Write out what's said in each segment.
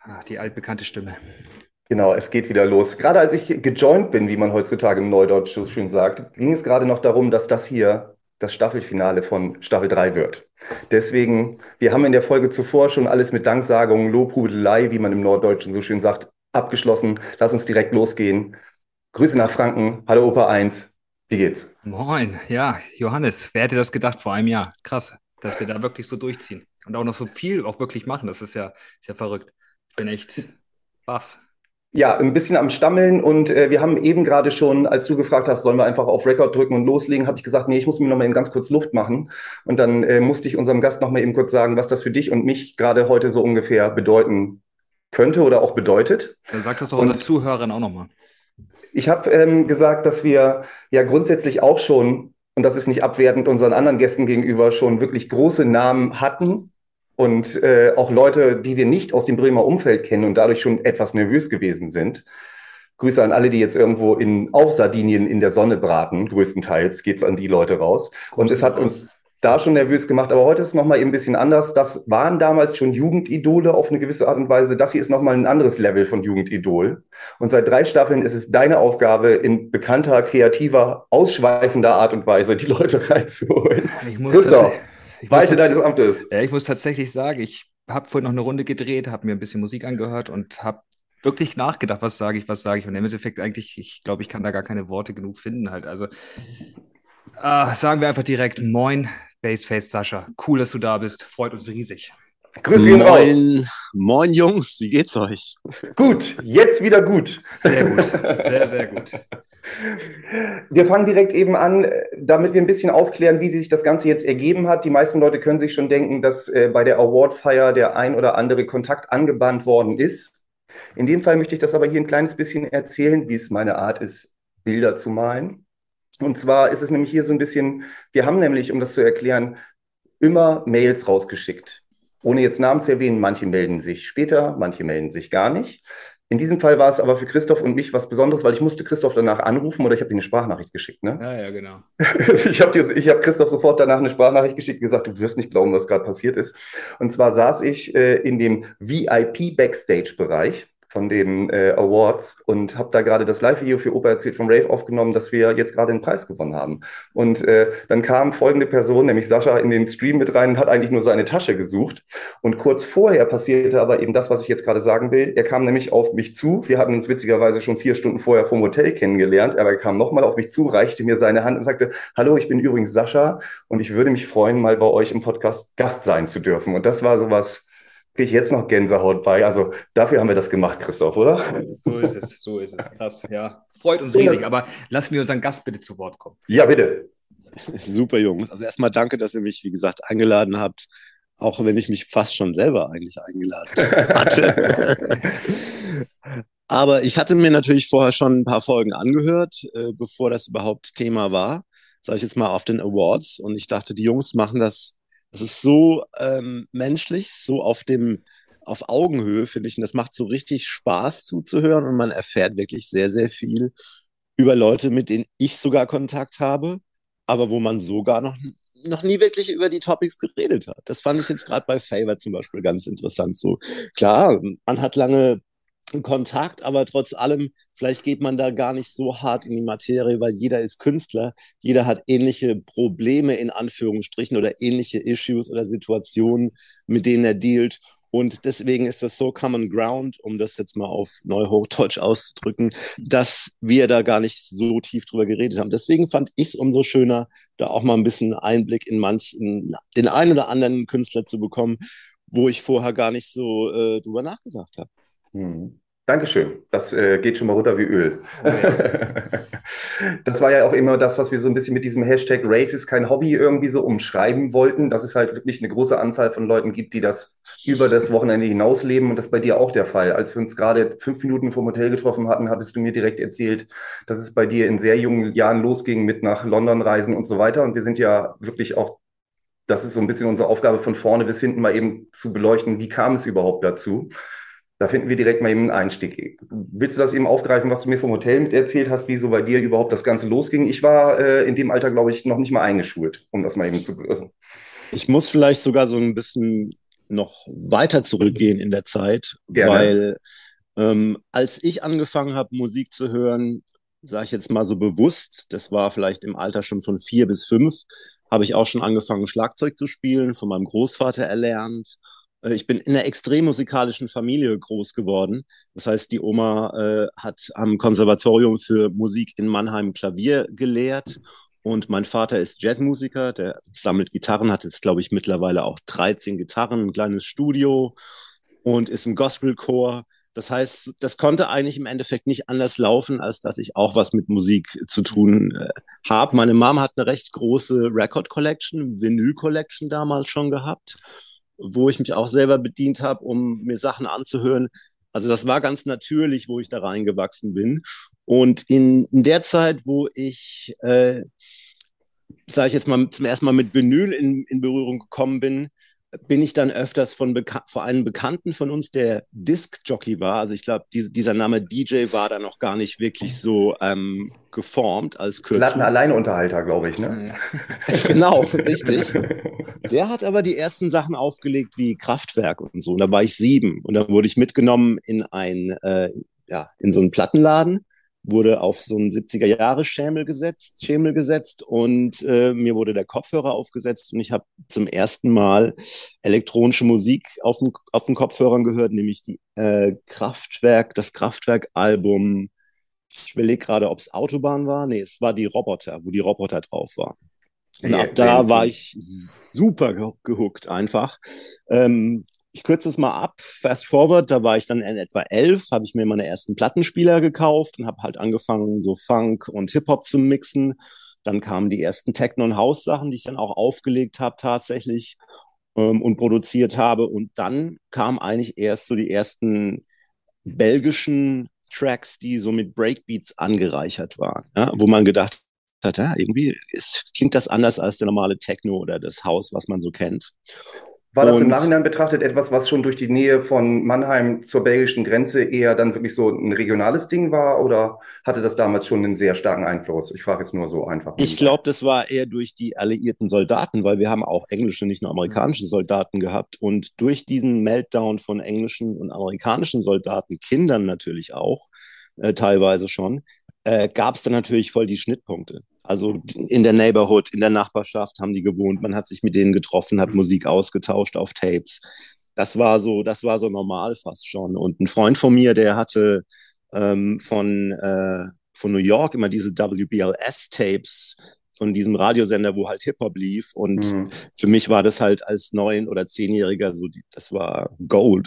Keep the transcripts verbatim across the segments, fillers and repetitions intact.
Ah, die altbekannte Stimme. Genau, es geht wieder los. Gerade als ich gejoint bin, wie man heutzutage im Neudeutsch so schön sagt, ging es gerade noch darum, dass das hier das Staffelfinale von Staffel drei wird. Deswegen, wir haben in der Folge zuvor schon alles mit Danksagungen, Lobhudelei, wie man im Norddeutschen so schön sagt, abgeschlossen. Lass uns direkt losgehen. Grüße nach Franken. Hallo Opa eins. Wie geht's? Moin, ja, Johannes, wer hätte das gedacht vor einem Jahr? Krass, dass wir da wirklich so durchziehen und auch noch so viel auch wirklich machen. Das ist ja, ist ja verrückt. Ich bin echt baff. Ja, ein bisschen am Stammeln und äh, wir haben eben gerade schon, als du gefragt hast, sollen wir einfach auf Record drücken und loslegen, habe ich gesagt, nee, ich muss mir noch mal eben ganz kurz Luft machen. Und dann äh, musste ich unserem Gast noch mal eben kurz sagen, was das für dich und mich gerade heute so ungefähr bedeuten könnte oder auch bedeutet. Dann sag das doch unseren Und Zuhörern auch nochmal. ich habe ähm, gesagt, dass wir ja grundsätzlich auch schon, und das ist nicht abwertend unseren anderen Gästen gegenüber, schon wirklich große Namen hatten und äh, auch Leute, die wir nicht aus dem Bremer Umfeld kennen und dadurch schon etwas nervös gewesen sind. Grüße an alle, die jetzt irgendwo in, auf Sardinien in der Sonne braten. Größtenteils geht's an die Leute raus. Und Grüße es gehen hat raus. uns da schon nervös gemacht, aber heute ist es nochmal eben ein bisschen anders. Das waren damals schon Jugendidole auf eine gewisse Art und Weise. Das hier ist nochmal ein anderes Level von Jugendidol. Und seit drei Staffeln ist es deine Aufgabe, in bekannter, kreativer, ausschweifender Art und Weise die Leute reinzuholen. Ich muss tatsächlich, Christoph, ich muss Walte tats deines Amtes. ja, ich muss tatsächlich sagen, ich habe vorhin noch eine Runde gedreht, habe mir ein bisschen Musik angehört und habe wirklich nachgedacht, was sage ich, was sage ich. Und im Endeffekt eigentlich, ich glaube, ich kann da gar keine Worte genug finden halt. Also Ah, sagen wir einfach direkt Moin, Baseface Sascha. Cool, dass du da bist. Freut uns riesig. Grüße gehen raus. Moin, moin Jungs, wie geht's euch? Gut, jetzt wieder gut. Sehr gut. Sehr, sehr gut. Wir fangen direkt eben an, äh, damit wir ein bisschen aufklären, wie sich das Ganze jetzt ergeben hat. Die meisten Leute können sich schon denken, dass äh, bei der Awardfeier der ein oder andere Kontakt angebahnt worden ist. In dem Fall möchte ich das aber hier ein kleines bisschen erzählen, wie es meine Art ist, Bilder zu malen. Und zwar ist es nämlich hier so ein bisschen, wir haben nämlich, um das zu erklären, immer Mails rausgeschickt. Ohne jetzt Namen zu erwähnen, manche melden sich später, manche melden sich gar nicht. In diesem Fall war es aber für Christoph und mich was Besonderes, weil ich musste Christoph danach anrufen oder ich habe dir eine Sprachnachricht geschickt, ne? Ja, ja, genau. Ich habe dir, ich hab Christoph sofort danach eine Sprachnachricht geschickt und gesagt, du wirst nicht glauben, was gerade passiert ist. Und zwar saß ich äh, in dem V I P-Backstage-Bereich von den äh, Awards und habe da gerade das Live-Video für Opa erzählt vom Rave aufgenommen, dass wir jetzt gerade einen Preis gewonnen haben. Und äh, dann kam folgende Person, nämlich Sascha, in den Stream mit rein und hat eigentlich nur seine Tasche gesucht. Und kurz vorher passierte aber eben das, was ich jetzt gerade sagen will. Er kam nämlich auf mich zu. Wir hatten uns witzigerweise schon vier Stunden vorher vom Hotel kennengelernt, aber er kam nochmal auf mich zu, reichte mir seine Hand und sagte, hallo, ich bin übrigens Sascha und ich würde mich freuen, mal bei euch im Podcast Gast sein zu dürfen. Und das war sowas, kriege ich jetzt noch Gänsehaut bei. Also dafür haben wir das gemacht, Christoph, oder? So ist es, so ist es. Krass, ja. Freut uns Und das, riesig. Aber lassen wir unseren Gast bitte zu Wort kommen. ja, bitte. Super Jungs. Also erstmal danke, dass ihr mich, wie gesagt, eingeladen habt, auch wenn ich mich fast schon selber eigentlich eingeladen hatte. Aber ich hatte mir natürlich vorher schon ein paar Folgen angehört, äh, bevor das überhaupt Thema war, sage ich jetzt mal auf den Awards. Und ich dachte, die Jungs machen das, das ist so ähm, menschlich, so auf dem, auf Augenhöhe, finde ich. Und das macht so richtig Spaß zuzuhören und man erfährt wirklich sehr, sehr viel über Leute, mit denen ich sogar Kontakt habe, aber wo man sogar noch, noch nie wirklich über die Topics geredet hat. Das fand ich jetzt gerade bei Favor zum Beispiel ganz interessant. So, klar, man hat lange Kontakt, aber trotz allem, vielleicht geht man da gar nicht so hart in die Materie, weil jeder ist Künstler, jeder hat ähnliche Probleme in Anführungsstrichen oder ähnliche Issues oder Situationen, mit denen er dealt. Und deswegen ist das so Common Ground, um das jetzt mal auf Neuhochdeutsch auszudrücken, dass wir da gar nicht so tief drüber geredet haben. Deswegen fand ich es umso schöner, da auch mal ein bisschen Einblick in manchen, den einen oder anderen Künstler zu bekommen, wo ich vorher gar nicht so äh, drüber nachgedacht habe. Hm. Dankeschön. Das äh, geht schon mal runter wie Öl. Oh ja. Das war ja auch immer das, was wir so ein bisschen mit diesem Hashtag Rave ist kein Hobby irgendwie so umschreiben wollten, dass es halt wirklich eine große Anzahl von Leuten gibt, die das über das Wochenende hinaus leben. Und das ist bei dir auch der Fall. Als wir uns gerade fünf Minuten vom Hotel getroffen hatten, hattest du mir direkt erzählt, dass es bei dir in sehr jungen Jahren losging mit nach London reisen und so weiter. Und wir sind ja wirklich auch, das ist so ein bisschen unsere Aufgabe von vorne bis hinten mal eben zu beleuchten, wie kam es überhaupt dazu? Da finden wir direkt mal eben einen Einstieg. Willst du das eben aufgreifen, was du mir vom Hotel mit erzählt hast, wie so bei dir überhaupt das Ganze losging? Ich war äh, in dem Alter, glaube ich, noch nicht mal eingeschult, um das mal eben zu. Also, Ich muss vielleicht sogar so ein bisschen noch weiter zurückgehen in der Zeit, Gerne. weil ähm, als ich angefangen habe, Musik zu hören, sage ich jetzt mal so bewusst, das war vielleicht im Alter schon von vier bis fünf, habe ich auch schon angefangen, Schlagzeug zu spielen, von meinem Großvater erlernt. Äh, Ich bin in einer extrem musikalischen Familie groß geworden. Das heißt, die Oma äh, hat am Konservatorium für Musik in Mannheim Klavier gelehrt und mein Vater ist Jazzmusiker, der sammelt Gitarren, hat jetzt, glaube ich, mittlerweile auch dreizehn Gitarren, ein kleines Studio und ist im Gospelchor. Das heißt, das konnte eigentlich im Endeffekt nicht anders laufen, als dass ich auch was mit Musik zu tun äh, habe. Meine Mom hat eine recht große Record Collection, Vinyl Collection damals schon gehabt, wo ich mich auch selber bedient habe, um mir Sachen anzuhören. Also das war ganz natürlich, wo ich da reingewachsen bin. Und in, in der Zeit, wo ich, äh, sage ich jetzt mal, zum ersten Mal mit Vinyl in, in Berührung gekommen bin, bin ich dann öfters von Beka vor einem Bekannten von uns, der Disc-Jockey war. Also ich glaube, die, dieser Name D J war da noch gar nicht wirklich so ähm, geformt als Kürzung. Plattenalleinunterhalter, glaube ich, ne? Genau, richtig. Der hat aber die ersten Sachen aufgelegt wie Kraftwerk und so. Und da war ich sieben und da wurde ich mitgenommen in ein, äh, ja, in so einen Plattenladen, wurde auf so einen siebziger-Jahre-Schemel gesetzt, Schemel gesetzt und äh, mir wurde der Kopfhörer aufgesetzt und ich habe zum ersten Mal elektronische Musik auf den, auf den Kopfhörern gehört, nämlich die äh, Kraftwerk, das Kraftwerk-Album. Ich überlege gerade, ob es Autobahn war. Nee, es war die Roboter, wo die Roboter drauf waren. Und Ja, ab da den- war ich super ge gehuckt einfach. Ähm, ich kürze es mal ab. Fast forward, da war ich dann in etwa elf, habe ich mir meine ersten Plattenspieler gekauft und habe halt angefangen, so Funk und Hip-Hop zu mixen. Dann kamen die ersten Techno- und House-Sachen, die ich dann auch aufgelegt habe tatsächlich ähm, und produziert habe. Und dann kamen eigentlich erst so die ersten belgischen Tracks, die so mit Breakbeats angereichert waren, ja, wo man gedacht hat, ja, irgendwie ist, klingt das anders als der normale Techno oder das House, was man so kennt. War das im Und Nachhinein betrachtet etwas, was schon durch die Nähe von Mannheim zur belgischen Grenze eher dann wirklich so ein regionales Ding war oder hatte das damals schon einen sehr starken Einfluss? Ich frage jetzt nur so einfach. ich glaube, das war eher durch die alliierten Soldaten, weil wir haben auch englische, nicht nur amerikanische Soldaten gehabt. Und durch diesen Meltdown von englischen und amerikanischen Soldaten, Kindern natürlich auch, äh, teilweise schon, äh, gab es dann natürlich voll die Schnittpunkte. Also in der Neighborhood, in der Nachbarschaft haben die gewohnt, man hat sich mit denen getroffen, hat Musik ausgetauscht auf Tapes. Das war so, das war so normal fast schon. Und ein Freund von mir, der hatte ähm, von, äh, von New York immer diese W B L S-Tapes von diesem Radiosender, wo halt Hip-Hop lief. Und Mhm. für mich war das halt als neun- oder zehnjähriger so, die, das war Gold.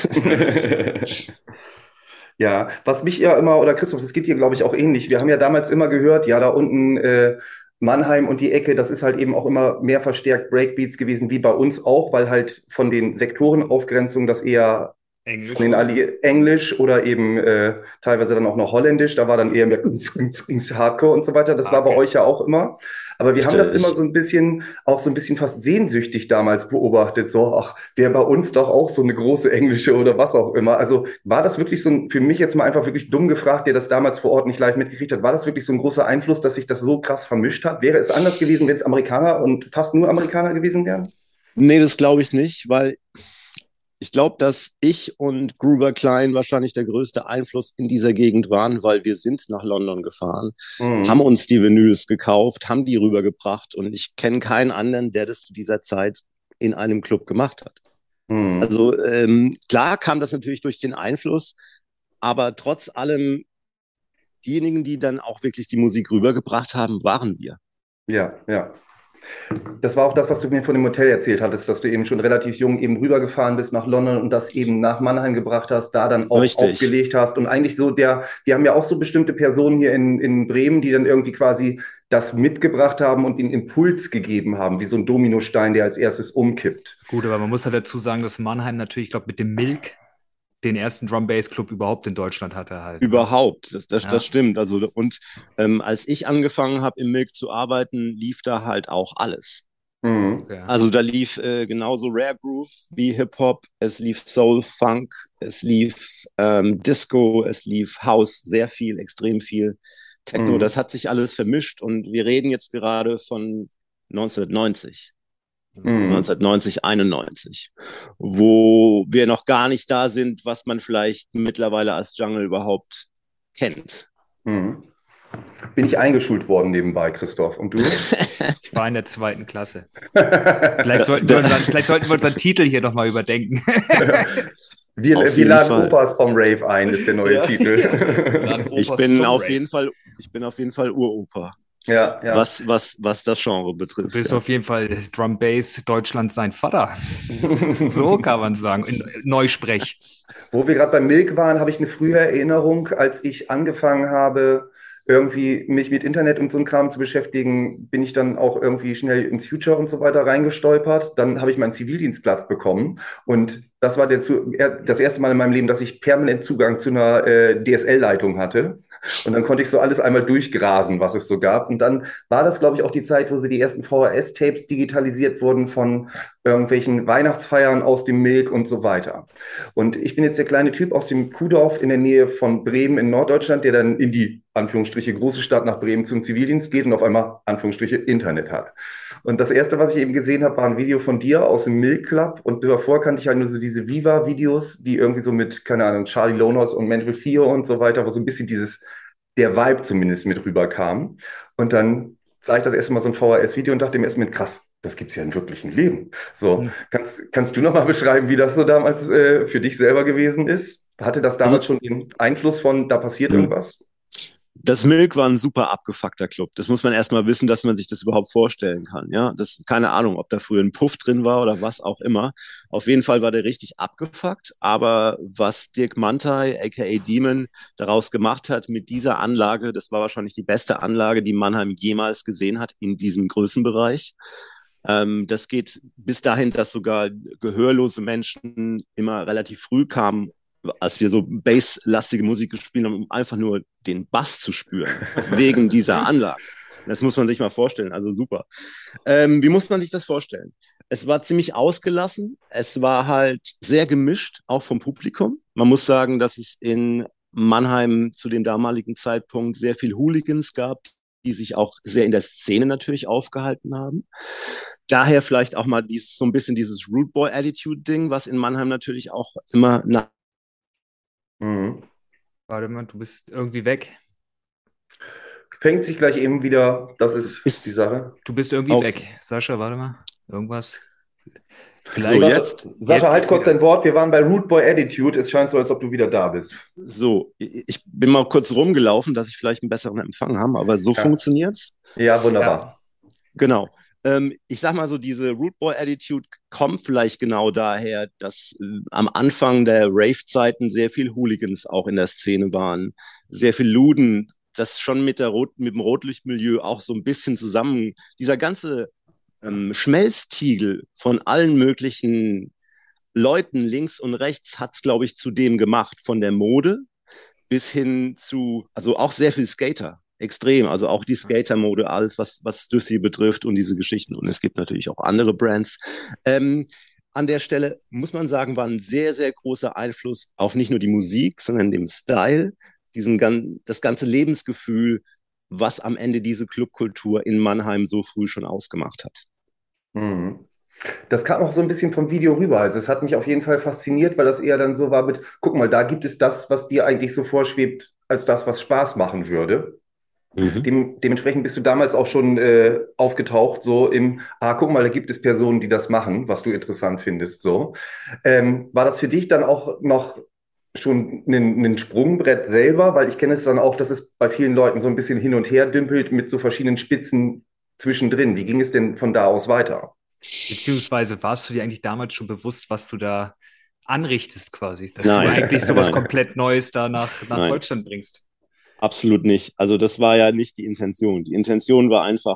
Ja, was mich ja immer, oder Christoph, das geht dir, glaube ich, auch ähnlich. Wir haben ja damals immer gehört, ja, da unten äh, Mannheim und die Ecke, das ist halt eben auch immer mehr verstärkt Breakbeats gewesen, wie bei uns auch, weil halt von den Sektorenaufgrenzungen das eher Englisch. von den Alli Englisch oder eben äh, teilweise dann auch noch Holländisch, da war dann eher mehr Hardcore und so weiter. Das war bei Okay. euch ja auch immer. Aber wir haben das Richtig. immer so ein bisschen, auch so ein bisschen fast sehnsüchtig damals beobachtet. So, ach, wäre bei uns doch auch so eine große englische oder was auch immer. Also war das wirklich so ein, für mich jetzt mal einfach wirklich dumm gefragt, der das damals vor Ort nicht live mitgekriegt hat, war das wirklich so ein großer Einfluss, dass sich das so krass vermischt hat? Wäre es anders gewesen, wenn es Amerikaner und fast nur Amerikaner gewesen wären? Nee, das glaube ich nicht, weil ich glaube, dass ich und Groover Klein wahrscheinlich der größte Einfluss in dieser Gegend waren, weil wir sind nach London gefahren, haben Mhm. uns die Vinyls gekauft, haben die rübergebracht und ich kenne keinen anderen, der das zu dieser Zeit in einem Club gemacht hat. Mhm. Also ähm, klar kam das natürlich durch den Einfluss, aber trotz allem, diejenigen, die dann auch wirklich die Musik rübergebracht haben, waren wir. Ja, ja. Das war auch das, was du mir von dem Hotel erzählt hattest, dass du eben schon relativ jung eben rübergefahren bist nach London und das eben nach Mannheim gebracht hast, da dann auch Richtig. aufgelegt hast und eigentlich so der, wir haben ja auch so bestimmte Personen hier in, in Bremen, die dann irgendwie quasi das mitgebracht haben und den Impuls gegeben haben, wie so ein Dominostein, der als erstes umkippt. Gut, aber man muss halt dazu sagen, dass Mannheim natürlich, ich glaube, mit dem Milk den ersten Drum-Bass-Club überhaupt in Deutschland hatte halt. Ne? Überhaupt, das, das, Ja. das stimmt. Also, und ähm, als ich angefangen habe, im Milk zu arbeiten, lief da halt auch alles. Mhm. Okay. Also da lief äh, genauso Rare Groove wie Hip-Hop, es lief Soul, Funk, es lief ähm, Disco, es lief House, sehr viel, extrem viel Techno. Mhm. Das hat sich alles vermischt und wir reden jetzt gerade von neunzehnhundertneunzig. Mhm. neunzehnhundertneunzig, einundneunzig, wo wir noch gar nicht da sind, was man vielleicht mittlerweile als Jungle überhaupt kennt. Mhm. Bin ich eingeschult worden nebenbei, Christoph. Und du? Ich war in der zweiten Klasse. Vielleicht sollten wir unseren, vielleicht sollten wir unseren Titel hier nochmal überdenken. Wir, Auf wir jeden laden Fall. Opas vom Rave ein, ist der neue Ja, Titel. Laden Ich Opas bin zum auf Rave. jeden Fall, ich bin auf jeden Fall Uropa, Ja, ja. was, was, was das Genre Du betrifft. bist Ja. auf jeden Fall Drum Bass Deutschland sein Vater. So kann man sagen. In Neusprech. Wo wir gerade beim Milk waren, habe ich eine frühe Erinnerung, als ich angefangen habe, irgendwie mich mit Internet und so einem Kram zu beschäftigen, bin ich dann auch irgendwie schnell ins Future und so weiter reingestolpert. Dann habe ich meinen Zivildienstplatz bekommen und das war der, zu- er- das erste Mal in meinem Leben, dass ich permanent Zugang zu einer äh, D S L-Leitung hatte. Und dann konnte ich so alles einmal durchgrasen, was es so gab. Und dann war das, glaube ich, auch die Zeit, wo sie die ersten V H S-Tapes digitalisiert wurden von irgendwelchen Weihnachtsfeiern aus dem Milk und so weiter. Und ich bin jetzt der kleine Typ aus dem Kuhdorf in der Nähe von Bremen in Norddeutschland, der dann in die, Anführungsstriche, große Stadt nach Bremen zum Zivildienst geht und auf einmal, Anführungsstriche, Internet hat. Und das erste, was ich eben gesehen habe, war ein Video von dir aus dem Milk Club. Und davor kannte ich halt nur so diese Viva-Videos, die irgendwie so mit, keine Ahnung, Charlie Lonos und Mental Theo und so weiter, wo so ein bisschen dieses, der Vibe zumindest mit rüberkam. Und dann sah ich das erste Mal so ein V H S-Video und dachte mir erstmal, krass, das gibt's ja im wirklichen Leben. So, Hm. kannst, kannst du noch mal beschreiben, wie das so damals äh, für dich selber gewesen ist? Hatte das Also, damals schon den Einfluss von, da passiert irgendwas? das Milk war ein super abgefuckter Club. Das muss man erstmal wissen, dass man sich das überhaupt vorstellen kann. Ja, das, keine Ahnung, ob da früher ein Puff drin war oder was auch immer. Auf jeden Fall war der richtig abgefuckt. Aber was Dirk Mantai, aka Demon, daraus gemacht hat mit dieser Anlage, das war wahrscheinlich die beste Anlage, die Mannheim jemals gesehen hat in diesem Größenbereich. Ähm, das geht bis dahin, dass sogar gehörlose Menschen immer relativ früh kamen, als wir so basslastige Musik gespielt haben, um einfach nur den Bass zu spüren, wegen dieser Anlage. Das muss man sich mal vorstellen, also super. Ähm, wie muss man sich das vorstellen? Es war ziemlich ausgelassen, es war halt sehr gemischt, auch vom Publikum. Man muss sagen, dass es in Mannheim zu dem damaligen Zeitpunkt sehr viel Hooligans gab, die sich auch sehr in der Szene natürlich aufgehalten haben. Daher vielleicht auch mal dieses, so ein bisschen dieses Rude Boy Attitude Ding, was in Mannheim natürlich auch immer nach Mhm. Warte mal, du bist irgendwie weg. Fängt sich gleich eben wieder, das ist die ist. Sache. Du bist irgendwie Okay. weg. Sascha, warte mal. Irgendwas. So, Vielleicht. Sascha, jetzt? Sascha, Jetzt halt geht's kurz wieder. dein Wort. Wir waren bei Root Boy Attitude. Es scheint so, als ob du wieder da bist. So, ich bin mal kurz rumgelaufen, dass ich vielleicht einen besseren Empfang habe, aber so Ja, funktioniert's. ja, Ja. wunderbar. Genau. Ähm, ich sag mal so, diese Rude Boy Attitude kommt vielleicht genau daher, dass äh, am Anfang der Rave-Zeiten sehr viel Hooligans auch in der Szene waren, sehr viel Luden, das schon mit der Rot mit dem Rotlichtmilieu auch so ein bisschen zusammen, dieser ganze ähm, Schmelztiegel von allen möglichen Leuten links und rechts hat's, glaube ich, zu dem gemacht, von der Mode bis hin zu, also auch sehr viel Skater, extrem, also auch die Skater-Mode, alles, was, was Stussy betrifft und diese Geschichten. Und es gibt natürlich auch andere Brands. Ähm, an der Stelle muss man sagen, war ein sehr, sehr großer Einfluss auf nicht nur die Musik, sondern den Style, diesen, das ganze Lebensgefühl, was am Ende diese Clubkultur in Mannheim so früh schon ausgemacht hat. Mhm. Das kam auch so ein bisschen vom Video rüber. Also es hat mich auf jeden Fall fasziniert, weil das eher dann so war mit, guck mal, da gibt es das, was dir eigentlich so vorschwebt, als das, was Spaß machen würde. Mhm. Dem, dementsprechend bist du damals auch schon äh, aufgetaucht, so im, ah, guck mal, da gibt es Personen, die das machen, was du interessant findest, so. Ähm, war das für dich dann auch noch schon ein, ein Sprungbrett selber? Weil ich kenne es dann auch, dass es bei vielen Leuten so ein bisschen hin und her dümpelt mit so verschiedenen Spitzen zwischendrin. Wie ging es denn von da aus weiter? Beziehungsweise warst du dir eigentlich damals schon bewusst, was du da anrichtest quasi? Dass du Nein, eigentlich sowas nein, komplett Neues da nach, nach nein, Deutschland bringst. absolut nicht. Also das war ja nicht die Intention. Die Intention war einfach,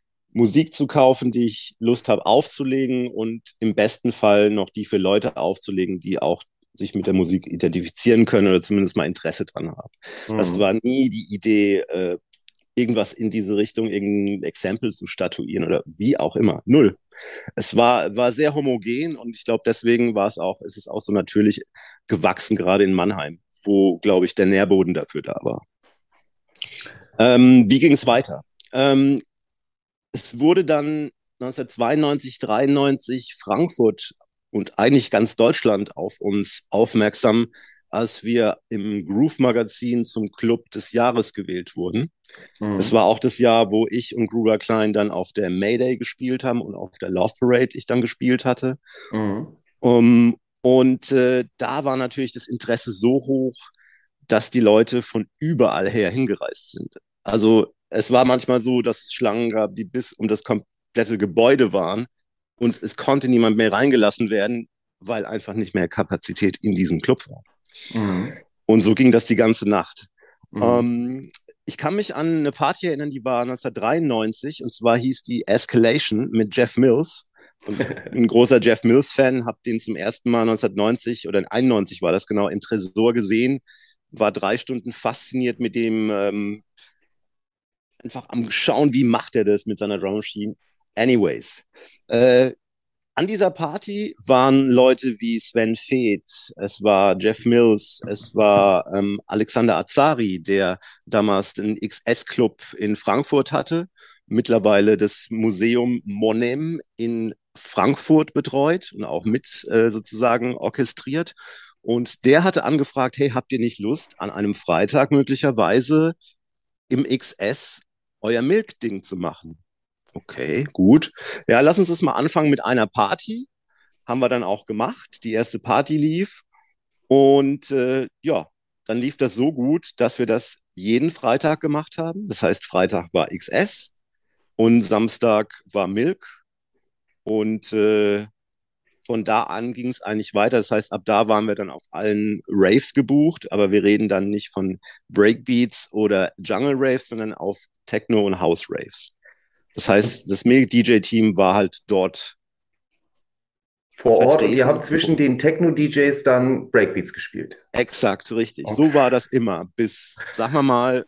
Musik zu kaufen, die ich Lust habe aufzulegen und im besten Fall noch die für Leute aufzulegen, die auch sich mit der Musik identifizieren können oder zumindest mal Interesse dran haben. Das Mhm. war nie die Idee, äh, irgendwas in diese Richtung, irgendein Exempel zu statuieren oder wie auch immer. Null. Es war, war sehr homogen und ich glaube, deswegen war es auch, ist es auch so natürlich gewachsen, gerade in Mannheim, wo, glaube ich, der Nährboden dafür da war. Ähm, wie ging es weiter? Ähm, es wurde dann neunzehnhundertzweiundneunzig, dreiundneunzig Frankfurt und eigentlich ganz Deutschland auf uns aufmerksam, als wir im Groove-Magazin zum Club des Jahres gewählt wurden. Mhm. Es war auch das Jahr, wo ich und Gruber Klein dann auf der Mayday gespielt haben und auf der Love Parade ich dann gespielt hatte. Mhm. Um, und äh, da war natürlich das Interesse so hoch, dass die Leute von überall her hingereist sind. Also es war manchmal so, dass es Schlangen gab, die bis um das komplette Gebäude waren und es konnte niemand mehr reingelassen werden, weil einfach nicht mehr Kapazität in diesem Club war. Mhm. Und so ging das die ganze Nacht. Mhm. Ähm, ich kann mich an eine Party erinnern, die war neunzehnhundertdreiundneunzig und zwar hieß die Escalation mit Jeff Mills. Und ein großer Jeff Mills-Fan, habe den zum ersten Mal neunzehnhundertneunzig oder einundneunzig war das genau, im Tresor gesehen, war drei Stunden fasziniert mit dem, ähm, einfach am Schauen, wie macht er das mit seiner Drum Machine. Anyways, äh, an dieser Party waren Leute wie Sven Feth, es war Jeff Mills, es war ähm, Alexander Azari, der damals den X S-Club in Frankfurt hatte, mittlerweile das Museum Monem in Frankfurt betreut und auch mit äh, sozusagen orchestriert. Und der hatte angefragt, hey, habt ihr nicht Lust, an einem Freitag möglicherweise im X S euer Milk-Ding zu machen? Okay, gut. Ja, lass uns das mal anfangen mit einer Party. Haben wir dann auch gemacht. Die erste Party lief. Und äh, ja, dann lief das so gut, dass wir das jeden Freitag gemacht haben. Das heißt, Freitag war X S und Samstag war Milk. Und äh, von da an ging es eigentlich weiter. Das heißt, ab da waren wir dann auf allen Raves gebucht. Aber wir reden dann nicht von Breakbeats oder Jungle Raves, sondern auf Techno- und House-Raves. Das heißt, das Milk-D J-Team war halt dort vor Ort und ihr habt zwischen den Techno-D Js dann Breakbeats gespielt. Exakt, richtig. Okay. So war das immer bis, sagen wir mal,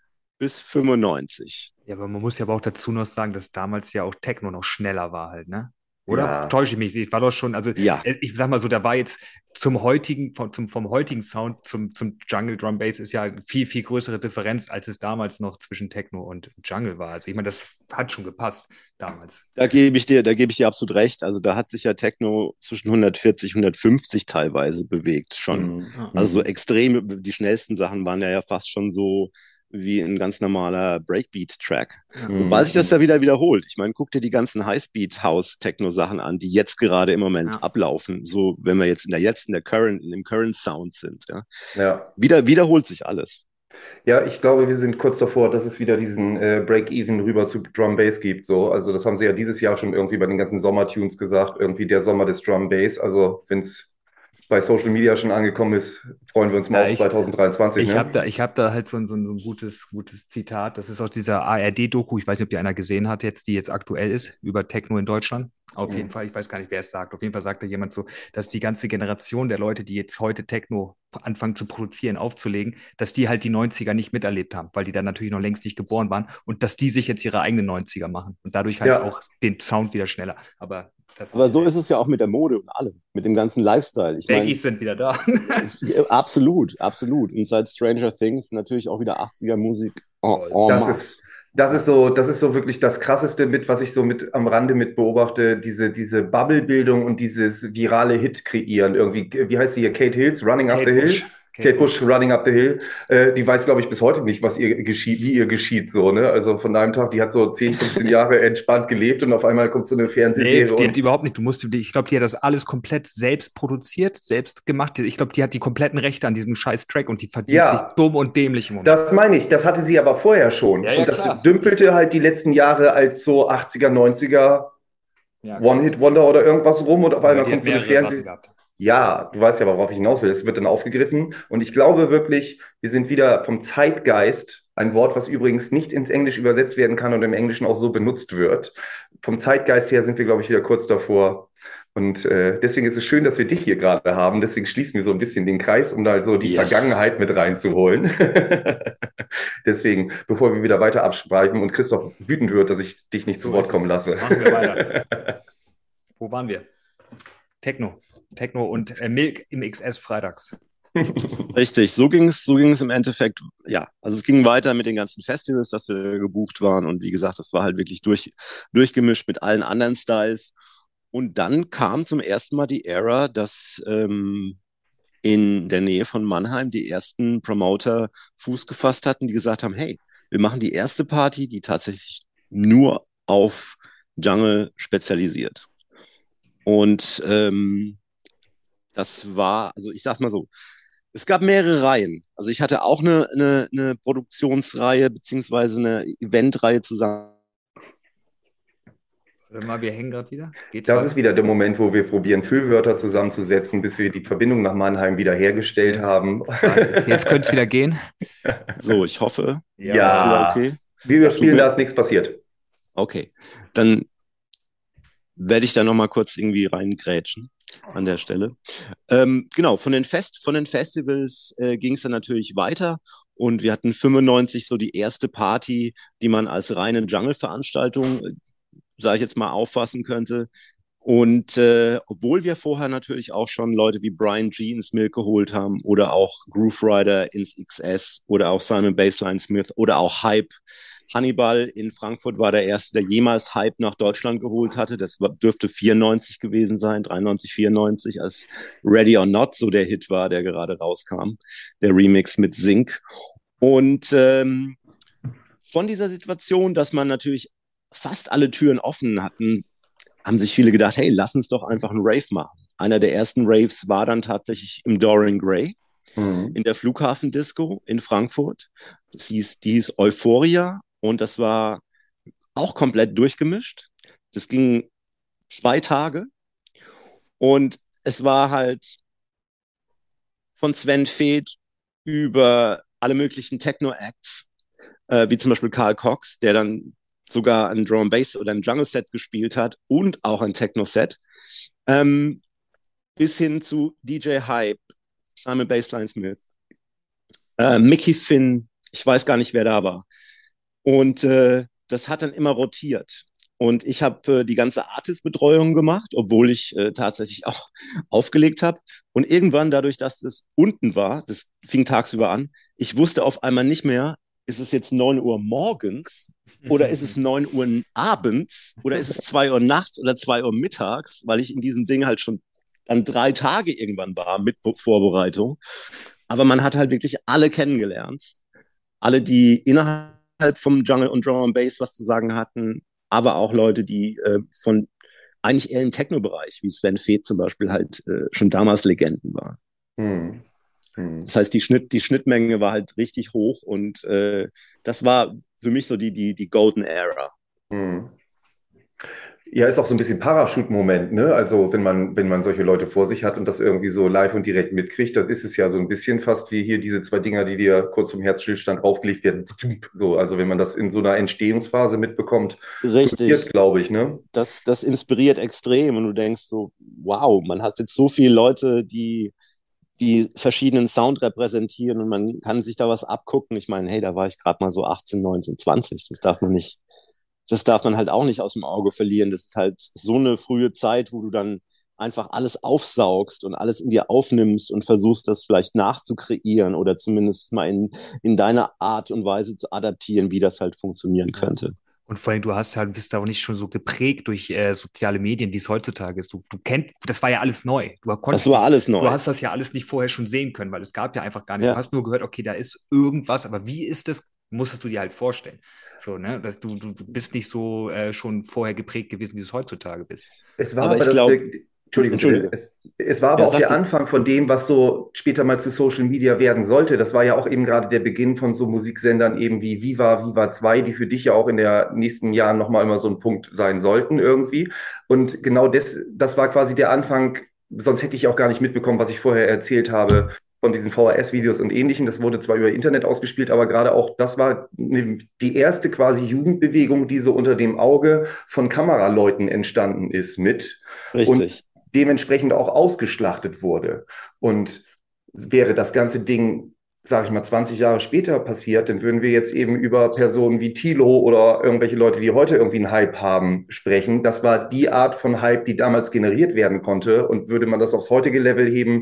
bis fünfundneunzig. Ja, aber man muss ja aber auch dazu noch sagen, dass damals ja auch Techno noch schneller war halt, ne? Oder ja. Täusche ich mich? Ich war doch schon, also ja. ich sag mal so, da war jetzt zum heutigen, vom, zum, vom heutigen Sound zum, zum Jungle Drum Bass ist ja eine viel, viel größere Differenz, als es damals noch zwischen Techno und Jungle war. Also ich meine, das hat schon gepasst damals. Da gebe ich dir, da gebe ich dir absolut recht. Also da hat sich ja Techno zwischen hundertvierzig, hundertfünfzig teilweise bewegt schon. Mhm. Also so extrem, die schnellsten Sachen waren ja, ja fast schon so wie ein ganz normaler Breakbeat-Track. Mhm. Wobei sich das ja wieder wiederholt. Ich meine, guck dir die ganzen Highspeed-House-Techno-Sachen an, die jetzt gerade im Moment ja. ablaufen. So, wenn wir jetzt in der jetzt in der Current, in dem Current-Sound sind. Ja. Ja. Wieder, wiederholt sich alles. Ja, ich glaube, wir sind kurz davor, dass es wieder diesen äh, Break-Even rüber zu Drum Bass gibt. So. Also das haben sie ja dieses Jahr schon irgendwie bei den ganzen Sommertunes gesagt, irgendwie der Sommer des Drum Bass. Also wenn es bei Social Media schon angekommen ist, freuen wir uns mal ja, auf ich, zwanzig dreiundzwanzig. Ich ne? habe da, ich hab da halt so ein, so, ein, so ein gutes, gutes Zitat. Das ist aus dieser A R D-Doku. Ich weiß nicht, ob die einer gesehen hat jetzt, die jetzt aktuell ist, über Techno in Deutschland. Auf mhm. jeden Fall, ich weiß gar nicht, wer es sagt. Auf jeden Fall sagt da jemand so, dass die ganze Generation der Leute, die jetzt heute Techno anfangen zu produzieren, aufzulegen, dass die halt die neunziger nicht miterlebt haben, weil die dann natürlich noch längst nicht geboren waren und dass die sich jetzt ihre eigenen neunziger machen und dadurch halt ja. auch den Sound wieder schneller. Aber Aber so ist es ja auch mit der Mode und allem, mit dem ganzen Lifestyle. Ich Baggies sind wieder da. ist, absolut, absolut. Und seit Stranger Things natürlich auch wieder achtziger Musik. En, en das ist Das ist so, das ist so wirklich das Krasseste mit, was ich so mit am Rande mit beobachte, diese, diese Bubble-Bildung und dieses virale Hit kreieren. Irgendwie, wie heißt sie hier? Kate Hills, Running Kate Up the Bush. Hill? Kate, Kate Bush, Bush, Running Up the Hill. Äh, die weiß, glaube ich, bis heute nicht, was ihr geschieht, wie ihr geschieht, so, ne? Also von einem Tag, die hat so zehn, fünfzehn Jahre entspannt gelebt und auf einmal kommt so eine Fernsehserie. Nee, die hat überhaupt nicht, du musst, ich glaube, die hat das alles komplett selbst produziert, selbst gemacht. Ich glaube, die hat die kompletten Rechte an diesem scheiß Track und die verdient ja, sich dumm und dämlich im Moment. Das meine ich, das hatte sie aber vorher schon. Ja, ja, und das klar. dümpelte halt die letzten Jahre als so achtziger, neunziger ja, One-Hit-Wonder oder irgendwas rum und auf einmal kommt so eine Fernseh... Ja, du weißt ja, worauf ich hinaus will. Es wird dann aufgegriffen. Und ich glaube wirklich, wir sind wieder vom Zeitgeist, ein Wort, was übrigens nicht ins Englisch übersetzt werden kann und im Englischen auch so benutzt wird. Vom Zeitgeist her sind wir, glaube ich, wieder kurz davor. Und äh, deswegen ist es schön, dass wir dich hier gerade haben. Deswegen schließen wir so ein bisschen den Kreis, um da so die yes. Vergangenheit mit reinzuholen. Deswegen, bevor wir wieder weiter abschweifen und Christoph wütend wird, dass ich dich nicht so zu Wort kommen lasse. Machen wir weiter. Wo waren wir? Techno. Techno und äh, Milk im X S freitags. Richtig, so ging es, so ging es im Endeffekt, ja. Also es ging weiter mit den ganzen Festivals, dass wir gebucht waren. Und wie gesagt, das war halt wirklich durch, durchgemischt mit allen anderen Styles. Und dann kam zum ersten Mal die Ära, dass ähm, in der Nähe von Mannheim die ersten Promoter Fuß gefasst hatten, die gesagt haben, hey, wir machen die erste Party, die tatsächlich nur auf Jungle spezialisiert. Und ähm, das war, also ich sag's mal so, es gab mehrere Reihen. Also ich hatte auch eine, eine, eine Produktionsreihe beziehungsweise eine Eventreihe zusammen. Warte mal, wir hängen gerade wieder. Geht's Das weiter? ist wieder der Moment, wo wir probieren, Füllwörter zusammenzusetzen, bis wir die Verbindung nach Mannheim wiederhergestellt Jetzt, haben. jetzt könnte es wieder gehen. So, ich hoffe, es ist wieder Ja, okay. wir Tut überspielen, mir, da ist nichts passiert. okay, dann werde ich da nochmal kurz irgendwie reingrätschen an der Stelle. Ähm, genau, von den, Fest, von den Festivals äh, ging es dann natürlich weiter und wir hatten fünfundneunzig so die erste Party, die man als reine Jungle-Veranstaltung, äh, sage ich jetzt mal, auffassen könnte. Und äh, obwohl wir vorher natürlich auch schon Leute wie Brian G. ins Milk geholt haben oder auch Groove Rider ins X S oder auch Simon Baseline Smith oder auch Hype. Hannibal in Frankfurt war der erste, der jemals Hype nach Deutschland geholt hatte. Das dürfte vierundneunzig gewesen sein, dreiundneunzig, vierundneunzig, als Ready or Not so der Hit war, der gerade rauskam. Der Remix mit Sync. Und ähm, von dieser Situation, dass man natürlich fast alle Türen offen hatten, haben sich viele gedacht, hey, lass uns doch einfach einen Rave machen. Einer der ersten Raves war dann tatsächlich im Dorian Gray Mhm. in der Flughafendisco in Frankfurt. Das hieß, die hieß Euphoria und das war auch komplett durchgemischt. Das ging zwei Tage und es war halt von Sven Feth über alle möglichen Techno-Acts, äh, wie zum Beispiel Carl Cox, der dann sogar ein Drum and Bass oder ein Jungle Set gespielt hat und auch ein Techno Set, ähm, bis hin zu D J Hype, Simon Baseline Smith, äh, Mickey Finn, ich weiß gar nicht, wer da war. Und äh, das hat dann immer rotiert. Und ich habe äh, die ganze Artist-Betreuung gemacht, obwohl ich äh, tatsächlich auch aufgelegt habe. Und irgendwann, dadurch, dass es unten war, das fing tagsüber an, ich wusste auf einmal nicht mehr, ist es jetzt neun Uhr morgens oder ist es neun Uhr abends oder ist es zwei Uhr nachts oder zwei Uhr mittags, weil ich in diesem Ding halt schon dann drei Tage irgendwann war mit Vorbereitung. Aber man hat halt wirklich alle kennengelernt. Alle, die innerhalb vom Jungle und Drum and Bass was zu sagen hatten, aber auch Leute, die äh, von eigentlich eher im Techno-Bereich, wie Sven Feth zum Beispiel, halt äh, schon damals Legenden waren. Mhm. Mhm. Das heißt, die, Schnitt, die Schnittmenge war halt richtig hoch und äh, das war für mich so die, die, die Golden Era. Mhm. Ja, ist auch so ein bisschen Parachute-Moment, ne? Also wenn man, wenn man solche Leute vor sich hat und das irgendwie so live und direkt mitkriegt, das ist es ja so ein bisschen fast wie hier diese zwei Dinger, die dir kurz vom Herzstillstand aufgelegt werden. So, also wenn man das in so einer Entstehungsphase mitbekommt, passiert, Richtig, glaube ich, ne? das, das inspiriert extrem und du denkst so, wow, man hat jetzt so viele Leute, die die verschiedenen Sound repräsentieren und man kann sich da was abgucken. Ich meine, hey, da war ich gerade mal so achtzehn, neunzehn, zwanzig. Das darf man nicht, das darf man halt auch nicht aus dem Auge verlieren. Das ist halt so eine frühe Zeit, wo du dann einfach alles aufsaugst und alles in dir aufnimmst und versuchst, das vielleicht nachzukreieren oder zumindest mal in, in deiner Art und Weise zu adaptieren, wie das halt funktionieren Ja. könnte. Und vor allem, du hast halt, bist da auch nicht schon so geprägt durch äh, soziale Medien, wie es heutzutage ist. Du, du kennst, das war ja alles neu. Du Das konntest war dich, alles du neu. hast das ja alles nicht vorher schon sehen können, weil es gab ja einfach gar nicht. Du Ja. hast nur gehört, okay, da ist irgendwas, aber wie ist das, musstest du dir halt vorstellen. So, ne? Dass du, du, du bist nicht so äh, schon vorher geprägt gewesen, wie du es heutzutage bist. Es war Aber aber ich das, glaube, Be- Entschuldigung bitte, entschuldige. es, es war aber Ja, auch sag der du. Anfang von dem, was so später mal zu Social Media werden sollte. Das war ja auch eben gerade der Beginn von so Musiksendern eben wie Viva, Viva zwei, die für dich ja auch in den nächsten Jahren nochmal immer so ein Punkt sein sollten irgendwie. Und genau das, das war quasi der Anfang, sonst hätte ich auch gar nicht mitbekommen, was ich vorher erzählt habe von diesen V H S-Videos und Ähnlichem. Das wurde zwar über Internet ausgespielt, aber gerade auch das war ne- die erste quasi Jugendbewegung, die so unter dem Auge von Kameraleuten entstanden ist mit und Richtig. dementsprechend auch ausgeschlachtet wurde. Und wäre das ganze Ding, sage ich mal, zwanzig Jahre später passiert, dann würden wir jetzt eben über Personen wie Tilo oder irgendwelche Leute, die heute irgendwie einen Hype haben, sprechen. Das war die Art von Hype, die damals generiert werden konnte. Und würde man das aufs heutige Level heben,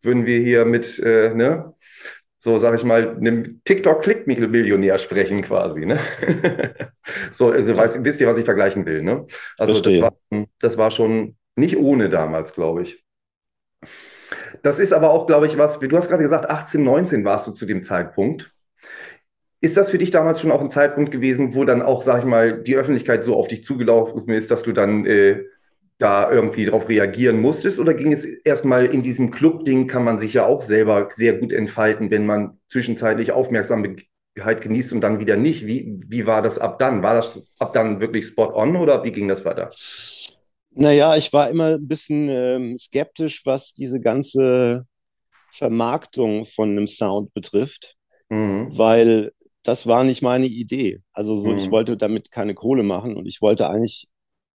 würden wir hier mit, äh, ne, so sage ich mal, einem TikTok-Click-Millionär sprechen quasi, ne? So, also weißt, wisst ihr, was ich vergleichen will, ne? Also das war, Verstehe. das war schon nicht ohne damals, glaube ich. Das ist aber auch, glaube ich, was, du hast gerade gesagt, achtzehn, neunzehn warst du zu dem Zeitpunkt. Ist das für dich damals schon auch ein Zeitpunkt gewesen, wo dann auch, sag ich mal, die Öffentlichkeit so auf dich zugelaufen ist, dass du dann äh, da irgendwie drauf reagieren musstest? Oder ging es erstmal in diesem Club-Ding, kann man sich ja auch selber sehr gut entfalten, wenn man zwischenzeitlich Aufmerksamkeit genießt und dann wieder nicht? Wie, wie war das ab dann? War das ab dann wirklich spot on oder wie ging das weiter? Naja, ich war immer ein bisschen ähm, skeptisch, was diese ganze Vermarktung von einem Sound betrifft, Mhm. weil das war nicht meine Idee. Also so, ich Mhm. wollte damit keine Kohle machen und ich wollte eigentlich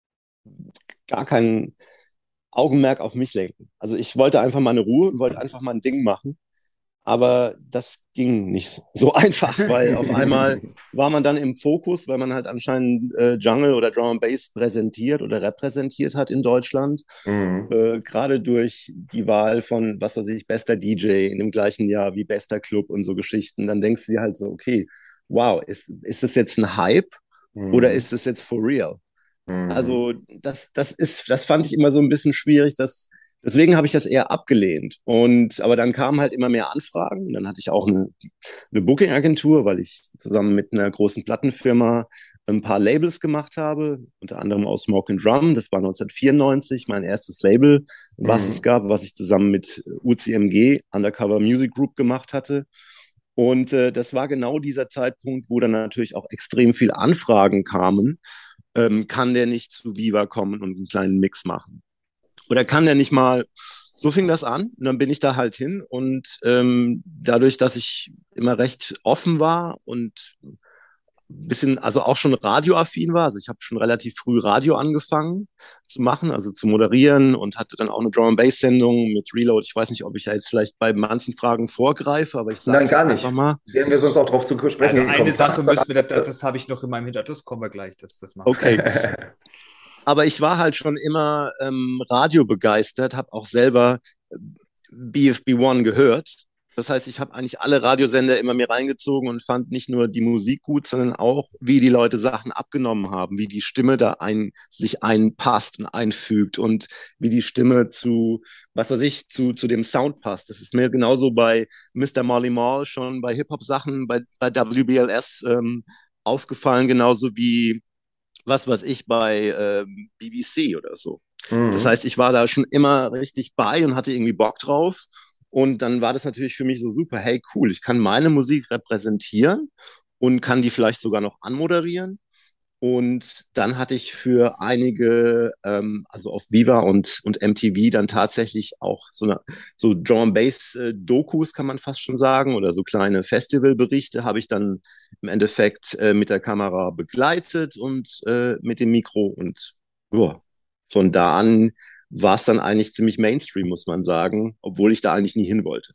gar kein Augenmerk auf mich lenken. Also ich wollte einfach meine Ruhe und wollte einfach mein Ding machen. Aber das ging nicht so einfach, weil auf einmal war man dann im Fokus, weil man halt anscheinend äh, Jungle oder Drum and Bass präsentiert oder repräsentiert hat in Deutschland. Mhm. Äh, gerade durch die Wahl von, was weiß ich, bester D J in dem gleichen Jahr wie bester Club und so Geschichten. Dann denkst du dir halt so, okay, wow, ist, ist das jetzt ein Hype oder Mhm. ist das jetzt for real? Mhm. Also das, das ist, das fand ich immer so ein bisschen schwierig. Das, deswegen habe ich das eher abgelehnt. Und aber dann kamen halt immer mehr Anfragen. Und dann hatte ich auch eine, eine Booking-Agentur, weil ich zusammen mit einer großen Plattenfirma ein paar Labels gemacht habe, unter anderem aus Smoke and Drum. Das war neunzehnhundertvierundneunzig mein erstes Label, was es Mhm. gab, was ich zusammen mit U C M G, Undercover Music Group, gemacht hatte. Und äh, das war genau dieser Zeitpunkt, wo dann natürlich auch extrem viele Anfragen kamen. Ähm, kann der nicht zu Viva kommen und einen kleinen Mix machen? Oder kann der nicht mal, so fing das an und dann bin ich da halt hin und ähm, dadurch, dass ich immer recht offen war und ein bisschen, also auch schon radioaffin war, also ich habe schon relativ früh Radio angefangen zu machen, also zu moderieren und hatte dann auch eine Drum-and-Bass-Sendung mit Reload. Ich weiß nicht, ob ich ja jetzt vielleicht bei manchen Fragen vorgreife, aber ich sage Nein, es gar jetzt einfach nicht. mal. Wären wir sonst auch darauf zu sprechen Also eine gekommen. Sache müssen wir, das, das habe ich noch in meinem Hintergrund, das kommen wir gleich, das, das machen Okay, Fachbereiter. aber ich war halt schon immer ähm, Radio begeistert, habe auch selber B F B One gehört. Das heißt, ich habe eigentlich alle Radiosender immer mir reingezogen und fand nicht nur die Musik gut, sondern auch, wie die Leute Sachen abgenommen haben, wie die Stimme da ein, sich einpasst und einfügt und wie die Stimme zu, was weiß ich, zu, zu dem Sound passt. Das ist mir genauso bei Mister Marley Marl schon bei Hip-Hop-Sachen, bei, bei W B L S ähm, aufgefallen, genauso wie was weiß ich, bei ähm, B B C oder so. Das Mhm. heißt, ich war da schon immer richtig bei und hatte irgendwie Bock drauf. Und dann war das natürlich für mich so super, hey cool, ich kann meine Musik repräsentieren und kann die vielleicht sogar noch anmoderieren. Und dann hatte ich für einige, ähm, also auf Viva und, und M T V dann tatsächlich auch so eine, so Drum and Bass äh, Dokus kann man fast schon sagen oder so kleine Festivalberichte habe ich dann im Endeffekt äh, mit der Kamera begleitet und äh, mit dem Mikro und ja, von da an war es dann eigentlich ziemlich Mainstream, muss man sagen, obwohl ich da eigentlich nie hin wollte.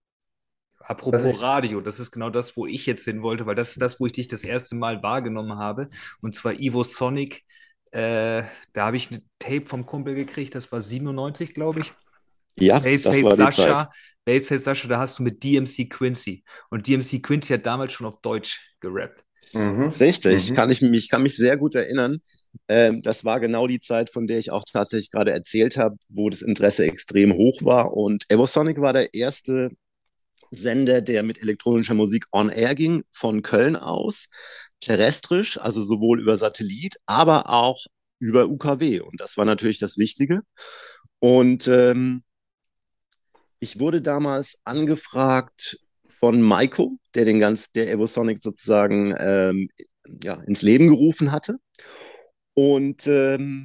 Das Apropos ist, Radio, das ist genau das, wo ich jetzt hin wollte, weil das ist das, wo ich dich das erste Mal wahrgenommen habe. Und zwar Ivo Sonic. Äh, da habe ich eine Tape vom Kumpel gekriegt, das war siebenundneunzig, glaube ich. Ja, das Bassface war die Zeit. Sascha, Bassface Sascha, da hast du mit D M C Quincy. Und D M C Quincy hat damals schon auf Deutsch gerappt. mhm. Richtig, Mhm. kann ich mich kann mich sehr gut erinnern. Ähm, das war genau die Zeit, von der ich auch tatsächlich gerade erzählt habe, wo das Interesse extrem hoch war. Und Evosonic war der erste Sender, der mit elektronischer Musik on air ging, von Köln aus, terrestrisch, also sowohl über Satellit, aber auch über U K W. Und das war natürlich das Wichtige. Und ähm, ich wurde damals angefragt von Maiko, der den ganz, der Evosonic sozusagen ähm, ja, ins Leben gerufen hatte. Und ähm,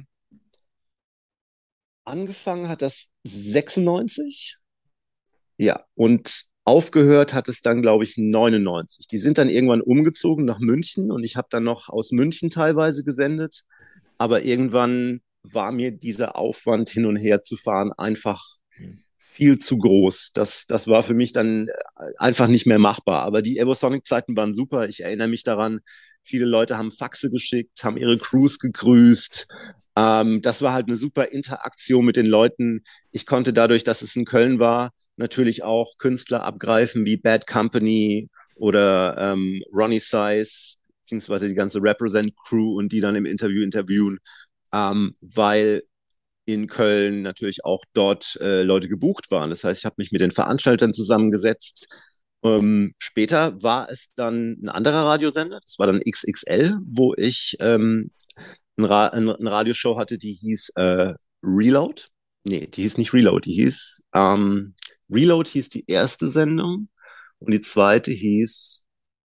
angefangen hat das sechsundneunzig, ja, und aufgehört hat es dann, glaube ich, neunundneunzig. Die sind dann irgendwann umgezogen nach München und ich habe dann noch aus München teilweise gesendet. Aber irgendwann war mir dieser Aufwand hin und her zu fahren einfach viel zu groß. Das, das war für mich dann einfach nicht mehr machbar. Aber die Evosonic-Zeiten waren super. Ich erinnere mich daran, viele Leute haben Faxe geschickt, haben ihre Crews gegrüßt. Ähm, das war halt eine super Interaktion mit den Leuten. Ich konnte dadurch, dass es in Köln war, natürlich auch Künstler abgreifen wie Bad Company oder ähm, Ronnie Size, beziehungsweise die ganze Represent-Crew und die dann im Interview interviewen, ähm, weil in Köln natürlich auch dort äh, Leute gebucht waren. Das heißt, ich habe mich mit den Veranstaltern zusammengesetzt. Ähm, später war es dann ein anderer Radiosender, das war dann X X L, wo ich ähm, ein Ra ein, eine Radioshow hatte, die hieß äh, Reload. Nee, die hieß nicht Reload, die hieß ähm, Reload hieß die erste Sendung und die zweite hieß,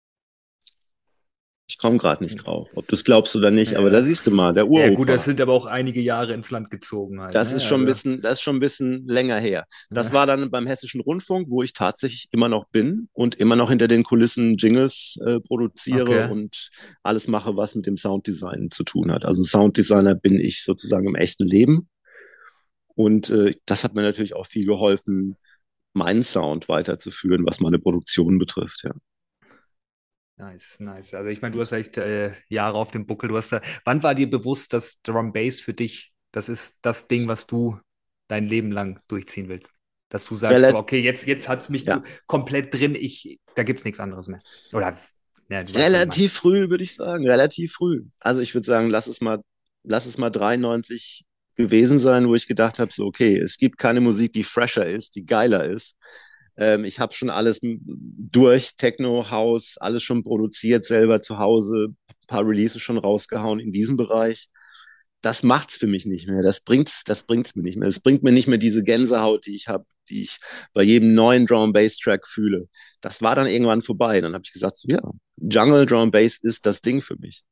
ich komme gerade nicht drauf, ob du es glaubst oder nicht, aber da Ja. siehst du mal, der Ja, gut, das Uropa. sind aber auch einige Jahre ins Land gezogen halt, Das ist ne? schon ein Also, bisschen, das ist schon ein bisschen länger her. Das ja. war dann beim Hessischen Rundfunk, wo ich tatsächlich immer noch bin und immer noch hinter den Kulissen Jingles äh, produziere Okay. und alles mache, was mit dem Sounddesign zu tun hat. Also Sounddesigner bin ich sozusagen im echten Leben. Und äh, das hat mir natürlich auch viel geholfen, meinen Sound weiterzuführen, was meine Produktion betrifft, ja. Nice, nice. Also ich meine, du hast echt äh, Jahre auf dem Buckel. Du hast da. Wann war dir bewusst, dass Drum Bass für dich, das ist das Ding, was du dein Leben lang durchziehen willst? Dass du sagst, so, Relat okay, jetzt, jetzt hat es mich ja. zu, komplett drin, ich, da gibt es nichts anderes mehr. Oder, ja, du weißt, was ich meine. Relativ früh, würde ich sagen, relativ früh. Also ich würde sagen, lass es mal, lass es mal dreiundneunzig gewesen sein, wo ich gedacht habe, so, okay, es gibt keine Musik, die fresher ist, die geiler ist. Ähm, ich habe schon alles durch, Techno, House, alles schon produziert, selber zu Hause, ein paar Releases schon rausgehauen in diesem Bereich. Das macht's für mich nicht mehr. Das bringt's, das bringt's mir nicht mehr. Es bringt mir nicht mehr diese Gänsehaut, die ich habe, die ich bei jedem neuen Drum Bass Track fühle. Das war dann irgendwann vorbei. Dann habe ich gesagt, so, ja, Jungle Drum Bass ist das Ding für mich.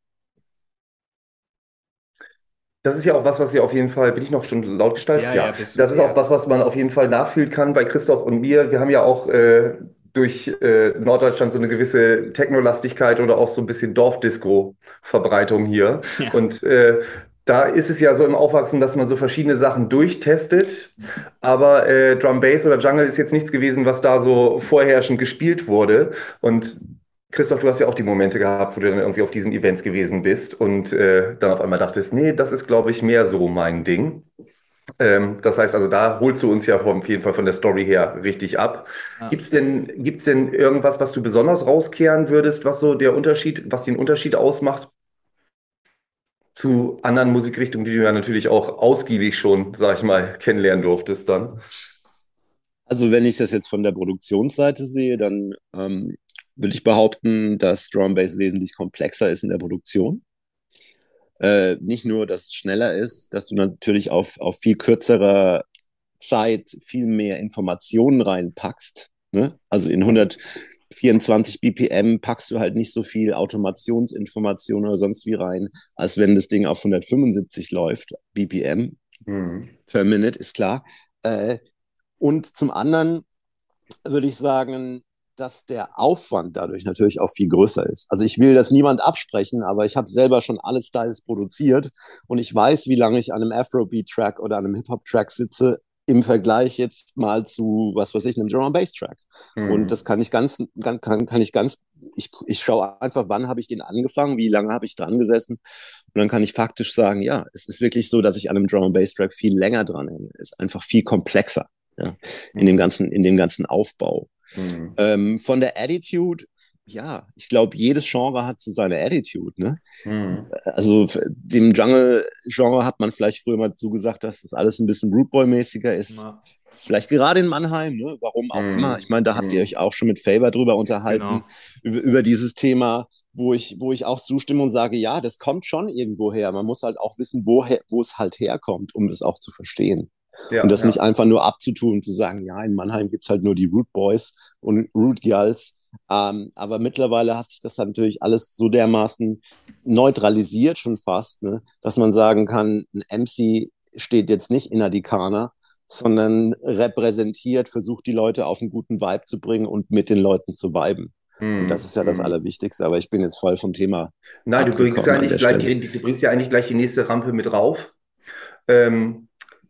Das ist ja auch was, was wir auf jeden Fall, bin ich noch schon laut gestaltet? Ja, Ja. ja, bist du. Das ist auch was, was man auf jeden Fall nachfühlen kann bei Christoph und mir. Wir haben ja auch äh, durch äh, Norddeutschland so eine gewisse Technolastigkeit oder auch so ein bisschen Dorfdisco-Verbreitung hier. Ja. Und äh, da ist es ja so im Aufwachsen, dass man so verschiedene Sachen durchtestet. Aber äh, Drum Bass oder Jungle ist jetzt nichts gewesen, was da so vorherrschend gespielt wurde. Und Christoph, du hast ja auch die Momente gehabt, wo du dann irgendwie auf diesen Events gewesen bist und äh, dann auf einmal dachtest, nee, das ist, glaube ich, mehr so mein Ding. Ähm, das heißt also, da holst du uns ja auf jeden Fall von der Story her richtig ab. Ja. Gibt's denn, gibt's denn irgendwas, was du besonders rauskehren würdest, was so der Unterschied, was den Unterschied ausmacht zu anderen Musikrichtungen, die du ja natürlich auch ausgiebig schon, sag ich mal, kennenlernen durftest dann? Also wenn ich das jetzt von der Produktionsseite sehe, dann ähm, will ich behaupten, dass Drum Bass wesentlich komplexer ist in der Produktion. Äh, nicht nur, dass es schneller ist, dass du natürlich auf, auf viel kürzerer Zeit viel mehr Informationen reinpackst. Ne? Also in hundertvierundzwanzig B P M packst du halt nicht so viel Automationsinformationen oder sonst wie rein, als wenn das Ding auf hundertfünfundsiebzig läuft, B P M Mhm. per Minute, ist klar. Äh, und zum anderen würde ich sagen, dass der Aufwand dadurch natürlich auch viel größer ist. Also ich will das niemand absprechen, aber ich habe selber schon alle Styles produziert und ich weiß, wie lange ich an einem Afrobeat-Track oder an einem Hip-Hop-Track sitze im Vergleich jetzt mal zu, was weiß ich, einem Drum and Bass Track. Und Mhm. das kann ich ganz, kann, kann ich ganz, ich, ich schaue einfach, wann habe ich den angefangen, wie lange habe ich dran gesessen. Und dann kann ich faktisch sagen, ja, es ist wirklich so, dass ich an einem Drum and Bass Track viel länger dran hänge. Es ist einfach viel komplexer, ja, in dem Mhm. ganzen, in dem ganzen Aufbau. Mhm. Ähm, von der Attitude, ja, ich glaube, jedes Genre hat so seine Attitude, ne? Mhm. Also dem Jungle-Genre hat man vielleicht früher mal zugesagt, dass das alles ein bisschen Rootboy-mäßiger ist. Ja. Vielleicht gerade in Mannheim, ne? Warum auch immer. Ich Mhm. meine, da habt ihr Mhm. euch auch schon mit Faber drüber unterhalten, Genau. über, über dieses Thema, wo ich, wo ich auch zustimme und sage, ja, das kommt schon irgendwo her. Man muss halt auch wissen, woher, wo es halt herkommt, um das auch zu verstehen. Und Ja, das nicht ja. einfach nur abzutun und zu sagen, ja, in Mannheim gibt's halt nur die Root Boys und Root Girls. Ähm, aber mittlerweile hat sich das dann natürlich alles so dermaßen neutralisiert schon fast, ne, dass man sagen kann, ein M C steht jetzt nicht in der Dikana, sondern repräsentiert, versucht die Leute auf einen guten Vibe zu bringen und mit den Leuten zu viben. Und das Mhm. ist ja das Mhm. Allerwichtigste. Aber ich bin jetzt voll vom Thema Nein, du bringst ja abgekommen an eigentlich der gleich Stelle. die, du bringst ja eigentlich gleich die nächste Rampe mit rauf. Ähm,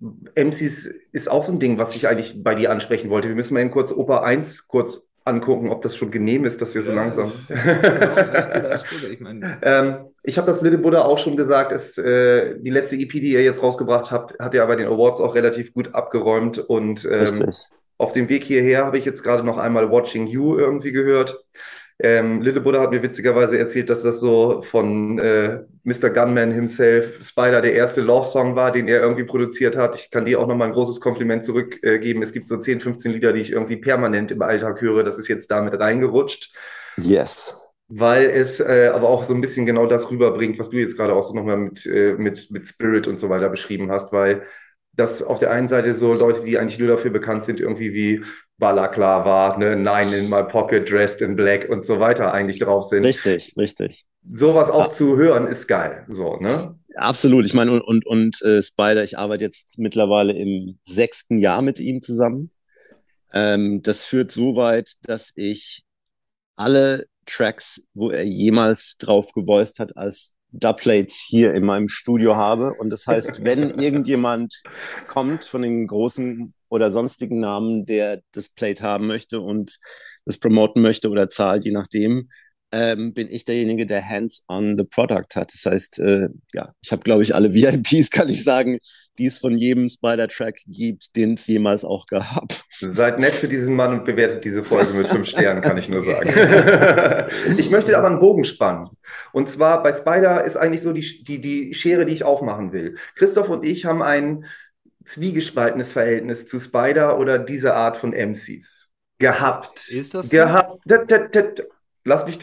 M Cs ist auch so ein Ding, was ich eigentlich bei dir ansprechen wollte. Wir müssen mal eben kurz Oper eins kurz angucken, ob das schon genehm ist, dass wir so Ja, langsam. genau, alles gut, alles gut. Ich meine, ähm, ich habe das Little Buddha auch schon gesagt, ist, äh, die letzte E P, die ihr jetzt rausgebracht habt, hat ja bei den Awards auch relativ gut abgeräumt und ähm, Richtig. Auf dem Weg hierher habe ich jetzt gerade noch einmal Watching You irgendwie gehört. Ähm, Little Buddha hat mir witzigerweise erzählt, dass das so von äh, Mister Gunman himself, Spider, der erste Love-Song war, den er irgendwie produziert hat. Ich kann dir auch nochmal ein großes Kompliment zurückgeben. Es gibt so zehn, fünfzehn Lieder, die ich irgendwie permanent im Alltag höre. Das ist jetzt damit reingerutscht. Yes. Weil es äh, aber auch so ein bisschen genau das rüberbringt, was du jetzt gerade auch so nochmal mit, äh, mit, mit Spirit und so weiter beschrieben hast, weil das auf der einen Seite so Leute, die eigentlich nur dafür bekannt sind, irgendwie wie Balaklava, ne, Nine in my pocket, dressed in black und so weiter eigentlich drauf sind. Richtig, richtig. Sowas auch zu hören ist geil, so, ne? Absolut. Ich meine, und, und, und äh, Spider, ich arbeite jetzt mittlerweile im sechsten Jahr mit ihm zusammen. Ähm, das führt so weit, dass ich alle Tracks, wo er jemals drauf gevoiced hat, als Dubplates hier in meinem Studio habe. Und das heißt, wenn irgendjemand kommt von den großen oder sonstigen Namen, der das Plate haben möchte und das promoten möchte oder zahlt, je nachdem, ähm, bin ich derjenige, der Hands on the Product hat. Das heißt, äh, ja, ich habe, glaube ich, alle V I Ps, kann ich sagen, die es von jedem Spider-Track gibt, den es jemals auch gab. Seid nett für diesen Mann und bewertet diese Folge mit fünf Sternen, kann ich nur sagen. Ich möchte aber einen Bogen spannen. Und zwar bei Spider ist eigentlich so die, die, die Schere, die ich aufmachen will. Christoph und ich haben ein zwiegespaltenes Verhältnis zu Spider oder dieser Art von M Cs gehabt. Ist das so? Gehabt. Lass mich.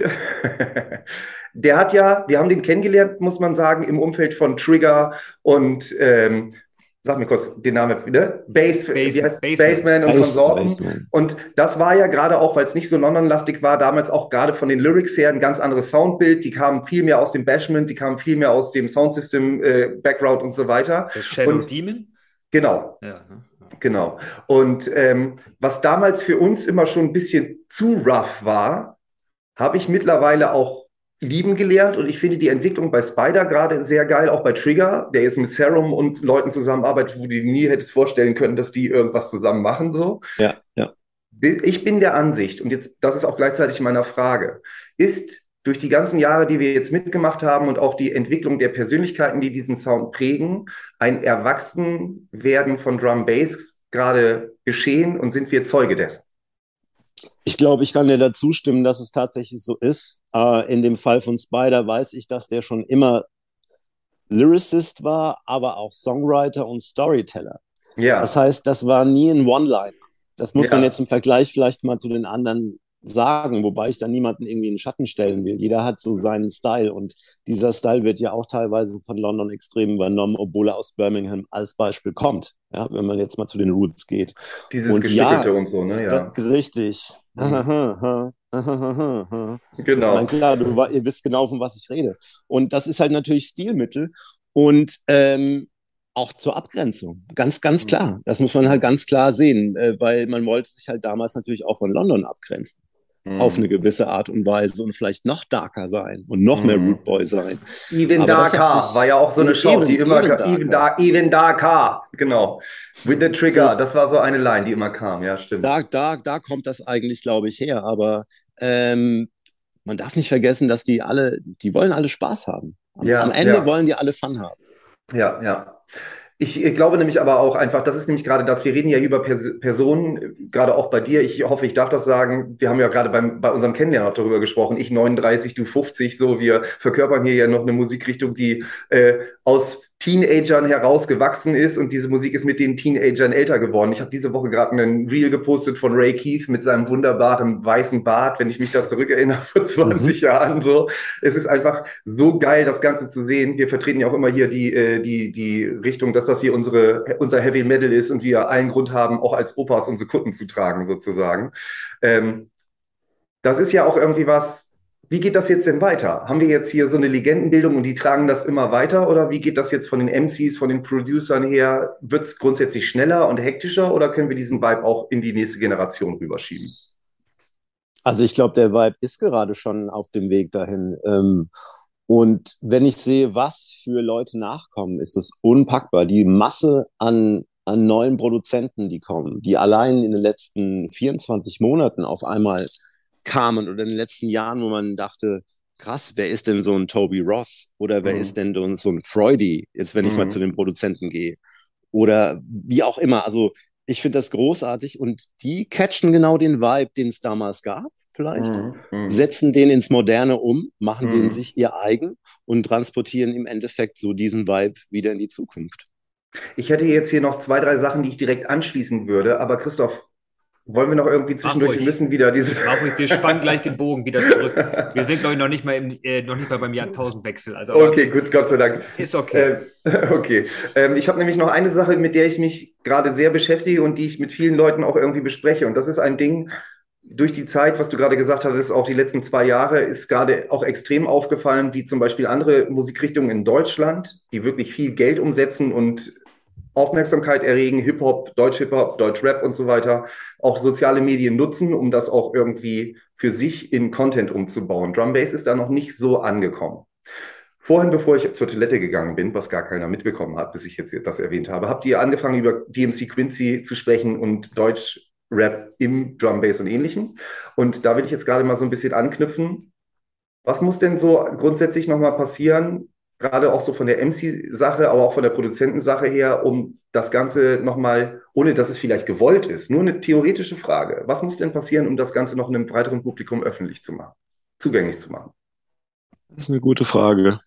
Der hat ja, wir haben den kennengelernt, muss man sagen, im Umfeld von Trigger und ähm, sag mir kurz den Namen wieder. Bass, Bass, wie heißt, Bassman. Bassman und Bass, Konsorten. Bassman. Und das war ja gerade auch, weil es nicht so London-lastig war, damals auch gerade von den Lyrics her ein ganz anderes Soundbild. Die kamen viel mehr aus dem Bashment, die kamen viel mehr aus dem Soundsystem-Background äh, und so weiter. Der Shadow und, Demon? Genau. Ja, ne? Genau. Und ähm, was damals für uns immer schon ein bisschen zu rough war, habe ich mittlerweile auch lieben gelernt und ich finde die Entwicklung bei Spider gerade sehr geil, auch bei Trigger, der jetzt mit Serum und Leuten zusammenarbeitet, wo du dir nie hättest vorstellen können, dass die irgendwas zusammen machen, so. Ja, ja. Ich bin der Ansicht, und jetzt, das ist auch gleichzeitig meiner Frage, ist durch die ganzen Jahre, die wir jetzt mitgemacht haben und auch die Entwicklung der Persönlichkeiten, die diesen Sound prägen, ein Erwachsenwerden von Drum Bass gerade geschehen und sind wir Zeuge dessen? Ich glaube, ich kann dir dazu stimmen, dass es tatsächlich so ist. Äh, in dem Fall von Spider weiß ich, dass der schon immer Lyricist war, aber auch Songwriter und Storyteller. Ja. Das heißt, das war nie ein One-Liner. Das muss Ja. man jetzt im Vergleich vielleicht mal zu den anderen sagen, wobei ich da niemanden irgendwie in den Schatten stellen will. Jeder hat so seinen Style und dieser Style wird ja auch teilweise von London extrem übernommen, obwohl er aus Birmingham als Beispiel kommt, ja, wenn man jetzt mal zu den Roots geht. Dieses und Gestückelte ja, und so, ne? Ja. Das, richtig. Mhm. Genau. Genau. Klar, du, ihr wisst genau, von was ich rede. Und das ist halt natürlich Stilmittel und ähm, auch zur Abgrenzung. Ganz, ganz klar. Das muss man halt ganz klar sehen, äh, weil man wollte sich halt damals natürlich auch von London abgrenzen. Mhm. Auf eine gewisse Art und Weise und vielleicht noch darker sein und noch mhm. mehr Root Boy sein. Even Darker war ja auch so eine Show, even, die immer even, even, dark, even Darker, genau. With the Trigger, so, das war so eine Line, die immer kam, ja, stimmt. Da, da, da kommt das eigentlich, glaube ich, her, aber ähm, man darf nicht vergessen, dass die alle, die wollen alle Spaß haben. Am, ja, am Ende ja. wollen die alle Fun haben. Ja, ja. Ich, ich glaube nämlich aber auch einfach, das ist nämlich gerade das, wir reden ja über Pers Personen, gerade auch bei dir, ich hoffe, ich darf das sagen, wir haben ja gerade beim, bei unserem Kennenlernen auch darüber gesprochen, ich neununddreißig, du fünfzig, so, wir verkörpern hier ja noch eine Musikrichtung, die äh, aus Teenagern herausgewachsen ist und diese Musik ist mit den Teenagern älter geworden. Ich habe diese Woche gerade einen Reel gepostet von Ray Keith mit seinem wunderbaren weißen Bart, wenn ich mich da zurückerinnere, vor zwanzig mhm. Jahren so. Es ist einfach so geil, das Ganze zu sehen. Wir vertreten ja auch immer hier die, äh, die, die Richtung, dass das hier unsere, unser Heavy Metal ist und wir allen Grund haben, auch als Opas unsere Kutten zu tragen, sozusagen. Ähm, das ist ja auch irgendwie was. Wie geht das jetzt denn weiter? Haben wir jetzt hier so eine Legendenbildung und die tragen das immer weiter? Oder wie geht das jetzt von den M Cs, von den Producern her? Wird es grundsätzlich schneller und hektischer oder können wir diesen Vibe auch in die nächste Generation rüberschieben? Also ich glaube, der Vibe ist gerade schon auf dem Weg dahin. Und wenn ich sehe, was für Leute nachkommen, ist es unpackbar. Die Masse an, an neuen Produzenten, die kommen, die allein in den letzten vierundzwanzig Monaten auf einmal kamen oder in den letzten Jahren, wo man dachte, krass, wer ist denn so ein Toby Ross? Oder wer mhm. ist denn so ein Freudy, jetzt wenn ich mhm. mal zu den Produzenten gehe? Oder wie auch immer. Also Ich finde das großartig und die catchen genau den Vibe, den es damals gab, vielleicht, Mhm. Mhm. setzen den ins Moderne um, machen den Mhm. sich ihr eigen und transportieren im Endeffekt so diesen Vibe wieder in die Zukunft. Ich hätte jetzt hier noch zwei, drei Sachen, die ich direkt anschließen würde, aber Christoph, wollen wir noch irgendwie Mach zwischendurch? Wir ruhig. müssen wieder diese. Mach ruhig. Wir spannen gleich den Bogen wieder zurück. Wir sind, glaube ich, noch nicht mal, im, äh, noch nicht mal beim Jahrtausendwechsel. Also, aber Okay, gut, Gott sei Dank. ist okay. Äh, okay. Ähm, ich habe nämlich noch eine Sache, mit der ich mich gerade sehr beschäftige und die ich mit vielen Leuten auch irgendwie bespreche. Und das ist ein Ding, durch die Zeit, was du gerade gesagt hast, auch die letzten zwei Jahre, ist gerade auch extrem aufgefallen, wie zum Beispiel andere Musikrichtungen in Deutschland, die wirklich viel Geld umsetzen und Aufmerksamkeit erregen, Hip-Hop, Deutsch-Hip-Hop, Deutsch-Rap und so weiter, auch soziale Medien nutzen, um das auch irgendwie für sich in Content umzubauen. Drum Bass ist da noch nicht so angekommen. Vorhin, bevor ich zur Toilette gegangen bin, was gar keiner mitbekommen hat, bis ich jetzt das erwähnt habe, habt ihr angefangen, über D M C Quincy zu sprechen und Deutsch-Rap im Drum Bass und Ähnlichem. Und da will ich jetzt gerade mal so ein bisschen anknüpfen. Was muss denn so grundsätzlich nochmal passieren, gerade auch so von der M C-Sache, aber auch von der Produzentensache her, um das Ganze nochmal, ohne dass es vielleicht gewollt ist, nur eine theoretische Frage. Was muss denn passieren, um das Ganze noch einem breiteren Publikum öffentlich zu machen, zugänglich zu machen? Das ist eine gute Frage,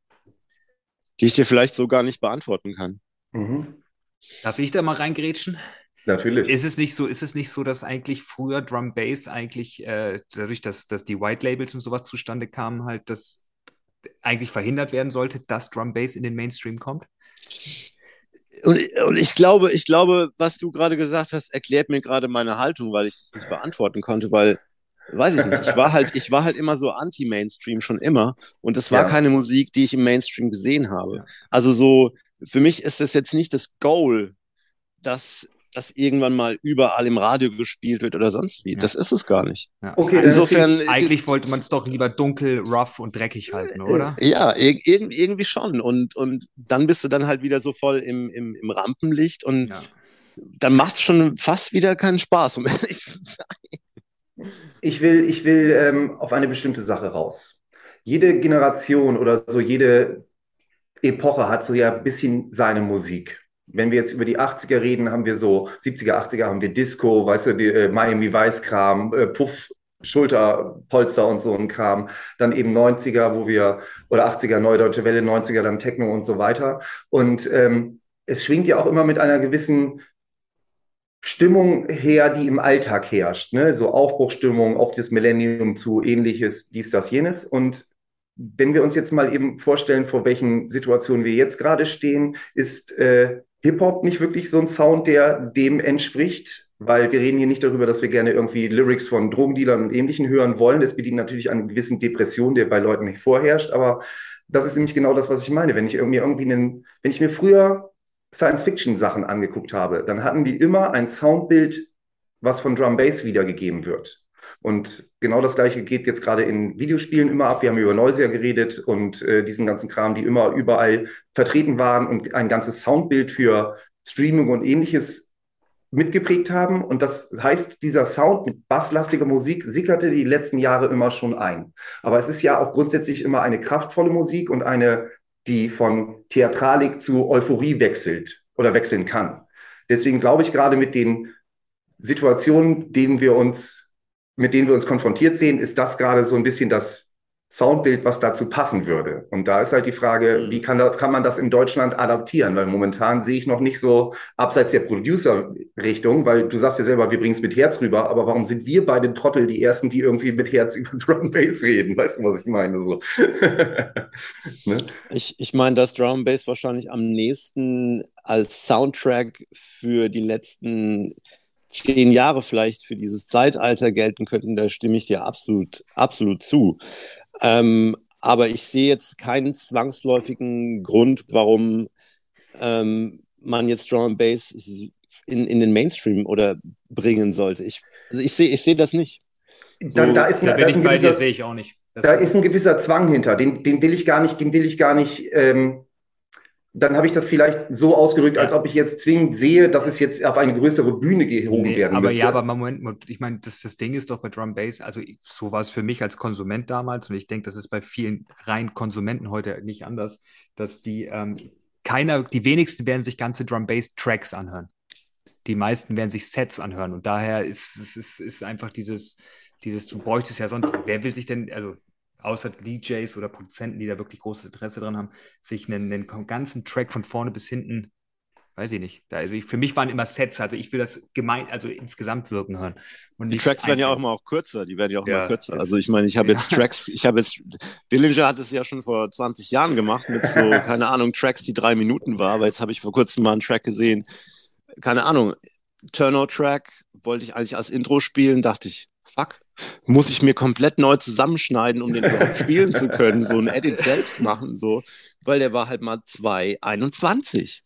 die ich dir vielleicht so gar nicht beantworten kann. Mhm. Darf ich da mal reingrätschen? Natürlich. Ist es nicht so, ist es nicht so, dass eigentlich früher Drum Bass eigentlich, äh, dadurch, dass, dass die White Labels und sowas zustande kamen, halt, dass eigentlich verhindert werden sollte, dass Drum Bass in den Mainstream kommt? Und, und ich glaube, ich glaube, was du gerade gesagt hast, erklärt mir gerade meine Haltung, weil ich das nicht beantworten konnte, weil, weiß ich nicht, ich war halt, ich war halt immer so anti-Mainstream schon immer und das war Ja. keine Musik, die ich im Mainstream gesehen habe. Ja. Also so, für mich ist das jetzt nicht das Goal, dass das irgendwann mal überall im Radio gespielt wird oder sonst wie. Ja. Das ist es gar nicht. Ja. Okay, dann Insofern, erzähl- Eigentlich wollte man es doch lieber dunkel, rough und dreckig halten, oder? Äh, Ja, ir ir irgendwie schon. Und, und dann bist du dann halt wieder so voll im, im, im Rampenlicht und Ja. dann macht es schon fast wieder keinen Spaß, um ehrlich zu sein. Ich will, ich will ähm, auf eine bestimmte Sache raus. Jede Generation oder so, jede Epoche hat so ja ein bisschen seine Musik. Wenn wir jetzt über die achtziger reden, haben wir so siebziger, achtziger haben wir Disco, weißt du, die, äh, Miami Vice Kram, äh, Puff, Schulterpolster und so ein Kram. Dann eben neunziger, wo wir, oder achtziger, Neue Deutsche Welle, neunziger, dann Techno und so weiter. Und ähm, es schwingt ja auch immer mit einer gewissen Stimmung her, die im Alltag herrscht, ne? So Aufbruchstimmung auf das Millennium zu, ähnliches, dies, das, jenes. Und wenn wir uns jetzt mal eben vorstellen, vor welchen Situationen wir jetzt gerade stehen, ist äh, Hip-Hop nicht wirklich so ein Sound, der dem entspricht, weil wir reden hier nicht darüber, dass wir gerne irgendwie Lyrics von Drogendealern und Ähnlichen hören wollen. Das bedient natürlich an gewissen Depressionen, der bei Leuten nicht vorherrscht, aber das ist nämlich genau das, was ich meine. Wenn ich mir irgendwie einen, wenn ich mir früher Science-Fiction-Sachen angeguckt habe, dann hatten die immer ein Soundbild, was von Drum Bass wiedergegeben wird. Und genau das Gleiche geht jetzt gerade in Videospielen immer ab. Wir haben über Noisia geredet und äh, diesen ganzen Kram, die immer überall vertreten waren und ein ganzes Soundbild für Streaming und Ähnliches mitgeprägt haben. Und das heißt, dieser Sound mit basslastiger Musik sickerte die letzten Jahre immer schon ein. Aber es ist ja auch grundsätzlich immer eine kraftvolle Musik und eine, die von Theatralik zu Euphorie wechselt oder wechseln kann. Deswegen glaube ich, gerade mit den Situationen, denen wir uns, mit denen wir uns konfrontiert sehen, ist das gerade so ein bisschen das Soundbild, was dazu passen würde. Und da ist halt die Frage, Mhm. wie kann, da, kann man das in Deutschland adaptieren? Weil momentan sehe ich noch nicht so abseits der Producer-Richtung, weil du sagst ja selber, wir bringen es mit Herz rüber, aber warum sind wir beide Trottel die Ersten, die irgendwie mit Herz über Drum Bass reden? Weißt du, was ich meine? So. Ne? Ich, ich meine, dass Drum Bass wahrscheinlich am nächsten als Soundtrack für die letzten zehn Jahre vielleicht für dieses Zeitalter gelten könnten, da stimme ich dir absolut, absolut zu. Ähm, aber ich sehe jetzt keinen zwangsläufigen Grund, warum ähm, man jetzt Drum and Bass in, in den Mainstream oder bringen sollte. Ich, also ich sehe ich sehe das nicht. So, Da, da ist, Da ein, bin da ist ich ein bei dir, gewisser, sehe ich auch nicht. Das, da ist ein gewisser Zwang hinter. Den, den will ich gar nicht, den will ich gar nicht. Ähm, dann habe ich das vielleicht so ausgedrückt, als Ja. ob ich jetzt zwingend sehe, dass es jetzt auf eine größere Bühne gehoben Nee, werden aber müsste. ja, aber Moment, ich meine, das, das Ding ist doch bei Drum Bass, also ich- so war es für mich als Konsument damals und ich denke, das ist bei vielen rein Konsumenten heute nicht anders, dass die ähm, keiner, die wenigsten werden sich ganze Drum Bass Tracks anhören. die meisten werden sich Sets anhören und daher ist es ist, ist einfach dieses, dieses, du bräuchtest ja sonst, wer will sich denn, also außer D Js oder Produzenten, die da wirklich großes Interesse dran haben, sich einen, einen ganzen Track von vorne bis hinten, weiß ich nicht. Da, also ich, für mich waren immer Sets, also ich will das gemein, also insgesamt wirken hören. Und Die nicht Tracks werden ja auch einzeln. immer auch kürzer, die werden ja auch Ja, immer kürzer. das- Also ich meine, ich habe ja. jetzt Tracks, ich habe jetzt, Dillinger hat es ja schon vor zwanzig Jahren gemacht mit so, keine Ahnung, Tracks, die drei Minuten war, aber jetzt habe ich vor kurzem mal einen Track gesehen, keine Ahnung, Turno-Track, wollte ich eigentlich als Intro spielen, dachte ich, fuck, muss ich mir komplett neu zusammenschneiden, um den überhaupt spielen zu können, so ein Edit selbst machen, so, weil der war halt mal zwei einundzwanzig.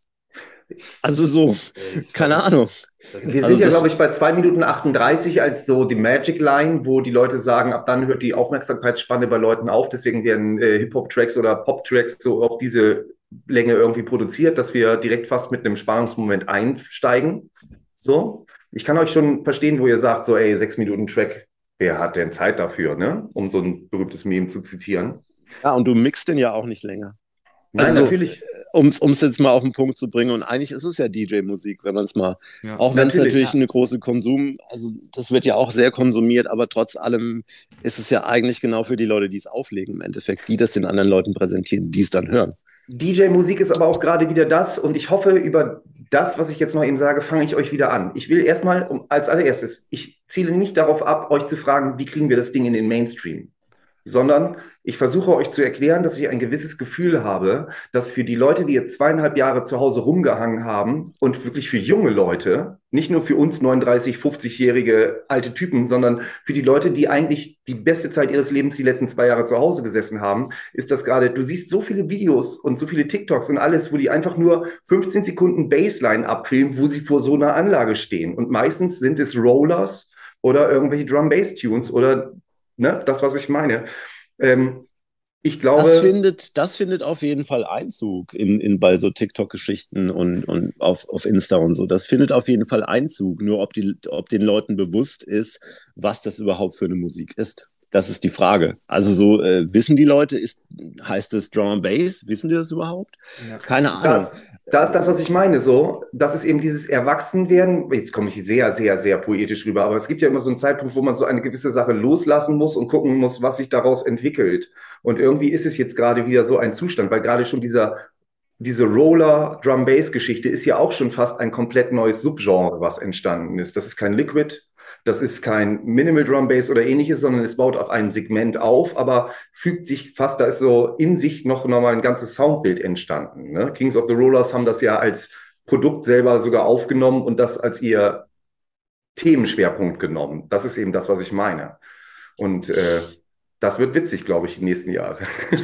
Also so, keine Ahnung. Wir Also sind ja, das- glaube ich, bei zwei Minuten achtunddreißig als so die Magic Line, wo die Leute sagen, ab dann hört die Aufmerksamkeitsspanne bei Leuten auf. Deswegen werden äh, Hip-Hop-Tracks oder Pop-Tracks so auf diese Länge irgendwie produziert, dass wir direkt fast mit einem Spannungsmoment einsteigen. So. Ich kann euch schon verstehen, wo ihr sagt, so, ey, sechs Minuten Track, wer hat denn Zeit dafür, ne? Um so ein berühmtes Meme zu zitieren. Ja, und du mixt den ja auch nicht länger. Nein, Also, natürlich. Um es jetzt mal auf den Punkt zu bringen, und eigentlich ist es ja D J-Musik, wenn man es mal, Ja. auch wenn es Natürlich, natürlich ja. eine große Konsum, also das wird ja auch sehr konsumiert, aber trotz allem ist es ja eigentlich genau für die Leute, die es auflegen im Endeffekt, die das den anderen Leuten präsentieren, die es dann hören. D J-Musik ist aber auch gerade wieder das und ich hoffe, über das, was ich jetzt noch eben sage, fange ich euch wieder an. Ich will erstmal um, als allererstes, ich ziele nicht darauf ab, euch zu fragen, wie kriegen wir das Ding in den Mainstream, sondern ich versuche euch zu erklären, dass ich ein gewisses Gefühl habe, dass für die Leute, die jetzt zweieinhalb Jahre zu Hause rumgehangen haben und wirklich für junge Leute, nicht nur für uns neununddreißig-, fünfzigjährige alte Typen, sondern für die Leute, die eigentlich die beste Zeit ihres Lebens die letzten zwei Jahre zu Hause gesessen haben, ist das gerade, du siehst so viele Videos und so viele TikToks und alles, wo die einfach nur fünfzehn Sekunden Bassline abfilmen, wo sie vor so einer Anlage stehen. Und meistens sind es Rollers oder irgendwelche Drum-Bass-Tunes oder ne, das, was ich meine. Ähm, ich glaube. Das findet, das findet auf jeden Fall Einzug in, in bei so TikTok-Geschichten und, und auf, auf Insta und so. Das findet auf jeden Fall Einzug. Nur ob, die, ob den Leuten bewusst ist, was das überhaupt für eine Musik ist. Das ist die Frage. Also so, äh, wissen die Leute, ist, heißt es Drum and Bass? Wissen die das überhaupt? Ja. Keine Ahnung. Das, das ist das, was ich meine. So, das ist eben dieses Erwachsenwerden. Jetzt komme ich sehr, sehr, sehr poetisch rüber, aber es gibt ja immer so einen Zeitpunkt, wo man so eine gewisse Sache loslassen muss und gucken muss, was sich daraus entwickelt. Und irgendwie ist es jetzt gerade wieder so ein Zustand, weil gerade schon dieser, diese Roller-Drum-Bass-Geschichte ist ja auch schon fast ein komplett neues Subgenre, was entstanden ist. Das ist kein Liquid. Das ist kein Minimal Drum Bass oder ähnliches, sondern es baut auf einem Segment auf, aber fügt sich fast, da ist so in sich noch nochmal ein ganzes Soundbild entstanden. Ne? Kings of the Rollers haben das ja als Produkt selber sogar aufgenommen und das als ihr Themenschwerpunkt genommen. Das ist eben das, was ich meine. Und äh, das wird witzig, glaube ich, die nächsten Jahre.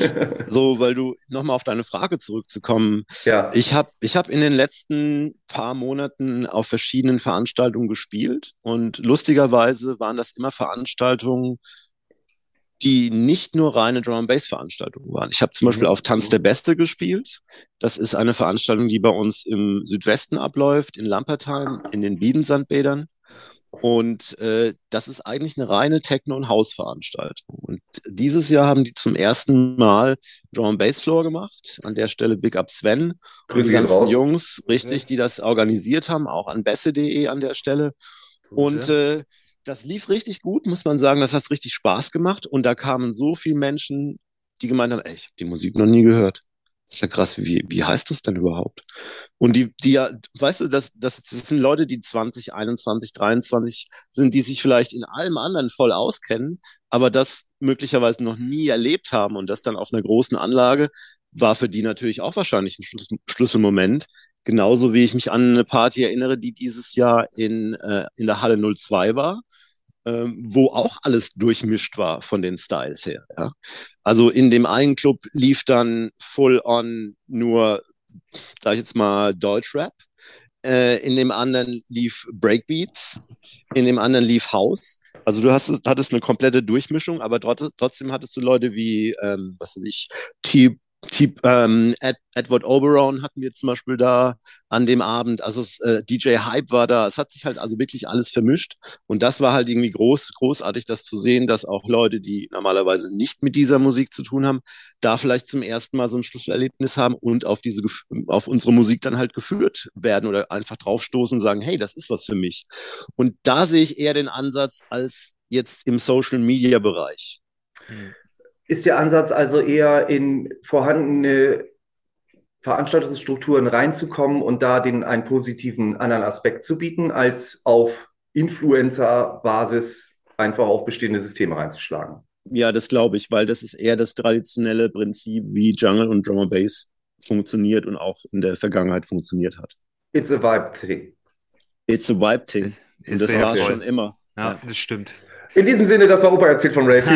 So, weil du nochmal auf deine Frage zurückzukommen. Ja. Ich habe ich hab in den letzten paar Monaten auf verschiedenen Veranstaltungen gespielt und lustigerweise waren das immer Veranstaltungen, die nicht nur reine Drum-and-Bass-Veranstaltungen waren. Ich habe zum Mhm. Beispiel auf Tanz der Beste gespielt. Das ist eine Veranstaltung, die bei uns im Südwesten abläuft, in Lampertheim, in den Wiedensandbädern. Und äh, das ist eigentlich eine reine Techno- und House-Veranstaltung. Und dieses Jahr haben die zum ersten Mal Drum Bass Floor gemacht. An der Stelle Big Up Sven und Grüße die gehen ganzen raus. Jungs, richtig, die das organisiert haben, auch an besse punkt de an der Stelle. Und äh, das lief richtig gut, muss man sagen. Das hat richtig Spaß gemacht. Und da kamen so viele Menschen, die gemeint haben, ey, ich habe die Musik noch nie gehört. Das ist ja krass, wie, wie heißt das denn überhaupt? Und die, die ja, weißt du, das, das, das sind Leute, die zwanzig, einundzwanzig, dreiundzwanzig sind, die sich vielleicht in allem anderen voll auskennen, aber das möglicherweise noch nie erlebt haben und das dann auf einer großen Anlage war für die natürlich auch wahrscheinlich ein Schlüs Schlüsselmoment. Genauso wie ich mich an eine Party erinnere, die dieses Jahr in, äh, in der Halle null zwei war, ähm, wo auch alles durchmischt war von den Styles her. Ja? Also in dem einen Club lief dann full on nur, sag ich jetzt mal, Deutschrap. Äh, in dem anderen lief Breakbeats. In dem anderen lief House. Also du hast, hattest eine komplette Durchmischung, aber trotz, trotzdem hattest du Leute wie, ähm, was weiß ich, Typ, ähm, Ed, Edward Oberon hatten wir zum Beispiel da an dem Abend, also es, äh, D J Hype war da, es hat sich halt also wirklich alles vermischt und das war halt irgendwie groß, großartig, das zu sehen, dass auch Leute, die normalerweise nicht mit dieser Musik zu tun haben, da vielleicht zum ersten Mal so ein Schlüsselerlebnis haben und auf diese, auf unsere Musik dann halt geführt werden oder einfach draufstoßen und sagen, hey, das ist was für mich. Und da sehe ich eher den Ansatz als jetzt im Social Media Bereich. Hm. Ist der Ansatz also eher in vorhandene Veranstaltungsstrukturen reinzukommen und da den einen positiven anderen Aspekt zu bieten, als auf Influencer-Basis einfach auf bestehende Systeme reinzuschlagen? Ja, das glaube ich, weil das ist eher das traditionelle Prinzip, wie Jungle und Drum and Bass funktioniert und auch in der Vergangenheit funktioniert hat. It's a vibe thing. It's a vibe thing. Ist, und ist das sehr war es voll. schon immer. Ja, Ja. das stimmt. In diesem Sinne, das war Opa erzählt von Ray.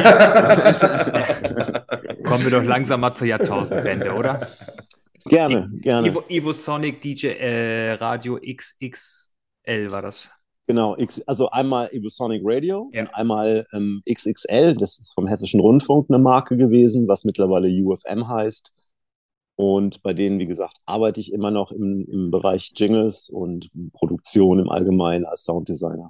Kommen wir doch langsam mal zur Jahrtausendwende, oder? Gerne, gerne. Evo, Evo Sonic D J äh, Radio X X L war das. Genau, X, also einmal Evosonic Radio Ja. und einmal ähm, X X L, das ist vom Hessischen Rundfunk eine Marke gewesen, was mittlerweile U F M heißt. Und bei denen, wie gesagt, arbeite ich immer noch im, im Bereich Jingles und Produktion im Allgemeinen als Sounddesigner.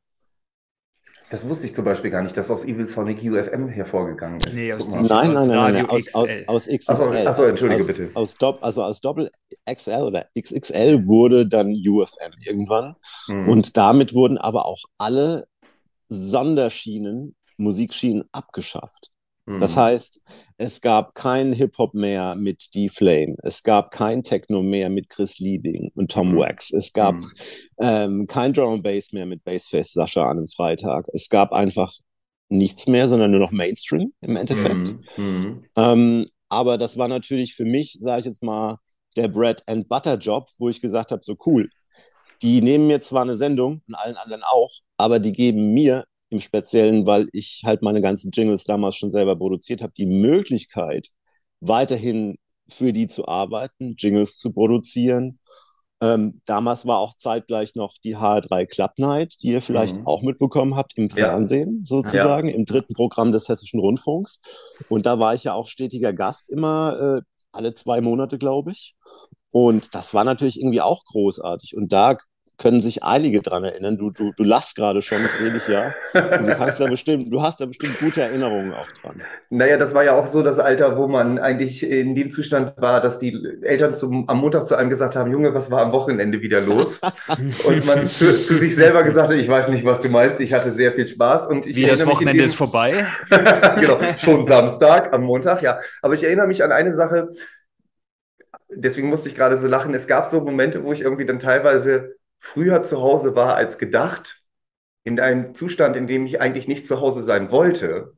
Das wusste ich zum Beispiel gar nicht, dass aus Evil Sonic U F M hervorgegangen ist. Nee, aus Guck mal. D J Nein, aus nein, nein, nein, Radio nein, aus, aus, X L. aus X X Achso, L. achso, entschuldige aus, bitte. Aus, Dopp, also aus Doppel X L oder X X L wurde dann U F M irgendwann. Mhm. Und damit wurden aber auch alle Sonderschienen, Musikschienen abgeschafft. Das Mhm. heißt, es gab kein Hip-Hop mehr mit D-Flame, es gab kein Techno mehr mit Chris Liebing und Tom Mhm. Wax, es gab Mhm. ähm, kein Drum and Bass mehr mit Bassface Sascha an einem Freitag. Es gab einfach nichts mehr, sondern nur noch Mainstream im Endeffekt. Mhm. Mhm. Ähm, aber das war natürlich für mich, sage ich jetzt mal, der Bread and Butter Job, wo ich gesagt habe, so cool, die nehmen mir zwar eine Sendung und allen anderen auch, aber die geben mir im Speziellen, weil ich halt meine ganzen Jingles damals schon selber produziert habe, die Möglichkeit, weiterhin für die zu arbeiten, Jingles zu produzieren. Ähm, damals war auch zeitgleich noch die H R drei Club Night, die ihr vielleicht Mhm. auch mitbekommen habt, im Ja. Fernsehen sozusagen, Ja. im dritten Programm des Hessischen Rundfunks. Und da war ich ja auch stetiger Gast immer, äh, alle zwei Monate, glaube ich. Und das war natürlich irgendwie auch großartig. Und da können sich einige dran erinnern. Du, du, du lachst gerade schon, ich sehe dich ja. Und du kannst da bestimmt, du hast da bestimmt gute Erinnerungen auch dran. Naja, das war ja auch so das Alter, wo man eigentlich in dem Zustand war, dass die Eltern zum, am Montag zu einem gesagt haben, Junge, was war am Wochenende wieder los? Und man zu, zu sich selber gesagt hat, ich weiß nicht, was du meinst, ich hatte sehr viel Spaß. Und ich Wie, das erinnere mich in Wochenende dem- ist vorbei? Genau, schon Samstag, am Montag, ja. Aber ich erinnere mich an eine Sache, deswegen musste ich gerade so lachen. Es gab so Momente, wo ich irgendwie dann teilweise früher zu Hause war als gedacht, in einem Zustand, in dem ich eigentlich nicht zu Hause sein wollte.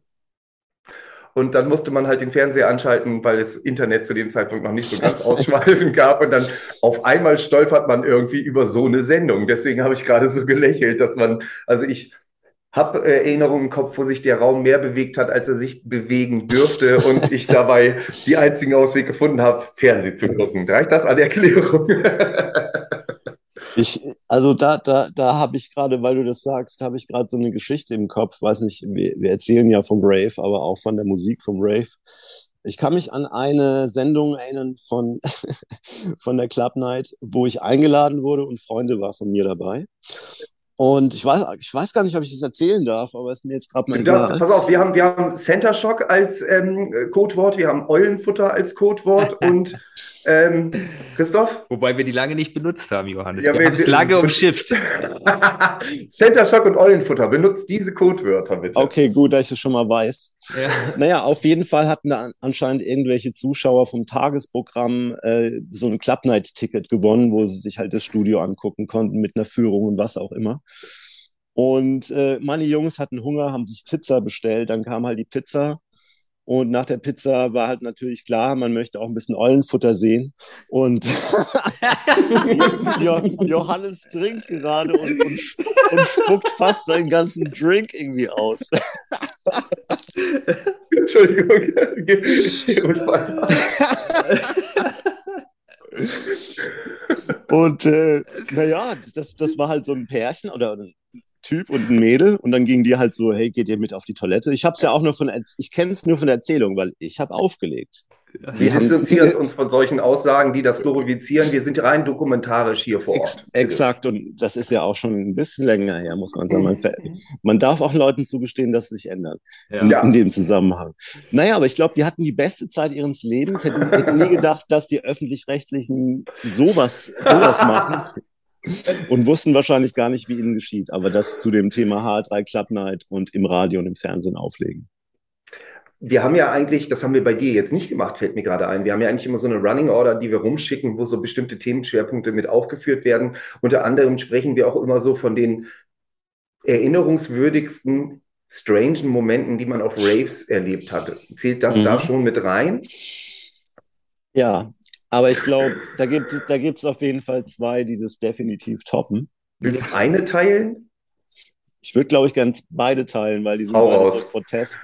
Und dann musste man halt den Fernseher anschalten, weil es Internet zu dem Zeitpunkt noch nicht so ganz ausschweifend gab. Und dann auf einmal stolpert man irgendwie über so eine Sendung. Deswegen habe ich gerade so gelächelt, dass man, also ich habe äh, Erinnerungen im Kopf, wo sich der Raum mehr bewegt hat, als er sich bewegen dürfte und ich dabei die einzigen Ausweg gefunden habe, Fernsehen zu gucken. Reicht das an Erklärung? Ich, also da, da, da habe ich gerade, weil du das sagst, habe ich gerade so eine Geschichte im Kopf. Weiß nicht, wir, wir erzählen ja vom Rave, aber auch von der Musik vom Rave. Ich kann mich an eine Sendung erinnern von, von der Club Night, wo ich eingeladen wurde und Freunde war von mir dabei. Und ich weiß, ich weiß gar nicht, ob ich das erzählen darf, aber ist mir jetzt gerade mal Das, egal. pass auf, wir haben, wir haben Center Shock als ähm, Codewort, wir haben Eulenfutter als Codewort und ähm, Christoph? Wobei wir die lange nicht benutzt haben, Johannes. Ja, wir wir- haben es lange umschifft. Center Shock und Eulenfutter, benutzt diese Codewörter bitte. Okay, gut, dass ich das schon mal weiß. Ja. Naja, auf jeden Fall hatten da anscheinend irgendwelche Zuschauer vom Tagesprogramm äh, so ein Club Night-Ticket gewonnen, wo sie sich halt das Studio angucken konnten mit einer Führung und was auch immer. Und äh, meine Jungs hatten Hunger, haben sich Pizza bestellt, dann kam halt die Pizza. Und nach der Pizza war halt natürlich klar, man möchte auch ein bisschen Eulenfutter sehen. Und jo Johannes trinkt gerade und, und, sp und spuckt fast seinen ganzen Drink irgendwie aus. Entschuldigung, gib mir ruhig weiter. Und äh, naja, das, das war halt so ein Pärchen oder ein Typ und ein Mädel. Und dann gingen die halt so, hey, geht ihr mit auf die Toilette? Ich hab's ja auch nur von, ich kenne es nur von der Erzählung, weil ich habe aufgelegt. Wir distanzieren uns von solchen Aussagen, die das glorifizieren. Wir sind rein dokumentarisch hier vor Ort. Ex exakt, und das ist ja auch schon ein bisschen länger her, muss man sagen. Man, man darf auch Leuten zugestehen, dass sie sich ändern, ja. in, in dem Zusammenhang. Naja, aber ich glaube, die hatten die beste Zeit ihres Lebens, hätten, hätten nie gedacht, dass die Öffentlich-Rechtlichen sowas, sowas machen und wussten wahrscheinlich gar nicht, wie ihnen geschieht. Aber das zu dem Thema H drei Club Night und im Radio und im Fernsehen auflegen. Wir haben ja eigentlich, das haben wir bei dir jetzt nicht gemacht, fällt mir gerade ein. Wir haben ja eigentlich immer so eine Running Order, die wir rumschicken, wo so bestimmte Themenschwerpunkte mit aufgeführt werden. Unter anderem sprechen wir auch immer so von den erinnerungswürdigsten, strangen Momenten, die man auf Raves erlebt hatte. Zählt das mhm. da schon mit rein? Ja, aber ich glaube, da gibt es da gibt's auf jeden Fall zwei, die das definitiv toppen. Willst du eine teilen? Ich würde, glaube ich, ganz beide teilen, weil die sind Hau beide raus. so grotesk.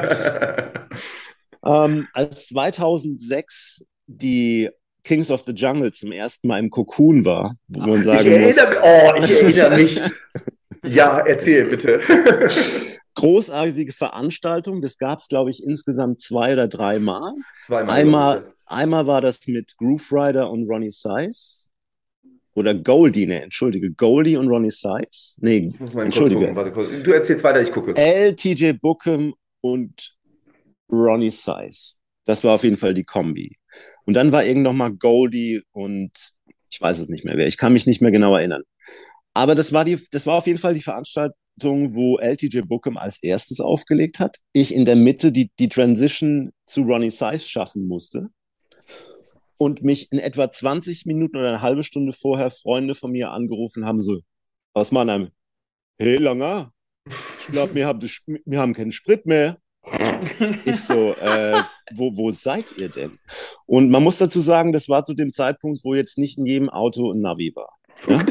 ähm, als zweitausendsechs die Kings of the Jungle zum ersten Mal im Cocoon war, wo man sagen ich erinnere, muss... Oh, ich erinnere mich. Ja, erzähl bitte. Großartige Veranstaltung, das gab es, glaube ich, insgesamt zwei oder drei Mal. Zweimal. Einmal, einmal war das mit Groove Rider und Ronnie Size. Oder Goldie, ne, entschuldige, Goldie und Ronnie Size. Nee, entschuldige. Warte, kurz. Du erzählst weiter, ich gucke. L T J Bookham und Ronnie Size. Das war auf jeden Fall die Kombi. Und dann war irgend noch mal Goldie und ich weiß es nicht mehr wer. Ich kann mich nicht mehr genau erinnern. Aber das war die, das war auf jeden Fall die Veranstaltung, wo L T J Bookham als erstes aufgelegt hat. Ich in der Mitte die, die Transition zu Ronnie Size schaffen musste. Und mich in etwa zwanzig Minuten oder eine halbe Stunde vorher Freunde von mir angerufen haben, so, aus Mannheim, hey Langer, ich glaube, wir, wir haben keinen Sprit mehr. Ich so, äh, wo, wo seid ihr denn? Und man muss dazu sagen, das war zu dem Zeitpunkt, wo jetzt nicht in jedem Auto ein Navi war. Ja?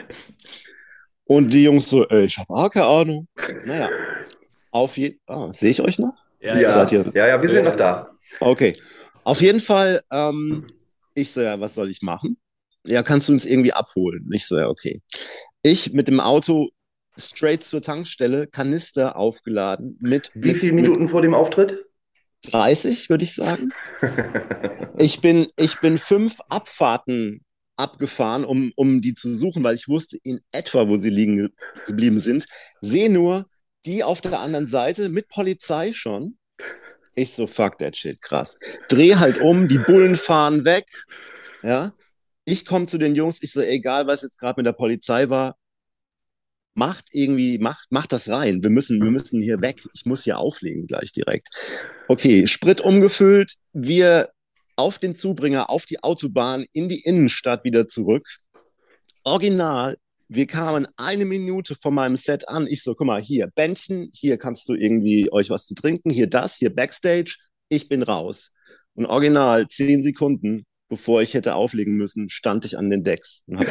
Und die Jungs so, äh, ich habe auch keine Ahnung. Naja, auf jeden Fall, ah, sehe ich euch noch? Ja, ja, seid ihr? ja, ja, wir sind äh, noch da. Okay, auf jeden Fall, ähm, ich so, ja, was soll ich machen? Ja, kannst du uns irgendwie abholen? Ich so, ja, okay. Ich mit dem Auto straight zur Tankstelle, Kanister aufgeladen mit... Wie mit, viele Minuten mit vor dem Auftritt? dreißig, würde ich sagen. ich, bin, ich bin fünf Abfahrten abgefahren, um, um die zu suchen, weil ich wusste in etwa, wo sie liegen geblieben sind. Sehe nur, die auf der anderen Seite mit Polizei schon. Ich so, fuck that shit, krass. Dreh halt um, die Bullen fahren weg. Ja, ich komme zu den Jungs, ich so, egal was jetzt gerade mit der Polizei war, macht irgendwie, macht, macht das rein. Wir müssen, wir müssen hier weg. Ich muss hier auflegen gleich direkt. Okay, Sprit umgefüllt, wir auf den Zubringer, auf die Autobahn, in die Innenstadt wieder zurück. Original, wir kamen eine Minute von meinem Set an. Ich so, guck mal, hier Bändchen, hier kannst du irgendwie euch was zu trinken, hier das, hier Backstage. Ich bin raus. Und original, zehn Sekunden, bevor ich hätte auflegen müssen, stand ich an den Decks. Und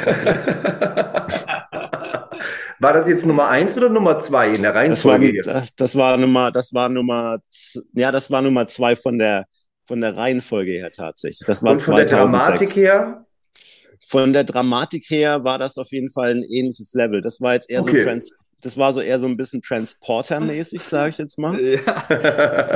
war das jetzt Nummer eins oder Nummer zwei in der Reihenfolge? Das war, das, das war Nummer, das war Nummer, ja, das war Nummer zwei von der, von der Reihenfolge her tatsächlich. Das war Und von zweitausendsechs. Der Dramatik her? Von der Dramatik her war das auf jeden Fall ein ähnliches Level. Das war jetzt eher okay. so Trans das war so eher so ein bisschen Transporter-mäßig, sage ich jetzt mal. Ja.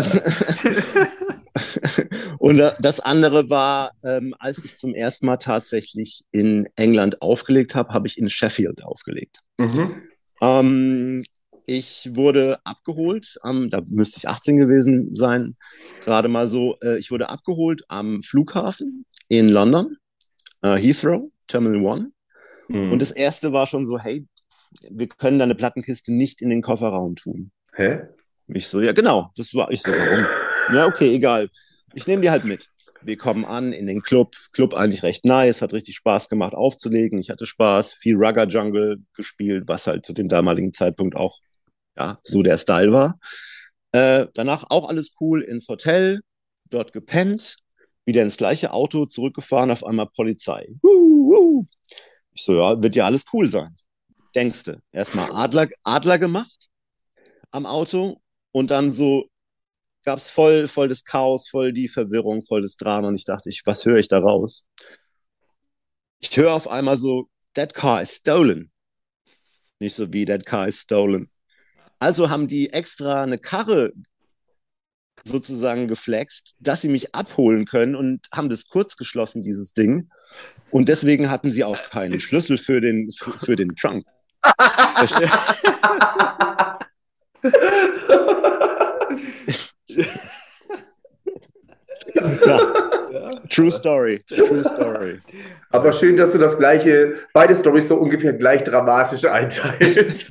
Und das andere war, ähm, als ich zum ersten Mal tatsächlich in England aufgelegt habe, habe ich in Sheffield aufgelegt. Mhm. Ähm, ich wurde abgeholt, ähm, da müsste ich achtzehn gewesen sein, gerade mal so. Äh, ich wurde abgeholt am Flughafen in London. Heathrow, Terminal One. Hm. Und das erste war schon so, hey, wir können deine Plattenkiste nicht in den Kofferraum tun. Hä? Ich so, ja genau, das war ich so, warum? Ja, okay, egal. Ich nehme die halt mit. Wir kommen an in den Club. Club eigentlich recht nice, hat richtig Spaß gemacht aufzulegen. Ich hatte Spaß, viel Rugger Jungle gespielt, was halt zu dem damaligen Zeitpunkt auch ja, so der Style war. Äh, danach auch alles cool ins Hotel, dort gepennt. Wieder ins gleiche Auto zurückgefahren, auf einmal Polizei. Ich so, ja, wird ja alles cool sein. Denkste. Erstmal Adler, Adler gemacht am Auto und dann so gab es voll, voll das Chaos, voll die Verwirrung, voll das Drama und ich dachte, ich, was höre ich da raus? Ich höre auf einmal so, that car is stolen. Nicht so wie, that car is stolen. Also haben die extra eine Karre sozusagen geflext, dass sie mich abholen können und haben das kurz geschlossen, dieses Ding. Und deswegen hatten sie auch keinen Schlüssel für den, für, für den Trunk. Ja, true story, true story. Aber schön, dass du das gleiche, beide Storys so ungefähr gleich dramatisch einteilst.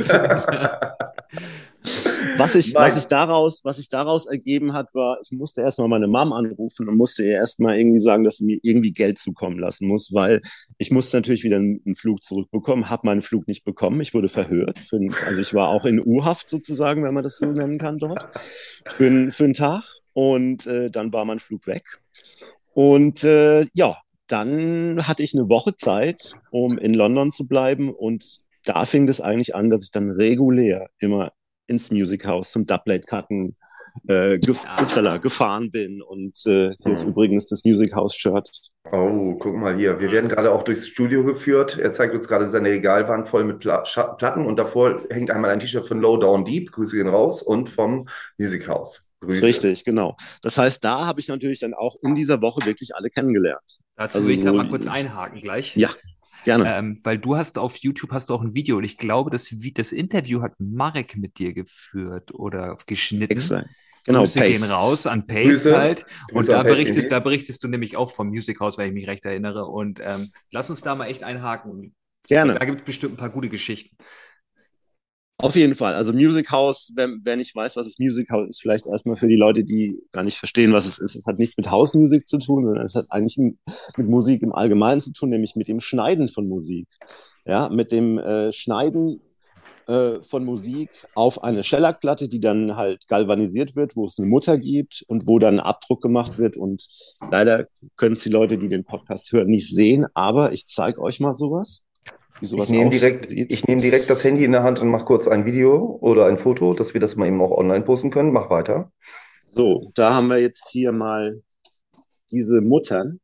Was ich, was ich daraus, was ich daraus ergeben hat, war, ich musste erstmal meine Mom anrufen und musste ihr erstmal irgendwie sagen, dass sie mir irgendwie Geld zukommen lassen muss, weil ich musste natürlich wieder einen Flug zurückbekommen, habe meinen Flug nicht bekommen, ich wurde verhört. Für, also ich war auch in U-Haft sozusagen, wenn man das so nennen kann dort, für, für einen Tag. Und äh, dann war mein Flug weg. Und äh, ja, dann hatte ich eine Woche Zeit, um in London zu bleiben. Und da fing das eigentlich an, dass ich dann regulär immer ins Music House zum Double Cutten äh, gef upsala, gefahren bin. Und äh, hier hm. ist übrigens das Music House Shirt. Oh, guck mal hier. Wir werden gerade auch durchs Studio geführt. Er zeigt uns gerade seine Regalwand voll mit Pla Platten. Und davor hängt einmal ein T-Shirt von Low Down Deep. Grüße gehen raus. Und vom Music House. Grüße. Richtig, genau. Das heißt, da habe ich natürlich dann auch in dieser Woche wirklich alle kennengelernt. Dazu also will ich so, da mal kurz einhaken gleich. Ja, gerne. Ähm, weil du hast auf YouTube hast du auch ein Video und ich glaube, das, das Interview hat Marek mit dir geführt oder geschnitten. Exakt. Genau, Grüße Paste. gehen raus an Paste Grüße. halt. Grüße und da Paste berichtest, da berichtest du nämlich auch vom Music House, weil ich mich recht erinnere. Und ähm, lass uns da mal echt einhaken. Gerne. Da gibt es bestimmt ein paar gute Geschichten. Auf jeden Fall. Also Music House, wenn, wer nicht weiß, was es Music House ist, vielleicht erstmal für die Leute, die gar nicht verstehen, was es ist. Es hat nichts mit Hausmusik zu tun, sondern es hat eigentlich mit Musik im Allgemeinen zu tun, nämlich mit dem Schneiden von Musik. Ja, mit dem äh, Schneiden äh, von Musik auf eine Shellac-Platte, die dann halt galvanisiert wird, wo es eine Mutter gibt und wo dann ein Abdruck gemacht wird. Und leider können es die Leute, die den Podcast hören, nicht sehen, aber ich zeige euch mal sowas. Wie sowas ich nehme direkt, ich nehme direkt das Handy in der Hand und mache kurz ein Video oder ein Foto, dass wir das mal eben auch online posten können. Mach weiter. So, da haben wir jetzt hier mal diese Muttern.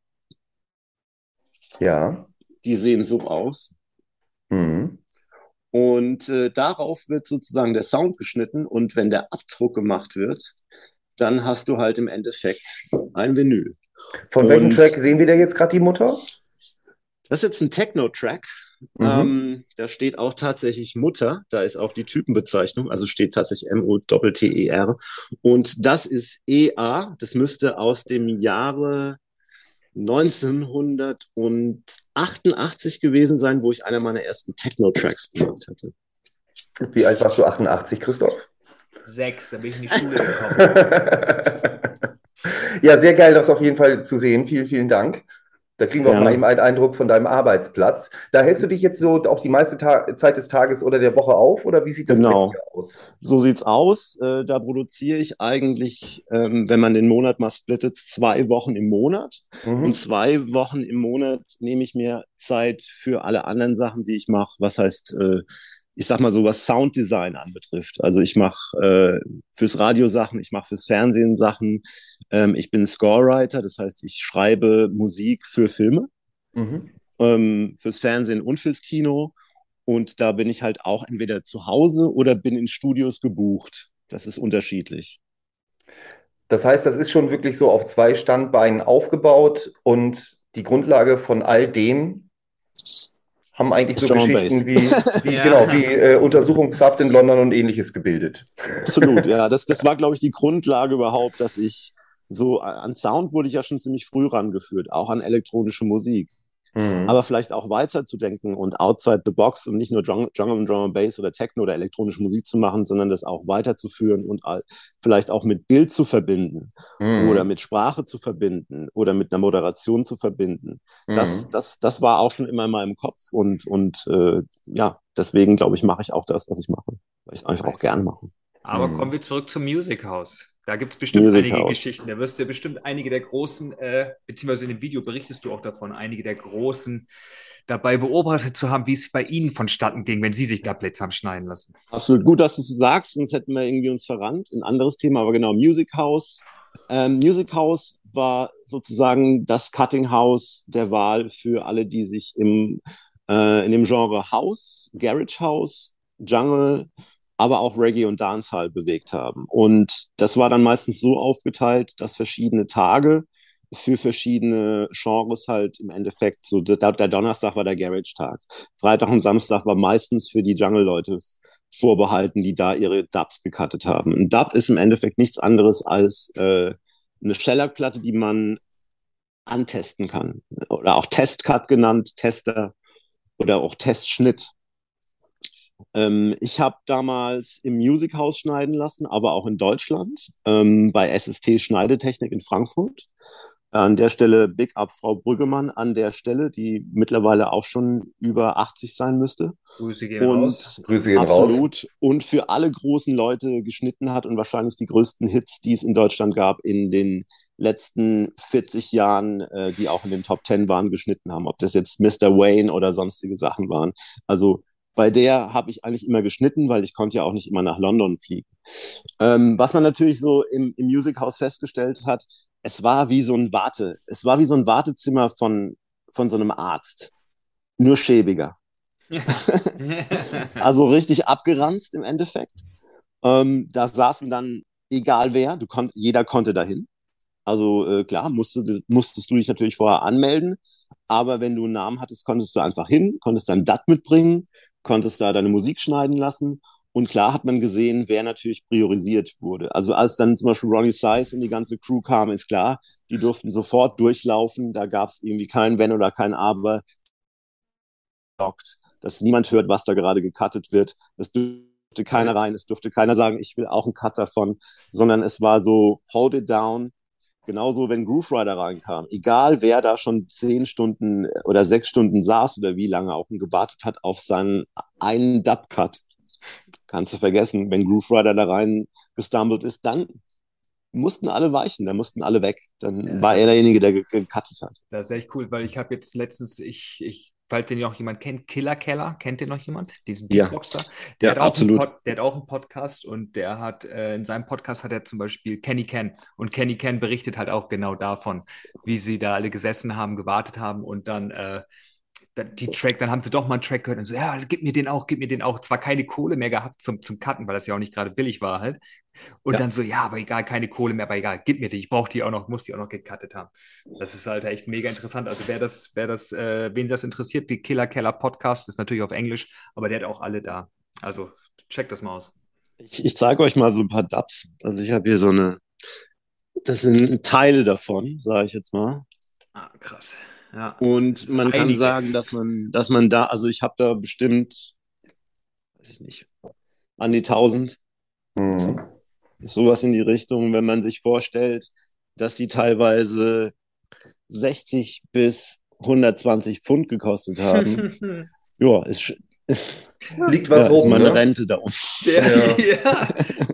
Ja. Die sehen so aus. Mhm. Und äh, darauf wird sozusagen der Sound geschnitten und wenn der Abdruck gemacht wird, dann hast du halt im Endeffekt ein Vinyl. Von und welchem Track sehen wir da jetzt gerade die Mutter? Das ist jetzt ein Techno-Track. Mhm. Ähm, da steht auch tatsächlich Mutter. Da ist auch die Typenbezeichnung. Also steht tatsächlich M O T T E R. Und das ist E A. Das müsste aus dem Jahre neunzehnhundertachtundachtzig gewesen sein, wo ich einer meiner ersten Techno-Tracks gemacht hatte. Wie alt warst du? achtundachtzig, Christoph? Sechs, da bin ich in die Schule gekommen. Ja, sehr geil, das auf jeden Fall zu sehen. Vielen, vielen Dank. Da kriegen wir ja. auch mal eben einen Eindruck von deinem Arbeitsplatz. Da hältst du dich jetzt so auch die meiste Ta- Zeit des Tages oder der Woche auf oder wie sieht das genau. bei dir aus? So sieht's aus. Äh, da produziere ich eigentlich, ähm, wenn man den Monat mal splittet, zwei Wochen im Monat. Mhm. Und zwei Wochen im Monat nehme ich mir Zeit für alle anderen Sachen, die ich mache. Was heißt, äh, ich sag mal so, was Sounddesign anbetrifft. Also ich mache äh, fürs Radio Sachen, ich mache fürs Fernsehen Sachen. Ähm, ich bin Scorewriter, das heißt, ich schreibe Musik für Filme, mhm. ähm, fürs Fernsehen und fürs Kino. Und da bin ich halt auch entweder zu Hause oder bin in Studios gebucht. Das ist unterschiedlich. Das heißt, das ist schon wirklich so auf zwei Standbeinen aufgebaut und die Grundlage von all dem haben eigentlich so Drum Geschichten wie, wie, ja. genau, wie äh, Untersuchungshaft in London und Ähnliches gebildet. Absolut, ja. Das, das war, glaube ich, die Grundlage überhaupt, dass ich so an Sound wurde ich ja schon ziemlich früh rangeführt, auch an elektronische Musik. Mhm. Aber vielleicht auch weiter zu denken und outside the box und nicht nur Jungle und Drum and Bass oder Techno oder elektronische Musik zu machen, sondern das auch weiterzuführen und vielleicht auch mit Bild zu verbinden mhm. oder mit Sprache zu verbinden oder mit einer Moderation zu verbinden. Mhm. Das, das, das war auch schon immer in meinem Kopf und, und äh, ja, deswegen glaube ich, mache ich auch das, was ich mache, weil ich es eigentlich auch gern mache. Aber mhm. kommen wir zurück zum Music House. Da gibt es bestimmt Music einige House. Geschichten. Da wirst du ja bestimmt einige der großen, äh, beziehungsweise in dem Video berichtest du auch davon, einige der großen dabei beobachtet zu haben, wie es bei ihnen vonstatten ging, wenn sie sich Doublets haben schneiden lassen. Absolut gut, dass du es sagst, sonst hätten wir irgendwie uns verrannt. Ein anderes Thema, aber genau, Music House. Ähm, Music House war sozusagen das Cutting House der Wahl für alle, die sich im, äh, in dem Genre House, Garage House, Jungle aber auch Reggae und Dancehall bewegt haben. Und das war dann meistens so aufgeteilt, dass verschiedene Tage für verschiedene Genres halt im Endeffekt, so der, der Donnerstag war der Garage-Tag. Freitag und Samstag war meistens für die Jungle-Leute vorbehalten, die da ihre Dubs gecuttet haben. Ein Dub ist im Endeffekt nichts anderes als äh, eine Shellac-Platte, die man antesten kann. Oder auch Testcut genannt, Tester oder auch Testschnitt. Ähm, ich habe damals im Music House schneiden lassen, aber auch in Deutschland, ähm, bei S S T Schneidetechnik in Frankfurt. An der Stelle Big Up Frau Brüggemann an der Stelle, die mittlerweile auch schon über achtzig sein müsste. Grüße gehen raus. Und Grüße gehen raus. absolut. Und für alle großen Leute geschnitten hat und wahrscheinlich die größten Hits, die es in Deutschland gab in den letzten vierzig Jahren, äh, die auch in den Top Ten waren, geschnitten haben. Ob das jetzt Mister Wayne oder sonstige Sachen waren. Also bei der habe ich eigentlich immer geschnitten, weil ich konnte ja auch nicht immer nach London fliegen. Ähm, was man natürlich so im, im Music House festgestellt hat, es war wie so ein Warte, es war wie so ein Wartezimmer von, von so einem Arzt. Nur schäbiger. Also richtig abgeranzt im Endeffekt. Ähm, da saßen dann, egal wer, du konnt, jeder konnte dahin. Also äh, klar, musste, musstest du dich natürlich vorher anmelden, aber wenn du einen Namen hattest, konntest du einfach hin, konntest dann D A T mitbringen, konntest da deine Musik schneiden lassen. Und klar hat man gesehen, wer natürlich priorisiert wurde. Also als dann zum Beispiel Ronnie Size und die ganze Crew kam, ist klar, die durften sofort durchlaufen. Da gab es irgendwie kein Wenn oder kein Aber. Dass niemand hört, was da gerade gecuttet wird. Es durfte keiner rein, es durfte keiner sagen, ich will auch einen Cut davon, sondern es war so, hold it down. Genauso, wenn Groove Rider reinkam, egal wer da schon zehn Stunden oder sechs Stunden saß oder wie lange auch und gewartet hat auf seinen einen Dub-Cut, kannst du vergessen, wenn Groove Rider da rein gestumbled ist, dann mussten alle weichen, dann mussten alle weg. Dann Ja, war er derjenige, der ge- gecuttet hat. das ist echt cool, weil ich habe jetzt letztens, ich, ich, falls den noch jemand kennt, Killer Keller, kennt den noch jemand? Diesen Ja, Beatboxer. Der ja, hat auch einen absolut. Pod, der hat auch einen Podcast und der hat, äh, in seinem Podcast hat er zum Beispiel Kenny Ken und Kenny Ken berichtet halt auch genau davon, wie sie da alle gesessen haben, gewartet haben und dann äh, die Track, dann haben sie doch mal einen Track gehört und so, ja, gib mir den auch, gib mir den auch. Zwar keine Kohle mehr gehabt zum, zum Cutten, weil das ja auch nicht gerade billig war halt. Und Ja. dann so, ja, aber egal, keine Kohle mehr, aber egal, gib mir die, ich brauche die auch noch, muss die auch noch gecuttet haben. Das ist halt echt mega interessant. Also wer das, wer das, äh, wen das interessiert, die Killer Keller Podcast ist natürlich auf Englisch, aber der hat auch alle da. Also checkt das mal aus. Ich, ich zeige euch mal so ein paar Dubs. Also ich habe hier so eine, das sind Teile davon, sage ich jetzt mal. Ah, krass. Ja. Und man kann einige. sagen, dass man, dass man da, also ich habe da bestimmt, weiß ich nicht, an die tausend, Mhm. sowas in die Richtung, wenn man sich vorstellt, dass die teilweise sechzig bis hundertzwanzig Pfund gekostet haben. Ja, ist, Liegt was ja, ist rum, meine ne? Rente da unten. Der, Ja. ja.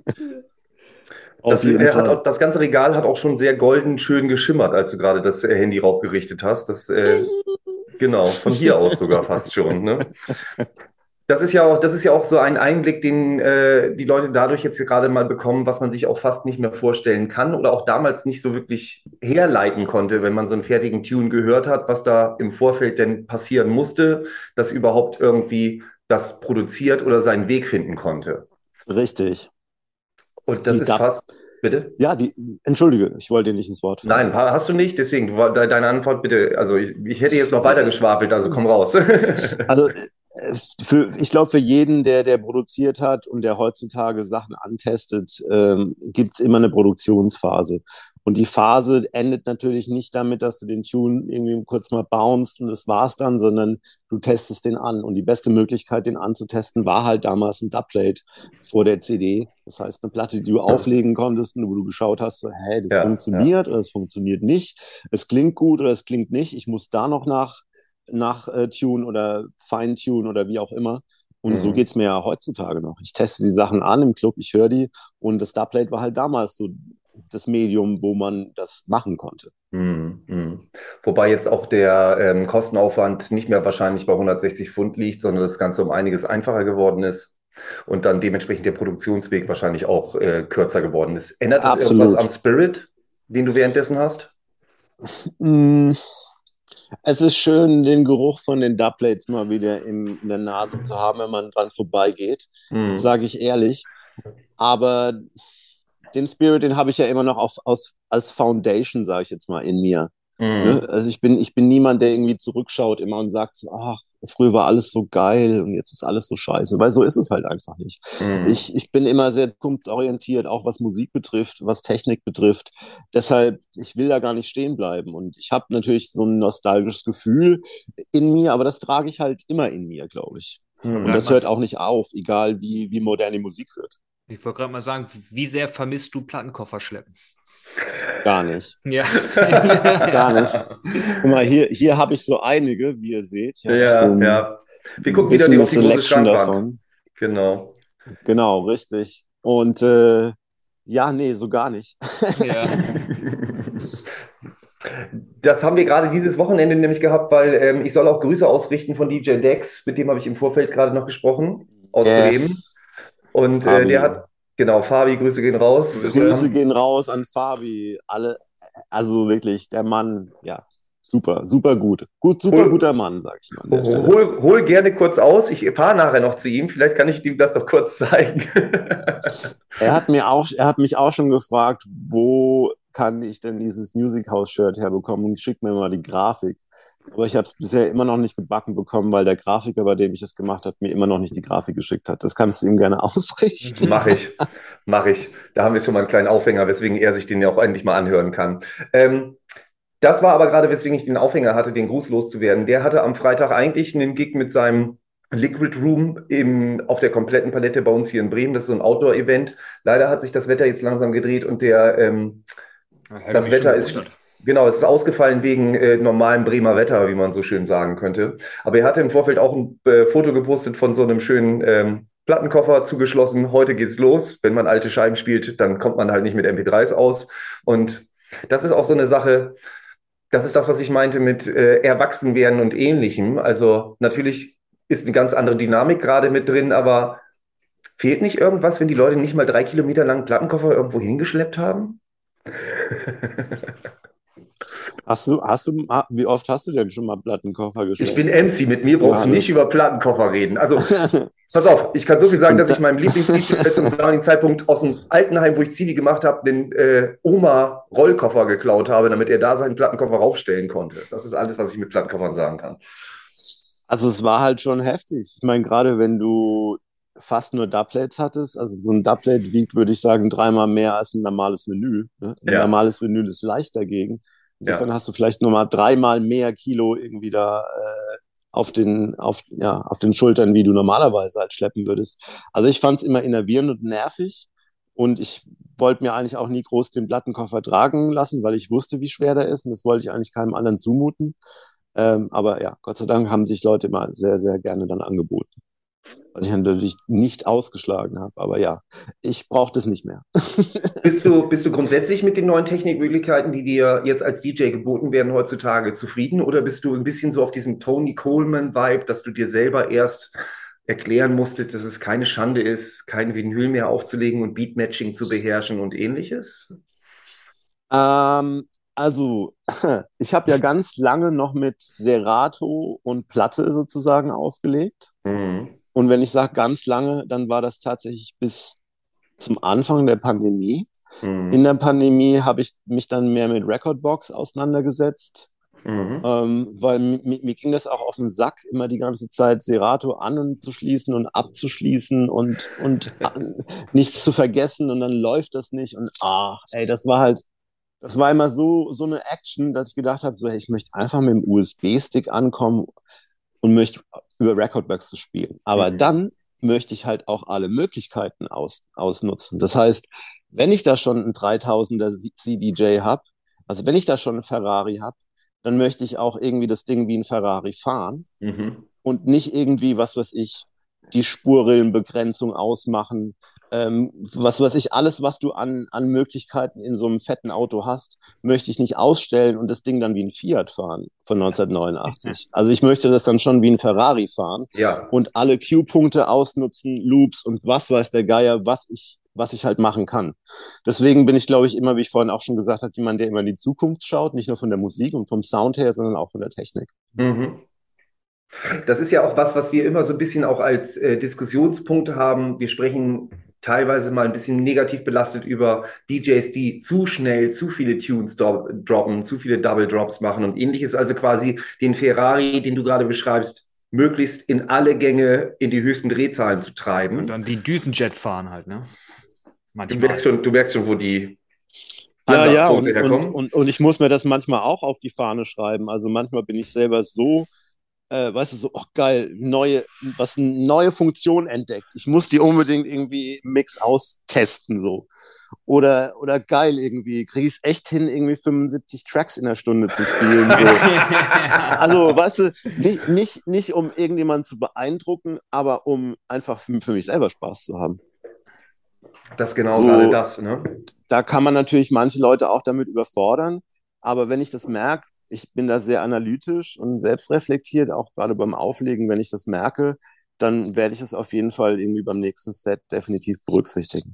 Auf Das, jeden er hat Fall. auch, das ganze Regal hat auch schon sehr golden schön geschimmert, als du gerade das äh, Handy raufgerichtet hast. Das, äh, genau, von hier aus sogar fast schon, ne? Das ist ja auch, das ist ja auch so ein Einblick, den äh, die Leute dadurch jetzt gerade mal bekommen, was man sich auch fast nicht mehr vorstellen kann oder auch damals nicht so wirklich herleiten konnte, wenn man so einen fertigen Tune gehört hat, was da im Vorfeld denn passieren musste, dass überhaupt irgendwie das produziert oder seinen Weg finden konnte. Richtig. Und das Die ist Dub, fast, bitte? ja, die, entschuldige, ich wollte dir nicht ins Wort fallen. Nein, ha- hast du nicht, deswegen, du, war- de- deine Antwort bitte, also ich, ich hätte jetzt noch weiter geschwafelt, also komm raus. Also äh, für, ich glaube, für jeden, der, der produziert hat und der heutzutage Sachen antestet, ähm, gibt es immer eine Produktionsphase. Und die Phase endet natürlich nicht damit, dass du den Tune irgendwie kurz mal bouncest und das war's dann, sondern du testest den an. Und die beste Möglichkeit, den anzutesten, war halt damals ein Dubplate vor der C D. Das heißt, eine Platte, die du auflegen konntest und wo du geschaut hast, so, hä, das Ja, ja. funktioniert oder es funktioniert nicht. Es klingt gut oder es klingt nicht. Ich muss da noch nach nach äh, Tune oder Fine-Tune oder wie auch immer. Und so Mhm. geht's mir ja heutzutage noch. Ich teste die Sachen an im Club, ich höre die und das Dubplate war halt damals so das Medium, wo man das machen konnte. Mhm. Mhm. Wobei jetzt auch der ähm, Kostenaufwand nicht mehr wahrscheinlich bei hundertsechzig Pfund liegt, sondern das Ganze um einiges einfacher geworden ist und dann dementsprechend der Produktionsweg wahrscheinlich auch äh, kürzer geworden ist. Ändert das irgendwas Absolut. am Spirit, den du währenddessen hast? Mm, Es ist schön, den Geruch von den Dubplates mal wieder in, in der Nase zu haben, wenn man dran vorbeigeht. Das Mhm. sage ich ehrlich. Aber den Spirit, den habe ich ja immer noch auf, aus, als Foundation, sage ich jetzt mal, in mir. Ne? Mhm. Also ich bin, ich bin niemand, der irgendwie zurückschaut immer und sagt, so, ach, früher war alles so geil und jetzt ist alles so scheiße, weil so ist es halt einfach nicht. Mhm. Ich, ich bin immer sehr zukunftsorientiert, auch was Musik betrifft, was Technik betrifft. Deshalb, ich will da gar nicht stehen bleiben. Und ich habe natürlich so ein nostalgisches Gefühl in mir, aber das trage ich halt immer in mir, glaube ich. Ich wollte Und gerade Mhm. das mal, hört auch nicht auf, egal wie, wie modern die Musik wird. ich wollte gerade mal sagen, wie sehr vermisst du Plattenkoffer schleppen? Gar nicht. Ja. Gar nicht. Guck mal, hier, hier habe ich so einige, wie ihr seht. Hier habe ich so Ja, ein ja. Wir gucken wieder bisschen die, eine auf die große Selection Schrankwand. davon. Genau. Genau, richtig. Und äh, ja, nee, so gar nicht. Ja. Das haben wir gerade dieses Wochenende nämlich gehabt, weil ähm, ich soll auch Grüße ausrichten von D J Dex, mit dem habe ich im Vorfeld gerade noch gesprochen, aus Bremen. Yes, Und äh, der Fabi. hat, genau, Fabi, Grüße gehen raus. Wir Grüße haben, gehen raus an Fabi. Alle, also wirklich, der Mann, ja, super, super gut. Gut, super guter hol, Mann, sag ich mal an der Stelle. hol, hol gerne kurz aus. Ich fahre nachher noch zu ihm. Vielleicht kann ich ihm das doch kurz zeigen. Er hat mir auch, er hat mich auch schon gefragt, wo kann ich denn dieses Music House Shirt herbekommen und schick mir mal die Grafik. Aber ich habe es bisher immer noch nicht gebacken bekommen, weil der Grafiker, bei dem ich es gemacht habe, mir immer noch nicht die Grafik geschickt hat. Das kannst du ihm gerne ausrichten. Mache ich, mache ich. Da haben wir schon mal einen kleinen Aufhänger, weswegen er sich den ja auch endlich mal anhören kann. Ähm, das war aber gerade, weswegen ich den Aufhänger hatte, den Gruß loszuwerden. Der hatte am Freitag eigentlich einen Gig mit seinem Liquid Room im, auf der kompletten Palette bei uns hier in Bremen. Das ist so ein Outdoor-Event. Leider hat sich das Wetter jetzt langsam gedreht und der, ähm, Hätte das mich schon Wetter ist, gewundert. genau, es ist ausgefallen wegen äh, normalem Bremer Wetter, wie man so schön sagen könnte. Aber er hatte im Vorfeld auch ein äh, Foto gepostet von so einem schönen ähm, Plattenkoffer zugeschlossen. Heute geht's los. Wenn man alte Scheiben spielt, dann kommt man halt nicht mit M P dreis aus. Und das ist auch so eine Sache, das ist das, was ich meinte mit äh, Erwachsenwerden und Ähnlichem. Also natürlich ist eine ganz andere Dynamik gerade mit drin, aber fehlt nicht irgendwas, wenn die Leute nicht mal drei Kilometer langen Plattenkoffer irgendwo hingeschleppt haben? Hast du, hast du, ah, wie oft hast du denn schon mal Plattenkoffer Ich bin geschleppt, M C, mit mir brauchst du nicht Johannes? über Plattenkoffer reden. Also, pass auf, ich kann so viel sagen, Und dass ich da, meinem Lieblings-D J zum damaligen Zeitpunkt aus dem Altenheim, wo ich Zivi gemacht habe, den äh, Oma-Rollkoffer geklaut habe, damit er da seinen Plattenkoffer raufstellen konnte. Das ist alles, was ich mit Plattenkoffern sagen kann. also es war halt schon heftig. Ich meine, gerade wenn du fast nur Dubplates hattest, also so ein Dubplate wiegt, würde ich sagen, dreimal mehr als ein normales Menü. Ne? Ein Ja, normales Menü ist leicht dagegen. Insofern ja. hast du vielleicht nochmal dreimal mehr Kilo irgendwie da äh, auf den, auf, ja, auf den Schultern, wie du normalerweise halt schleppen würdest. Also ich fand es immer innervierend und nervig und ich wollte mir eigentlich auch nie groß den Plattenkoffer tragen lassen, weil ich wusste, wie schwer der ist und das wollte ich eigentlich keinem anderen zumuten. Ähm, aber ja, Gott sei Dank haben sich Leute immer sehr, sehr gerne dann angeboten. Was ich natürlich nicht ausgeschlagen habe. Aber ja, ich brauche das nicht mehr. Bist du, bist du grundsätzlich mit den neuen Technikmöglichkeiten, die dir jetzt als D J geboten werden, heutzutage zufrieden? Oder bist du ein bisschen so auf diesem Tony Coleman-Vibe, dass du dir selber erst erklären musstest, dass es keine Schande ist, kein Vinyl mehr aufzulegen und Beatmatching zu beherrschen und ähnliches? Ähm, also, ich habe ja ganz lange noch mit Serato und Platte sozusagen aufgelegt. Mhm. Und wenn ich sage ganz lange, dann war das tatsächlich bis zum Anfang der Pandemie. In Mhm. der Pandemie habe ich mich dann mehr mit Recordbox auseinandergesetzt. Mhm. Ähm, weil mir, mir ging das auch auf den Sack, immer die ganze Zeit Serato an und zu schließen und abzuschließen und, und an, nichts zu vergessen und dann läuft das nicht und ach, ey, das war halt, das war immer so, so eine Action, dass ich gedacht habe, so, hey, ich möchte einfach mit dem U S B-Stick ankommen und möchte über Recordbox zu spielen. Aber Mhm. dann möchte ich halt auch alle Möglichkeiten aus, ausnutzen. Das heißt, wenn ich da schon einen dreitausender C D J habe, also wenn ich da schon einen Ferrari habe, dann möchte ich auch irgendwie das Ding wie ein Ferrari fahren Mhm. und nicht irgendwie, was weiß ich, die Spurrillenbegrenzung ausmachen, ähm, was weiß ich, alles, was du an, an Möglichkeiten in so einem fetten Auto hast, möchte ich nicht ausstellen und das Ding dann wie ein Fiat fahren von neunzehnhundertneunundachtzig. Also ich möchte das dann schon wie ein Ferrari fahren Ja. und alle Q-Punkte ausnutzen, Loops und was weiß der Geier, was ich was ich halt machen kann. Deswegen bin ich, glaube ich, immer, wie ich vorhin auch schon gesagt habe, jemand, der immer in die Zukunft schaut, nicht nur von der Musik und vom Sound her, sondern auch von der Technik. Mhm. Das ist ja auch was, was wir immer so ein bisschen auch als äh, Diskussionspunkt haben. Wir sprechen teilweise mal ein bisschen negativ belastet über D Js, die zu schnell zu viele Tunes do- droppen, zu viele Double Drops machen und ähnliches. Also quasi den Ferrari, den du gerade beschreibst, möglichst in alle Gänge in die höchsten Drehzahlen zu treiben. Und dann die Düsenjet fahren halt, ne? Du Manchmal. merkst schon, du merkst schon, wo die Ja, ja, Ansatzpunkte und, herkommen. und, und, und ich muss mir das manchmal auch auf die Fahne schreiben. Also manchmal bin ich selber so, äh, weißt du, so, ach geil, neue, was eine neue Funktion entdeckt. Ich muss die unbedingt irgendwie im Mix austesten, so. Oder, oder geil, irgendwie, kriege ich es echt hin, irgendwie fünfundsiebzig Tracks in der Stunde zu spielen. So. Also, weißt du, nicht, nicht, nicht um irgendjemanden zu beeindrucken, aber um einfach für, für mich selber Spaß zu haben. Das ist genau So, gerade das, ne? da kann man natürlich manche Leute auch damit überfordern, aber wenn ich das merke, ich bin da sehr analytisch und selbstreflektiert, auch gerade beim Auflegen, wenn ich das merke, dann werde ich es auf jeden Fall irgendwie beim nächsten Set definitiv berücksichtigen.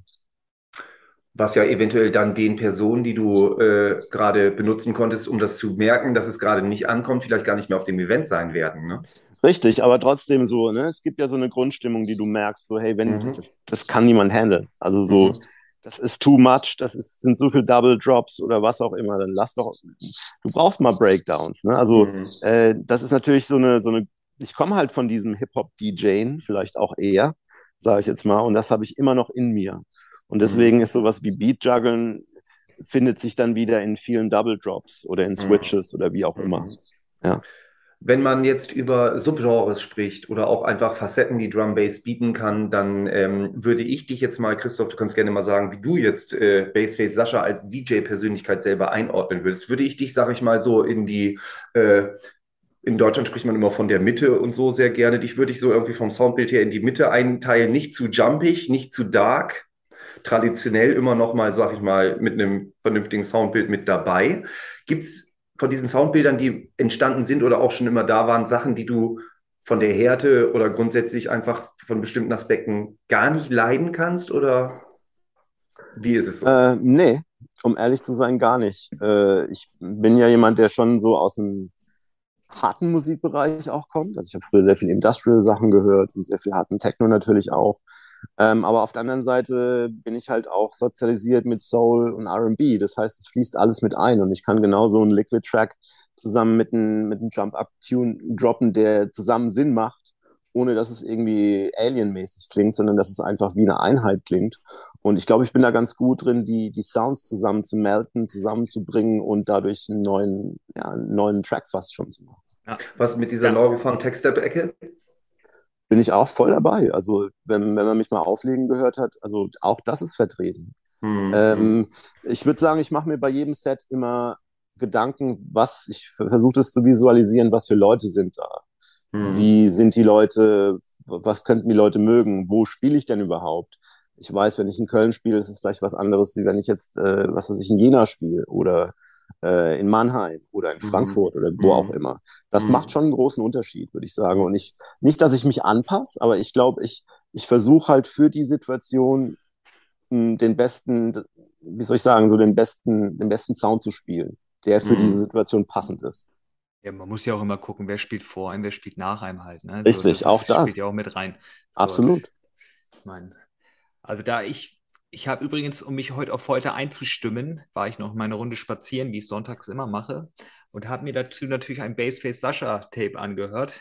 Was ja eventuell dann den Personen, die du äh, gerade benutzen konntest, um das zu merken, dass es gerade nicht ankommt, vielleicht gar nicht mehr auf dem Event sein werden, ne? Richtig, aber trotzdem so, ne? Es gibt ja so eine Grundstimmung, die du merkst, so, hey, wenn, Mhm. das, das kann niemand handeln. Also so, Mhm. das ist too much, das ist, sind so viele Double Drops oder was auch immer, dann lass doch, du brauchst mal Breakdowns, ne? Also, Mhm. äh, das ist natürlich so eine, so eine, ich komme halt von diesem Hip-Hop-DJen, vielleicht auch eher, sage ich jetzt mal, und das habe ich immer noch in mir. Und deswegen Mhm. ist sowas wie Beat-Juggeln, findet sich dann wieder in vielen Double Drops oder in Mhm. Switches oder wie auch immer. Mhm. Ja. Wenn man jetzt über Subgenres spricht oder auch einfach Facetten, die Drum Bass bieten kann, dann ähm, würde ich dich jetzt mal, Christoph, du kannst gerne mal sagen, wie du jetzt äh, Bassface Sascha als D J-Persönlichkeit selber einordnen würdest. Würde ich dich, sage ich mal, so in die, äh, in Deutschland spricht man immer von der Mitte und so sehr gerne, dich würde ich so irgendwie vom Soundbild her in die Mitte einteilen, nicht zu jumpig, nicht zu dark, traditionell immer noch mal, sag ich mal, mit einem vernünftigen Soundbild mit dabei. Gibt es von diesen Soundbildern, die entstanden sind oder auch schon immer da waren, Sachen, die du von der Härte oder grundsätzlich einfach von bestimmten Aspekten gar nicht leiden kannst? Oder wie ist es so? Äh, nee, um ehrlich zu sein, gar nicht. Äh, ich bin ja jemand, der schon so aus dem harten Musikbereich auch kommt. Also ich habe früher sehr viel Industrial-Sachen gehört und sehr viel harten Techno natürlich auch. Ähm, aber auf der anderen Seite bin ich halt auch sozialisiert mit Soul und R and B. Das heißt, es fließt alles mit ein und ich kann genauso einen Liquid-Track zusammen mit einem, mit einem Jump-Up-Tune droppen, der zusammen Sinn macht, ohne dass es irgendwie alienmäßig klingt, sondern dass es einfach wie eine Einheit klingt. Und ich glaube, ich bin da ganz gut drin, die, die Sounds zusammen zu melden, zusammenzubringen und dadurch einen neuen, ja, einen neuen Track fast schon zu machen. Ja. Was mit dieser Ja. Neugefahren Tech-Step-Ecke? Bin ich auch voll dabei. Also, wenn, wenn man mich mal auflegen gehört hat, also auch das ist vertreten. Hm, hm, Ähm, ich würde sagen, ich mache mir bei jedem Set immer Gedanken, was, ich versuche das zu visualisieren, was für Leute sind da. hm, Wie sind die Leute, was könnten die Leute mögen? Wo spiele ich denn überhaupt? Ich weiß, wenn ich in Köln spiele, ist es vielleicht was anderes, wie wenn ich jetzt, äh, was weiß ich, in Jena spiele oder äh, in Mannheim oder in hm, Frankfurt oder wo auch hm, immer. Das macht hm. schon einen großen Unterschied, würde ich sagen. Und ich, nicht, dass ich mich anpasse, aber ich glaube, ich, ich versuche halt für die Situation mh, den besten, wie soll ich sagen, so den besten, den besten Sound zu spielen, der für diese Hm. Situation passend ist. Ja, man muss ja auch immer gucken, wer spielt vor einem, wer spielt nach einem halt. Ne? So, das Richtig, auch ist, spielt ja das. auch mit rein. So, Absolut. ich meine, also da ich, ich habe übrigens, um mich heute auf heute einzustimmen, war ich noch meine Runde spazieren, wie ich sonntags immer mache, und habe mir dazu natürlich ein Bassface Sascha Tape angehört.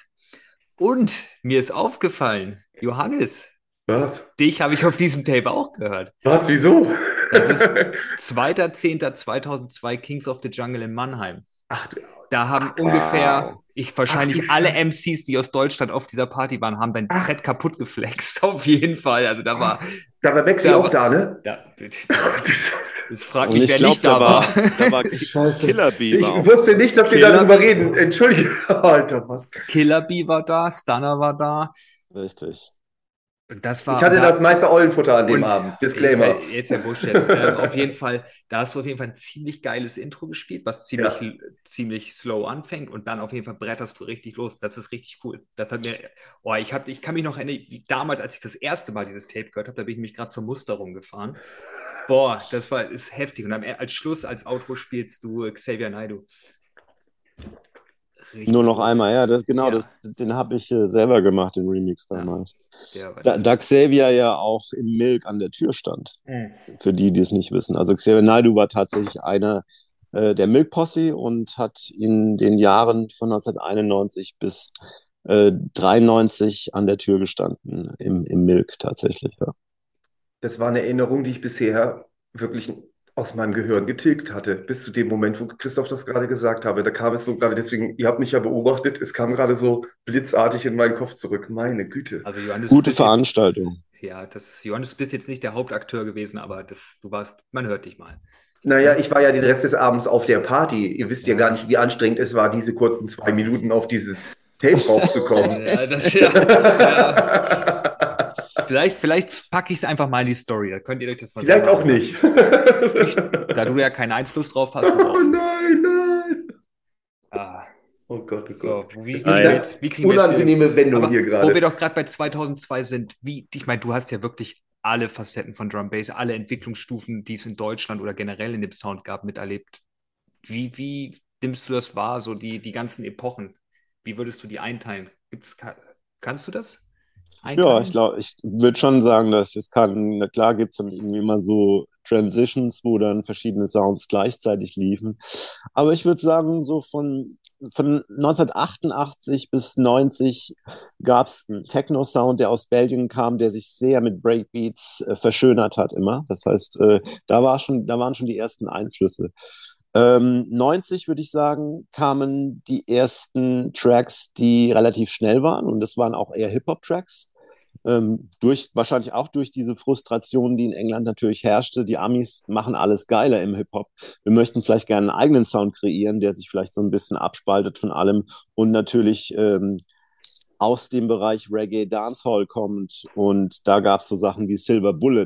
Und mir ist aufgefallen, Johannes, Was? dich habe ich auf diesem Tape auch gehört. Was? Wieso? Das ist zweiter zehnter zweitausendzwei Kings of the Jungle in Mannheim. Ach, du, Da haben ach, ungefähr, Wow. ich ach du wahrscheinlich alle Scheiße. M Cs, die aus Deutschland auf dieser Party waren, haben dein Ach, Set kaputt geflext. Auf jeden Fall. Also da war, da war Maxi da auch war, da, ne? da, Ach, du es fragt Und mich, ich wer glaube, nicht da da war. war, da war Ach du Ki- Scheiße. Killer Bee Ich war auch wusste nicht, dass wir Killer, darüber reden. Entschuldige. Alter, was? Killer Bee war da, Stunner war da. richtig. Das Ich war, und hatte da, das meiste Eulenfutter an dem und Abend. ist ja Disclaimer. jetzt ja wurscht jetzt. Ähm, auf jeden Fall, da hast du auf jeden Fall ein ziemlich geiles Intro gespielt, was ziemlich, Ja. ziemlich slow anfängt und dann auf jeden Fall bretterst du richtig los. Das ist richtig cool. Das hat mir, oh, ich hab, ich kann mich noch erinnern, wie damals, als ich das erste Mal dieses Tape gehört habe, da bin ich nämlich gerade zur Musterung gefahren. Boah, das war, ist heftig. Und am, als Schluss, als Outro spielst du Xavier Naidoo. Nur Richtig noch gut. einmal, ja, das, genau, Ja, das, den habe ich äh, selber gemacht, den Remix ja, damals. der war Da, das. da Xavier ja auch im Milk an der Tür stand, Mhm. für die, die es nicht wissen. Also Xavier Naidoo war tatsächlich einer äh, der Milk Posse und hat in den Jahren von neunzehnhunderteinundneunzig bis äh, dreiundneunzig an der Tür gestanden, im, im Milk tatsächlich, ja. Das war eine Erinnerung, die ich bisher wirklich aus meinem Gehirn getilgt hatte, bis zu dem Moment, wo Christoph das gerade gesagt habe. Da kam es so gerade, deswegen, ihr habt mich ja beobachtet, es kam gerade so blitzartig in meinen Kopf zurück. Meine Güte. Also Johannes, du Gute bist jetzt, Veranstaltung. ja, das, Johannes, du bist jetzt nicht der Hauptakteur gewesen, aber das, du warst, man hört dich mal. Naja, Ne? ich war ja den Rest des Abends auf der Party. Ihr wisst ja gar Ja. nicht, wie anstrengend es war, diese kurzen zwei Minuten auf dieses Tape raufzukommen. Ja, das ja, ja. Vielleicht, vielleicht packe ich es einfach mal in die Story. Da könnt ihr euch das mal Vielleicht selber auch anhören. nicht. Ich, da du ja keinen Einfluss drauf hast. Oh Auch. nein, nein. Ah, Oh Gott, oh Gott. so, wie Das ist kriegen wir eine Naja, jetzt, wie kriegen wir jetzt wieder. unangenehme Wendung Aber hier wo wir gerade. doch gerade bei zweitausendzwei sind, wie, ich meine, du hast ja wirklich alle Facetten von Drum Bass, alle Entwicklungsstufen, die es in Deutschland oder generell in dem Sound gab, miterlebt. Wie, wie nimmst du das wahr, so die, die ganzen Epochen? Wie würdest du die einteilen? Gibt's, kannst du das ja, ich einteilen? glaube, ich würde schon sagen, dass ich es kann. Na klar gibt es dann irgendwie immer so Transitions, wo dann verschiedene Sounds gleichzeitig liefen. Aber ich würde sagen, so von, von neunzehnhundertachtundachtzig bis neunzig gab es einen Techno-Sound, der aus Belgien kam, der sich sehr mit Breakbeats äh, verschönert hat immer. Das heißt, äh, da war schon, da waren schon die ersten Einflüsse. Ähm, neunzig würde ich sagen, kamen die ersten Tracks, die relativ schnell waren und das waren auch eher Hip-Hop-Tracks. Ähm, durch, wahrscheinlich auch durch diese Frustration, die in England natürlich herrschte. Die Amis machen alles geiler im Hip-Hop. Wir möchten vielleicht gerne einen eigenen Sound kreieren, der sich vielleicht so ein bisschen abspaltet von allem und natürlich ähm, aus dem Bereich Reggae Dancehall kommt. Und da gab es so Sachen wie Silver Bullet,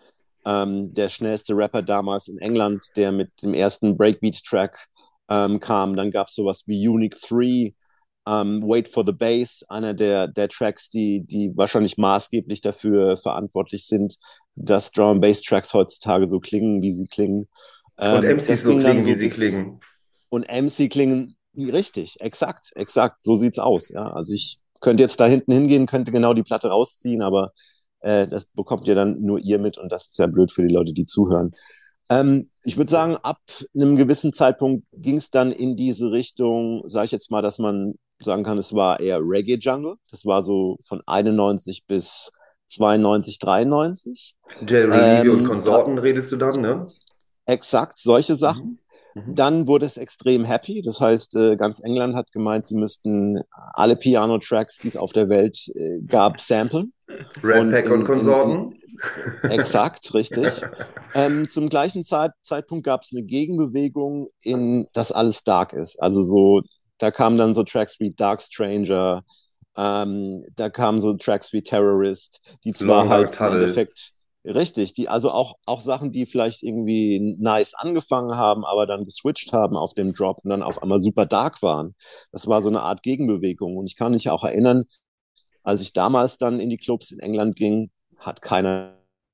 ähm, der schnellste Rapper damals in England, der mit dem ersten Breakbeat-Track ähm, kam. Dann gab es sowas wie Unique drei, um, Wait for the Bass, einer der, der Tracks, die, die wahrscheinlich maßgeblich dafür verantwortlich sind, dass Drum and Bass Tracks heutzutage so klingen, wie sie klingen. Und Ähm, M Cs das so ging dann klingen, wie so sie bis, klingen. und M C klingen richtig, exakt, exakt, so sieht's aus. Ja, also ich könnte jetzt da hinten hingehen, könnte genau die Platte rausziehen, aber äh, das bekommt ja dann nur ihr mit und das ist ja blöd für die Leute, die zuhören. Ähm, ich würde sagen, ab einem gewissen Zeitpunkt ging es dann in diese Richtung, sage ich jetzt mal, dass man sagen kann, es war eher Reggae Jungle. Das war so von einundneunzig bis zweiundneunzig, dreiundneunzig. Jerry Levy und Ähm, Konsorten redest du dann, ne? exakt solche Sachen. Mhm. Mhm. Dann wurde es extrem happy. Das heißt, äh, ganz England hat gemeint, sie müssten alle Piano-Tracks, die es auf der Welt äh, gab, samplen. Rat Und Pack und in, in, in, Konsorten. exakt, richtig. Ähm, zum gleichen Zeit, Zeitpunkt gab es eine Gegenbewegung, in das alles dark ist. Also so, da kamen dann so Tracks wie Dark Stranger, ähm, da kamen so Tracks wie Terrorist, die zwar Long Dark halt im Tunnel. Endeffekt richtig, die also auch, auch Sachen, die vielleicht irgendwie nice angefangen haben, aber dann geswitcht haben auf dem Drop und dann auf einmal super dark waren. Das war so eine Art Gegenbewegung. Und ich kann mich auch erinnern, als ich damals dann in die Clubs in England ging, hat keiner.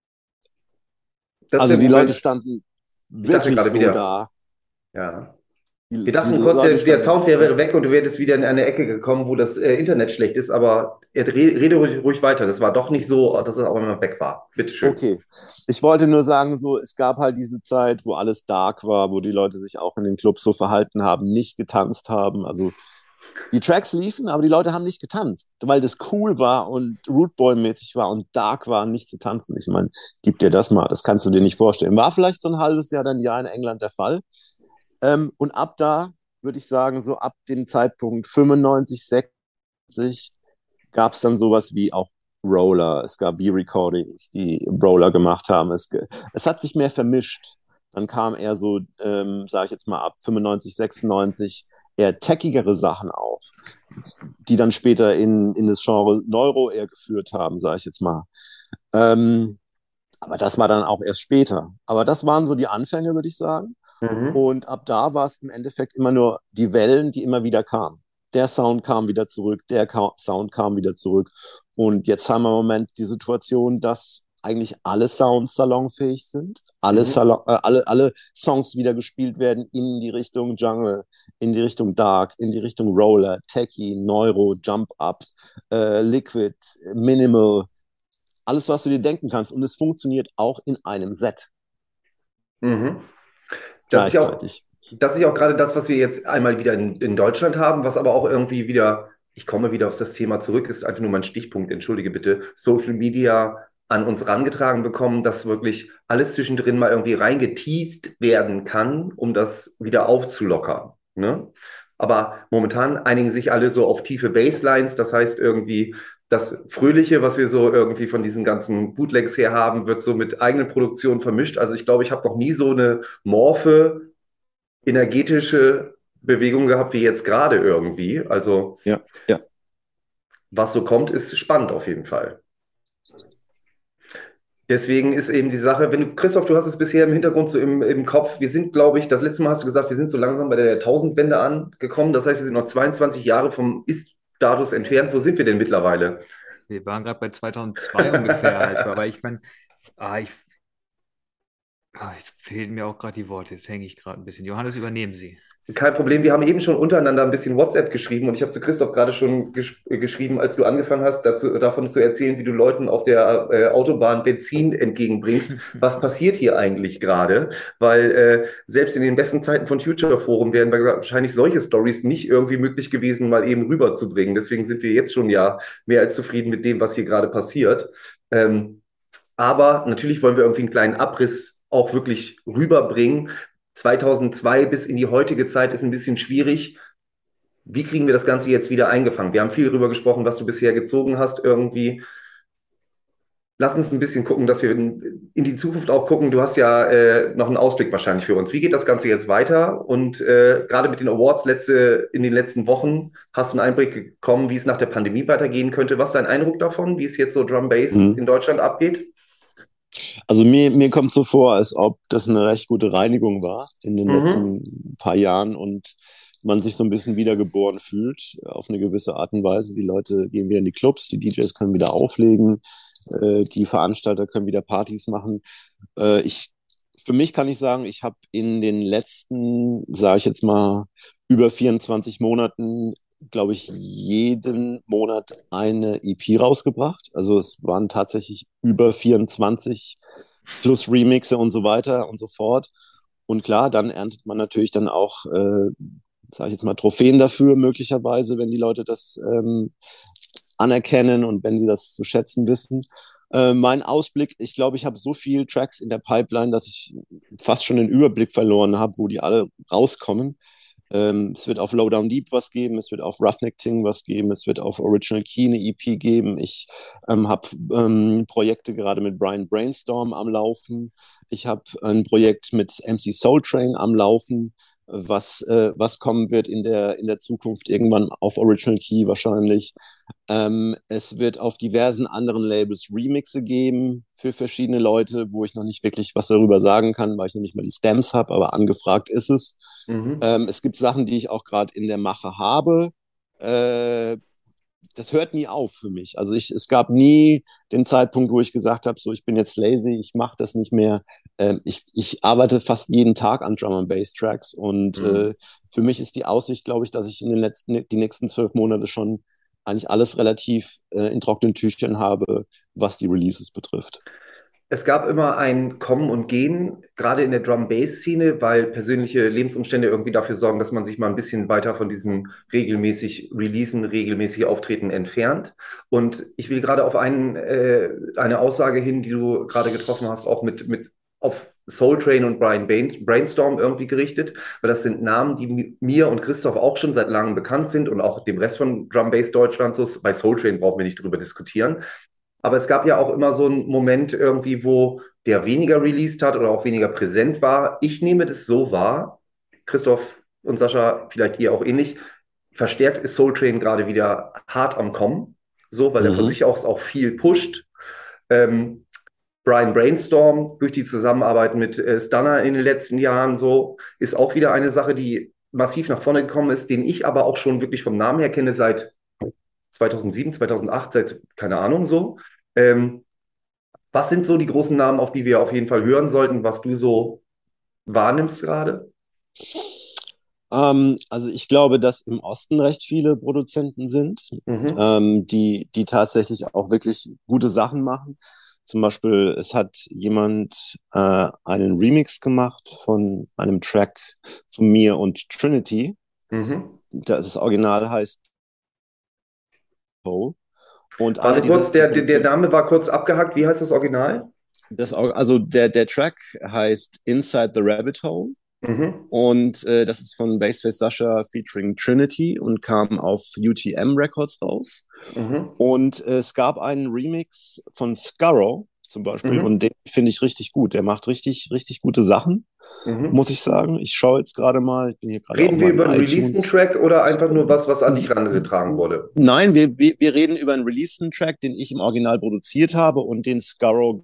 Das ist Also der die Leute Moment. standen Ich dachte wirklich gerade so wieder, da. ja. Wir Die, die dachten kurz, Leute der, der standen Sound wirklich, wäre ja. weg und du wärst wieder in eine Ecke gekommen, wo das äh, Internet schlecht ist, aber er re- rede ruhig, ruhig weiter. Das war doch nicht so, dass es auch immer weg war. Bitteschön. Okay. Ich wollte nur sagen, so, es gab halt diese Zeit, wo alles dark war, wo die Leute sich auch in den Clubs so verhalten haben, nicht getanzt haben. Also die Tracks liefen, aber die Leute haben nicht getanzt, weil das cool war und Rootboy-mäßig war und dark war, nicht zu tanzen. Ich meine, gib dir das mal, das kannst du dir nicht vorstellen. War vielleicht so ein halbes Jahr, dann ein Jahr in England der Fall. Ähm, und ab da würde ich sagen, so ab dem Zeitpunkt fünfundneunzig, sechzig gab es dann sowas wie auch Roller. Es gab V-Recordings, die Roller gemacht haben. Es, es hat sich mehr vermischt. Dann kam eher so, ähm, sage ich jetzt mal, ab fünfundneunzig, sechsundneunzig eher techigere Sachen auf. auch, die dann später in, in das Genre Neuro eher geführt haben, sage ich jetzt mal. Ähm, aber das war dann auch erst später. Aber das waren so die Anfänge, würde ich sagen. Mhm. Und ab da war es im Endeffekt immer nur die Wellen, die immer wieder kamen. Der Sound kam wieder zurück, der Ka- Sound kam wieder zurück. Und jetzt haben wir im Moment die Situation, dass eigentlich alle Sounds salonfähig sind, alle, Mhm. Salon, äh, alle, alle Songs wieder gespielt werden in die Richtung Jungle, in die Richtung Dark, in die Richtung Roller, Techie, Neuro, Jump Up, äh, Liquid, Minimal, alles, was du dir denken kannst. Und es funktioniert auch in einem Set Mhm. Das ist ja auch, gleichzeitig. das ist ja auch gerade das, was wir jetzt einmal wieder in, in Deutschland haben, was aber auch irgendwie wieder, ich komme wieder auf das Thema zurück, ist einfach nur mein Stichpunkt, entschuldige bitte, Social Media an uns rangetragen bekommen, dass wirklich alles zwischendrin mal irgendwie reingeteased werden kann, um das wieder aufzulockern. Ne? Aber momentan einigen sich alle so auf tiefe Basslines, das heißt irgendwie, das Fröhliche, was wir so irgendwie von diesen ganzen Bootlegs her haben, wird so mit eigenen Produktionen vermischt. Also ich glaube, ich habe noch nie so eine morphe, energetische Bewegung gehabt wie jetzt gerade irgendwie. Also Ja, ja. was so kommt, ist spannend auf jeden Fall. Deswegen ist eben die Sache, wenn du, Christoph, du hast es bisher im Hintergrund so im, im Kopf, wir sind, glaube ich, das letzte Mal hast du gesagt, wir sind so langsam bei der Tausendwende angekommen. Das heißt, wir sind noch zweiundzwanzig Jahre vom Ist-Status entfernt. Wo sind wir denn mittlerweile? Wir waren gerade bei zweitausendzwei ungefähr halt so, aber ich meine, ah, ich, ah, jetzt fehlen mir auch gerade die Worte, jetzt hänge ich gerade ein bisschen. Johannes, übernehmen Sie. Kein Problem, wir haben eben schon untereinander ein bisschen WhatsApp geschrieben und ich habe zu Christoph gerade schon gesch äh, geschrieben, als du angefangen hast, dazu, davon zu erzählen, wie du Leuten auf der äh, Autobahn Benzin entgegenbringst. Was passiert hier eigentlich gerade? Weil äh, selbst in den besten Zeiten von Future Forum wären wahrscheinlich solche Stories nicht irgendwie möglich gewesen, mal eben rüberzubringen. Deswegen sind wir jetzt schon ja mehr als zufrieden mit dem, was hier gerade passiert. Ähm, aber natürlich wollen wir irgendwie einen kleinen Abriss auch wirklich rüberbringen. zweitausendzwei bis in die heutige Zeit ist ein bisschen schwierig. Wie kriegen wir das Ganze jetzt wieder eingefangen? Wir haben viel darüber gesprochen, was du bisher gezogen hast irgendwie. Lass uns ein bisschen gucken, dass wir in, in die Zukunft auch gucken. Du hast ja äh, noch einen Ausblick wahrscheinlich für uns. Wie geht das Ganze jetzt weiter? Und äh, gerade mit den Awards letzte, in den letzten Wochen hast du einen Einblick bekommen, wie es nach der Pandemie weitergehen könnte. Was ist dein Eindruck davon, wie es jetzt so Drum Bass Mhm. in Deutschland abgeht? Also mir, mir kommt so vor, als ob das eine recht gute Reinigung war in den Mhm. letzten paar Jahren und man sich so ein bisschen wiedergeboren fühlt auf eine gewisse Art und Weise. Die Leute gehen wieder in die Clubs, die D Js können wieder auflegen, äh, die Veranstalter können wieder Partys machen. Äh, ich, für mich kann ich sagen, ich habe in den letzten, sage ich jetzt mal, über vierundzwanzig Monaten, glaube ich, jeden Monat eine E P rausgebracht. Also es waren tatsächlich über vierundzwanzig plus Remixe und so weiter und so fort. Und klar, dann erntet man natürlich dann auch, äh, sage ich jetzt mal, Trophäen dafür möglicherweise, wenn die Leute das ähm, anerkennen und wenn sie das zu schätzen wissen. Äh, mein Ausblick, ich glaube, ich habe so viele Tracks in der Pipeline, dass ich fast schon den Überblick verloren habe, wo die alle rauskommen. Ähm, es wird auf Lowdown Deep was geben, es wird auf Roughneck Ting was geben, es wird auf Original Key eine E P geben. Ich ähm, habe ähm, Projekte gerade mit Brian Brainstorm am Laufen. Ich habe ein Projekt mit M C Soul Train am Laufen, was, äh, was kommen wird in der, in der Zukunft, irgendwann auf Original Key wahrscheinlich. Ähm, es wird auf diversen anderen Labels Remixe geben für verschiedene Leute, wo ich noch nicht wirklich was darüber sagen kann, weil ich noch nicht mal die Stamps habe, aber angefragt ist es. Mhm. Ähm, es gibt Sachen, die ich auch gerade in der Mache habe. Äh, Das hört nie auf für mich. Also ich, es gab nie den Zeitpunkt, wo ich gesagt habe, so ich bin jetzt lazy, ich mache das nicht mehr. Ähm, ich, ich arbeite fast jeden Tag an Drum and Bass Tracks und Mhm. äh, für mich ist die Aussicht, glaube ich, dass ich in den letzten, die nächsten zwölf Monate schon eigentlich alles relativ äh, in trockenen Tüchern habe, was die Releases betrifft. Es gab immer ein Kommen und Gehen, gerade in der Drum-Bass-Szene, weil persönliche Lebensumstände irgendwie dafür sorgen, dass man sich mal ein bisschen weiter von diesem regelmäßig Releasen, regelmäßig Auftreten entfernt. Und ich will gerade auf einen, äh, eine Aussage hin, die du gerade getroffen hast, auch mit, mit auf Soul Train und Brian Bain, Brainstorm irgendwie gerichtet, weil das sind Namen, die mi- mir und Christoph auch schon seit langem bekannt sind und auch dem Rest von Drum Bass Deutschland so. Bei Soul Train brauchen wir nicht drüber diskutieren. Aber es gab ja auch immer so einen Moment irgendwie, wo der weniger released hat oder auch weniger präsent war. Ich nehme das so wahr, Christoph und Sascha, vielleicht ihr auch ähnlich. verstärkt ist Soul Train gerade wieder hart am Kommen, so, weil er von Mhm. sich aus auch viel pusht. Ähm, Brian Brainstorm durch die Zusammenarbeit mit äh, Stunner in den letzten Jahren so ist auch wieder eine Sache, die massiv nach vorne gekommen ist, den ich aber auch schon wirklich vom Namen her kenne seit zweitausendsieben, zweitausendacht, seit keine Ahnung so. Ähm, was sind so die großen Namen, auf die wir auf jeden Fall hören sollten, was du so wahrnimmst gerade? Ähm, also ich glaube, dass im Osten recht viele Produzenten sind, Mhm. ähm, die, die tatsächlich auch wirklich gute Sachen machen. Zum Beispiel, es hat jemand äh, einen Remix gemacht von einem Track von mir und Trinity. Mhm. Das Original heißt Ho. Und einer Warte dieser kurz, der, der, der Produzenten, Name war kurz abgehackt. Wie heißt das Original? das, also der, der Track heißt Inside the Rabbit Hole. Mhm. Und äh, das ist von Bassface Sasha featuring Trinity und kam auf U T M Records raus. Mhm. Und äh, es gab einen Remix von Scarrow zum Beispiel Mhm. und den finde ich richtig gut. Der macht richtig, richtig gute Sachen, Mhm. muss ich sagen. Ich schaue jetzt gerade mal, ich bin hier gerade auch Reden wir mal im über einen releaseden iTunes. Track oder einfach nur was, was an dich herangetragen wurde? Nein, wir, wir, wir reden über einen releaseden Track, den ich im Original produziert habe und den Scarrow.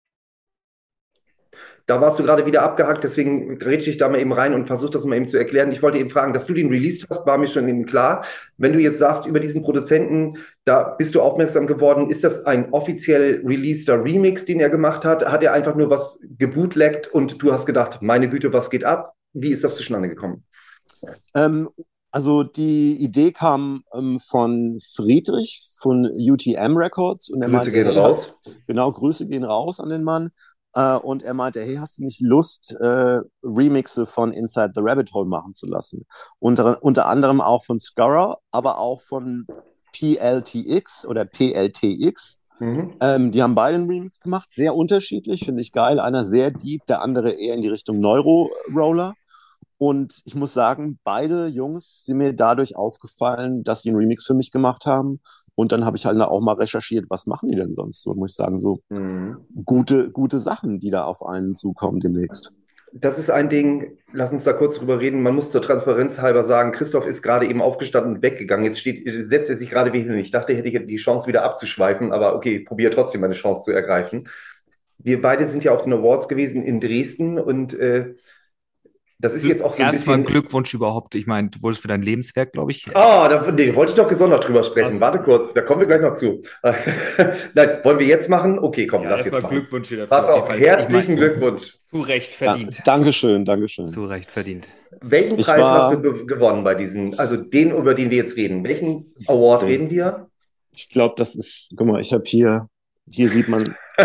Da warst du gerade wieder abgehackt, deswegen grätsche ich da mal eben rein und versuche das mal eben zu erklären. Ich wollte eben fragen, dass du den released hast, war mir schon eben klar. Wenn du jetzt sagst, über diesen Produzenten, da bist du aufmerksam geworden, ist das ein offiziell releaster Remix, den er gemacht hat? Hat er einfach nur was gebootlegt und du hast gedacht, meine Güte, was geht ab? Wie ist das zustande gekommen? Ähm, also die Idee kam ähm, von Friedrich von U T M Records und er Grüße meinte, gehen hey, ha- raus. genau, Grüße gehen raus an den Mann. Äh, und er meinte, hey, hast du nicht Lust, äh, Remixe von Inside the Rabbit Hole machen zu lassen? Unter, unter anderem auch von Scurra, aber auch von P L T X oder P L T X. Mhm. Ähm, die haben beide einen Remix gemacht, sehr unterschiedlich, finde ich geil. Einer sehr deep, der andere eher in die Richtung Neuro-Roller. Und ich muss sagen, beide Jungs sind mir dadurch aufgefallen, dass sie einen Remix für mich gemacht haben. Und dann habe ich halt auch mal recherchiert, was machen die denn sonst? So muss ich sagen, so Mhm. gute, gute Sachen, die da auf einen zukommen demnächst. Das ist ein Ding, lass uns da kurz drüber reden. Man muss zur Transparenz halber sagen, Christoph ist gerade eben aufgestanden und weggegangen. Jetzt steht, setzt er sich gerade wieder hin. Ich dachte, er hätte die Chance wieder abzuschweifen, aber okay, probiere trotzdem meine Chance zu ergreifen. Wir beide sind ja auf den Awards gewesen in Dresden und äh, das ist jetzt auch so ein Erstmal bisschen. Glückwunsch überhaupt. Ich meine, du wurdest für dein Lebenswerk, glaube ich. Ah, da nee, wollte ich doch gesondert drüber sprechen. Also, Warte kurz, da kommen wir gleich noch zu. Nein, wollen wir jetzt machen? Okay, komm, ja, lass jetzt erstmal machen. Glückwunsch dir Pass dazu auf jeden auf, Fall. Ich meine, herzlichen Glückwunsch. zu Recht Ja, verdient. Dankeschön, Dankeschön. Zu Recht verdient. Welchen Ich Preis hast du war, ge gewonnen bei diesen, also den, über den wir jetzt reden? Welchen Award okay, reden wir? ich glaube, das ist, guck mal, ich habe hier, hier sieht man,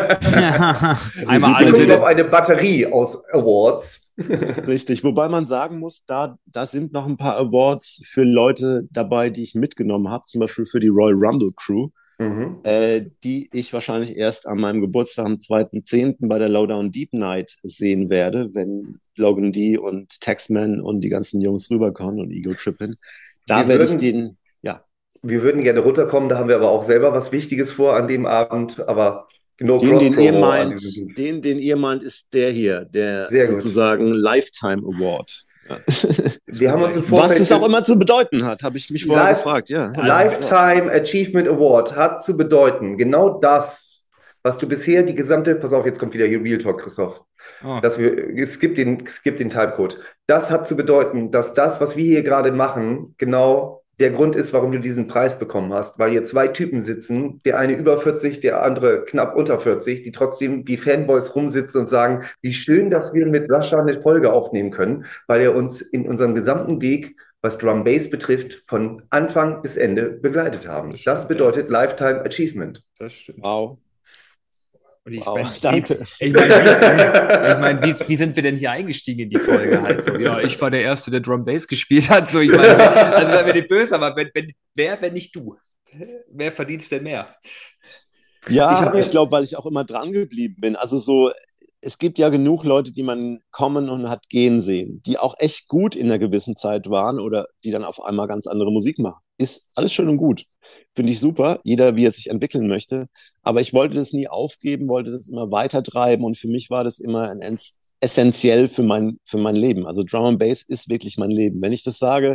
hier Einmal sieht Wir man gucken alle. auf eine Batterie aus Awards. richtig, wobei man sagen muss, da, da sind noch ein paar Awards für Leute dabei, die ich mitgenommen habe, zum Beispiel für die Royal Rumble Crew, Mhm. äh, die ich wahrscheinlich erst an meinem Geburtstag am zweiten zehnten bei der Lowdown Deep Night sehen werde, wenn Logan D und Taxman und die ganzen Jungs rüberkommen und Ego Trippin. Da Wir werde ich würden, den, ja, wir würden gerne runterkommen, da haben wir aber auch selber was Wichtiges vor an dem Abend, aber no den, den ihr Cross-Promo an diesem meint, Tag. den, den ihr meint, ist der hier, der Sehr gut. sozusagen Lifetime Award. Ja. Wir haben uns im Was es auch Vorfeld immer zu bedeuten hat, habe ich mich vorher Life, gefragt, ja. Lifetime Achievement Award hat zu bedeuten, genau das, was du bisher die gesamte, pass auf, jetzt kommt wieder hier Real Talk, Christoph. Oh. Dass wir, es gibt den, es gibt den Timecode. Das hat zu bedeuten, dass das, was wir hier gerade machen, genau der Grund ist, warum du diesen Preis bekommen hast. Weil hier zwei Typen sitzen, der eine über vierzig, der andere knapp unter vierzig, die trotzdem wie Fanboys rumsitzen und sagen, wie schön, dass wir mit Sascha eine Folge aufnehmen können, weil er uns in unserem gesamten Weg, was Drum Bass betrifft, von Anfang bis Ende begleitet haben. Das Das stimmt, bedeutet Lifetime Achievement. Das stimmt. Wow. Und ich Wow, meine, danke. ich meine, wie, ich mein, wie, wie sind wir denn hier eingestiegen in die Folge halt so? Ja, ich war der Erste, der Drum Bass gespielt hat. So, ich meine, also sei mir nicht böse, aber wenn, wenn, wer, wenn nicht du? Wer verdient denn mehr? Ich Ja, habe ich mir, glaube, weil ich auch immer dran geblieben bin. Also so, es gibt ja genug Leute, die man kommen und hat gehen sehen, die auch echt gut in einer gewissen Zeit waren oder die dann auf einmal ganz andere Musik machen. Ist alles schön und gut. Finde ich super. Jeder, wie er sich entwickeln möchte. Aber ich wollte das nie aufgeben, wollte das immer weitertreiben und für mich war das immer ein essentiell für mein, für mein Leben. Also Drum and Bass ist wirklich mein Leben. Wenn ich das sage,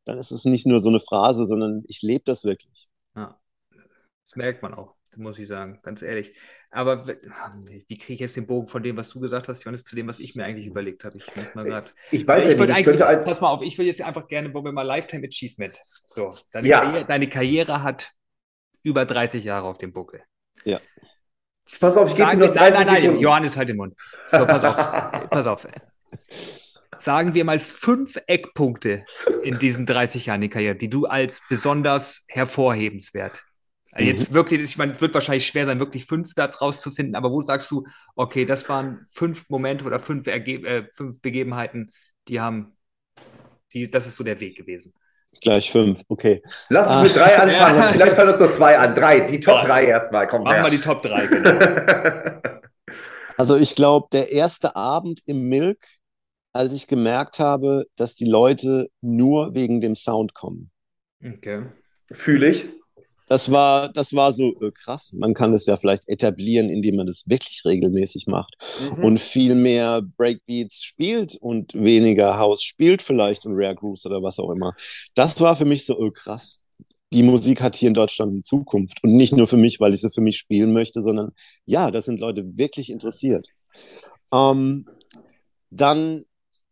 dann ist es nicht nur so eine Phrase, sondern ich lebe das wirklich. Ja, das merkt man auch, muss ich sagen, ganz ehrlich. Aber w- wie kriege ich jetzt den Bogen von dem, was du gesagt hast, Johannes, zu dem, was ich mir eigentlich überlegt habe? Ich muss mal gerade. Ich Äh, weiß ja ich nicht, würde ich eigentlich, könnte ein, pass mal auf, ich will jetzt einfach gerne, wo wir mal Lifetime Achievement. So, deine ja, Karriere, deine Karriere hat über dreißig Jahre auf dem Buckel. Ja. pass auf, ich gebe dir Sagen wir, noch nein, nein, dreißig nein, Sekunden. Johannes, halt den Mund. So, pass auf, äh, pass auf. Sagen wir mal fünf Eckpunkte in diesen dreißig Jahren der Karriere, die du als besonders hervorhebenswert. Also Mhm. jetzt wirklich, ich meine, es wird wahrscheinlich schwer sein, wirklich fünf da draus zu finden, aber wo sagst du, okay, das waren fünf Momente oder fünf, Erge äh, fünf Begebenheiten, die haben, die, das ist so der Weg gewesen. Gleich fünf, okay. Lass uns Ah, mit drei anfangen und Ja. vielleicht fallen uns noch zwei an. Drei, die Top Ja. drei erstmal. Komm Machen her. wir die Top drei, genau. also ich glaube, der erste Abend im Milk, als ich gemerkt habe, dass die Leute nur wegen dem Sound kommen. Okay. Fühle ich. Das war, das war so äh, krass. Man kann es ja vielleicht etablieren, indem man das wirklich regelmäßig macht Mhm. und viel mehr Breakbeats spielt und weniger House spielt vielleicht und Rare Grooves oder was auch immer. Das war für mich so äh, krass. Die Musik hat hier in Deutschland eine Zukunft und nicht nur für mich, weil ich sie für mich spielen möchte, sondern ja, das sind Leute wirklich interessiert. Ähm, dann,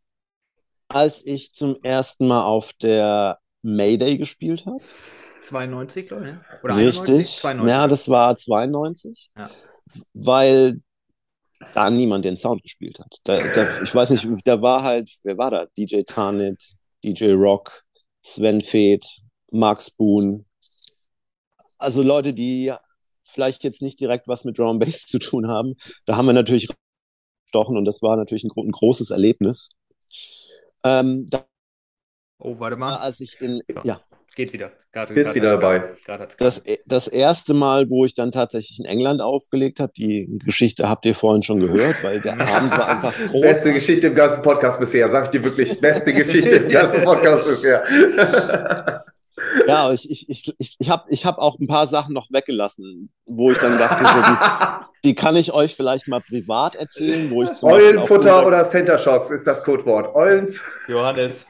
als ich zum ersten Mal auf der Mayday gespielt habe, zweiundneunzig, glaube ich, ne? Oder einundneunzig? richtig, zweiundneunzig. ja, das war zweiundneunzig, Ja. weil da niemand den Sound gespielt hat. Da, da, ich weiß nicht, da war halt, wer war da? D J Tarnit, D J Rock, Sven Feth, Max Boone. Also Leute, die vielleicht jetzt nicht direkt was mit Drum and Bass zu tun haben. Da haben wir natürlich gestochen und das war natürlich ein, ein großes Erlebnis. Ähm, da, Oh, warte mal. als ich in, So. ja, Geht wieder. Gerade, Bist gerade wieder hat's dabei. gerade- gerade hat's das, gerade. das erste Mal, wo ich dann tatsächlich in England aufgelegt habe, die Geschichte habt ihr vorhin schon gehört, weil der Abend war einfach groß. Beste Geschichte im ganzen Podcast bisher, sag ich dir wirklich. Beste Geschichte im ganzen Podcast bisher. Ja, ich, ich, ich, ich, ich habe ich hab auch ein paar Sachen noch weggelassen, wo ich dann dachte, so, die, die kann ich euch vielleicht mal privat erzählen, wo ich zum Beispiel auch Eulenfutter unter- oder Center Shocks ist das Codewort. Eulen. Johannes.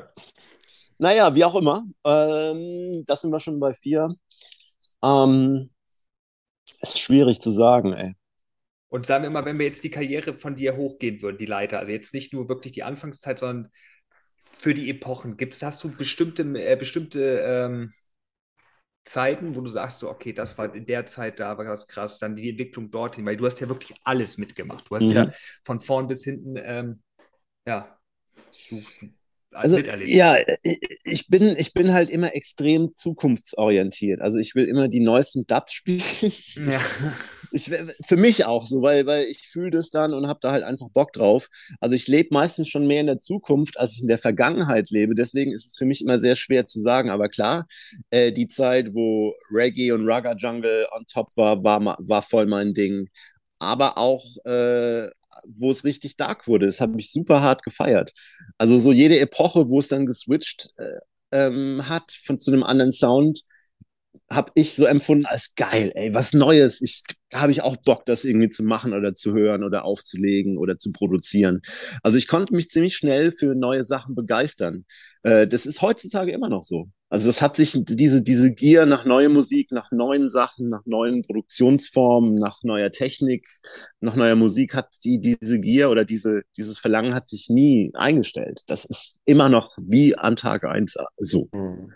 Naja, wie auch immer. Ähm, das sind wir schon bei vier. Ähm, ist schwierig zu sagen, ey. Und sagen wir mal, wenn wir jetzt die Karriere von dir hochgehen würden, die Leiter, also jetzt nicht nur wirklich die Anfangszeit, sondern für die Epochen, gibt's, hast du bestimmte, äh, bestimmte ähm, Zeiten, wo du sagst, so, okay, das war in der Zeit, da war das krass, dann die Entwicklung dorthin, weil du hast ja wirklich alles mitgemacht. Du hast Mhm. ja von vorn bis hinten, ähm, ja, du, du Also, miterlebt. ja, ich- ich bin, ich bin halt immer extrem zukunftsorientiert. Also ich will immer die neuesten Dubs spielen. Ja. Ich, für mich auch so, weil, weil ich fühle das dann und habe da halt einfach Bock drauf. Also ich lebe meistens schon mehr in der Zukunft, als ich in der Vergangenheit lebe. Deswegen ist es für mich immer sehr schwer zu sagen. Aber klar, äh, die Zeit, wo Reggae und Raga Jungle on top war, war, ma- war voll mein Ding. Aber auch, äh, wo es richtig dark wurde, das habe ich super hart gefeiert. Also so jede Epoche, wo es dann geswitcht äh, ähm, hat von zu einem anderen Sound, habe ich so empfunden als geil, ey, was Neues. Ich, da habe ich auch Bock, das irgendwie zu machen oder zu hören oder aufzulegen oder zu produzieren. Also ich konnte mich ziemlich schnell für neue Sachen begeistern. Äh, das ist heutzutage immer noch so. Also das hat sich diese, diese Gier nach neuer Musik, nach neuen Sachen, nach neuen Produktionsformen, nach neuer Technik, nach neuer Musik hat die, diese Gier oder diese, dieses Verlangen hat sich nie eingestellt. Das ist immer noch wie an Tag eins so. Hm.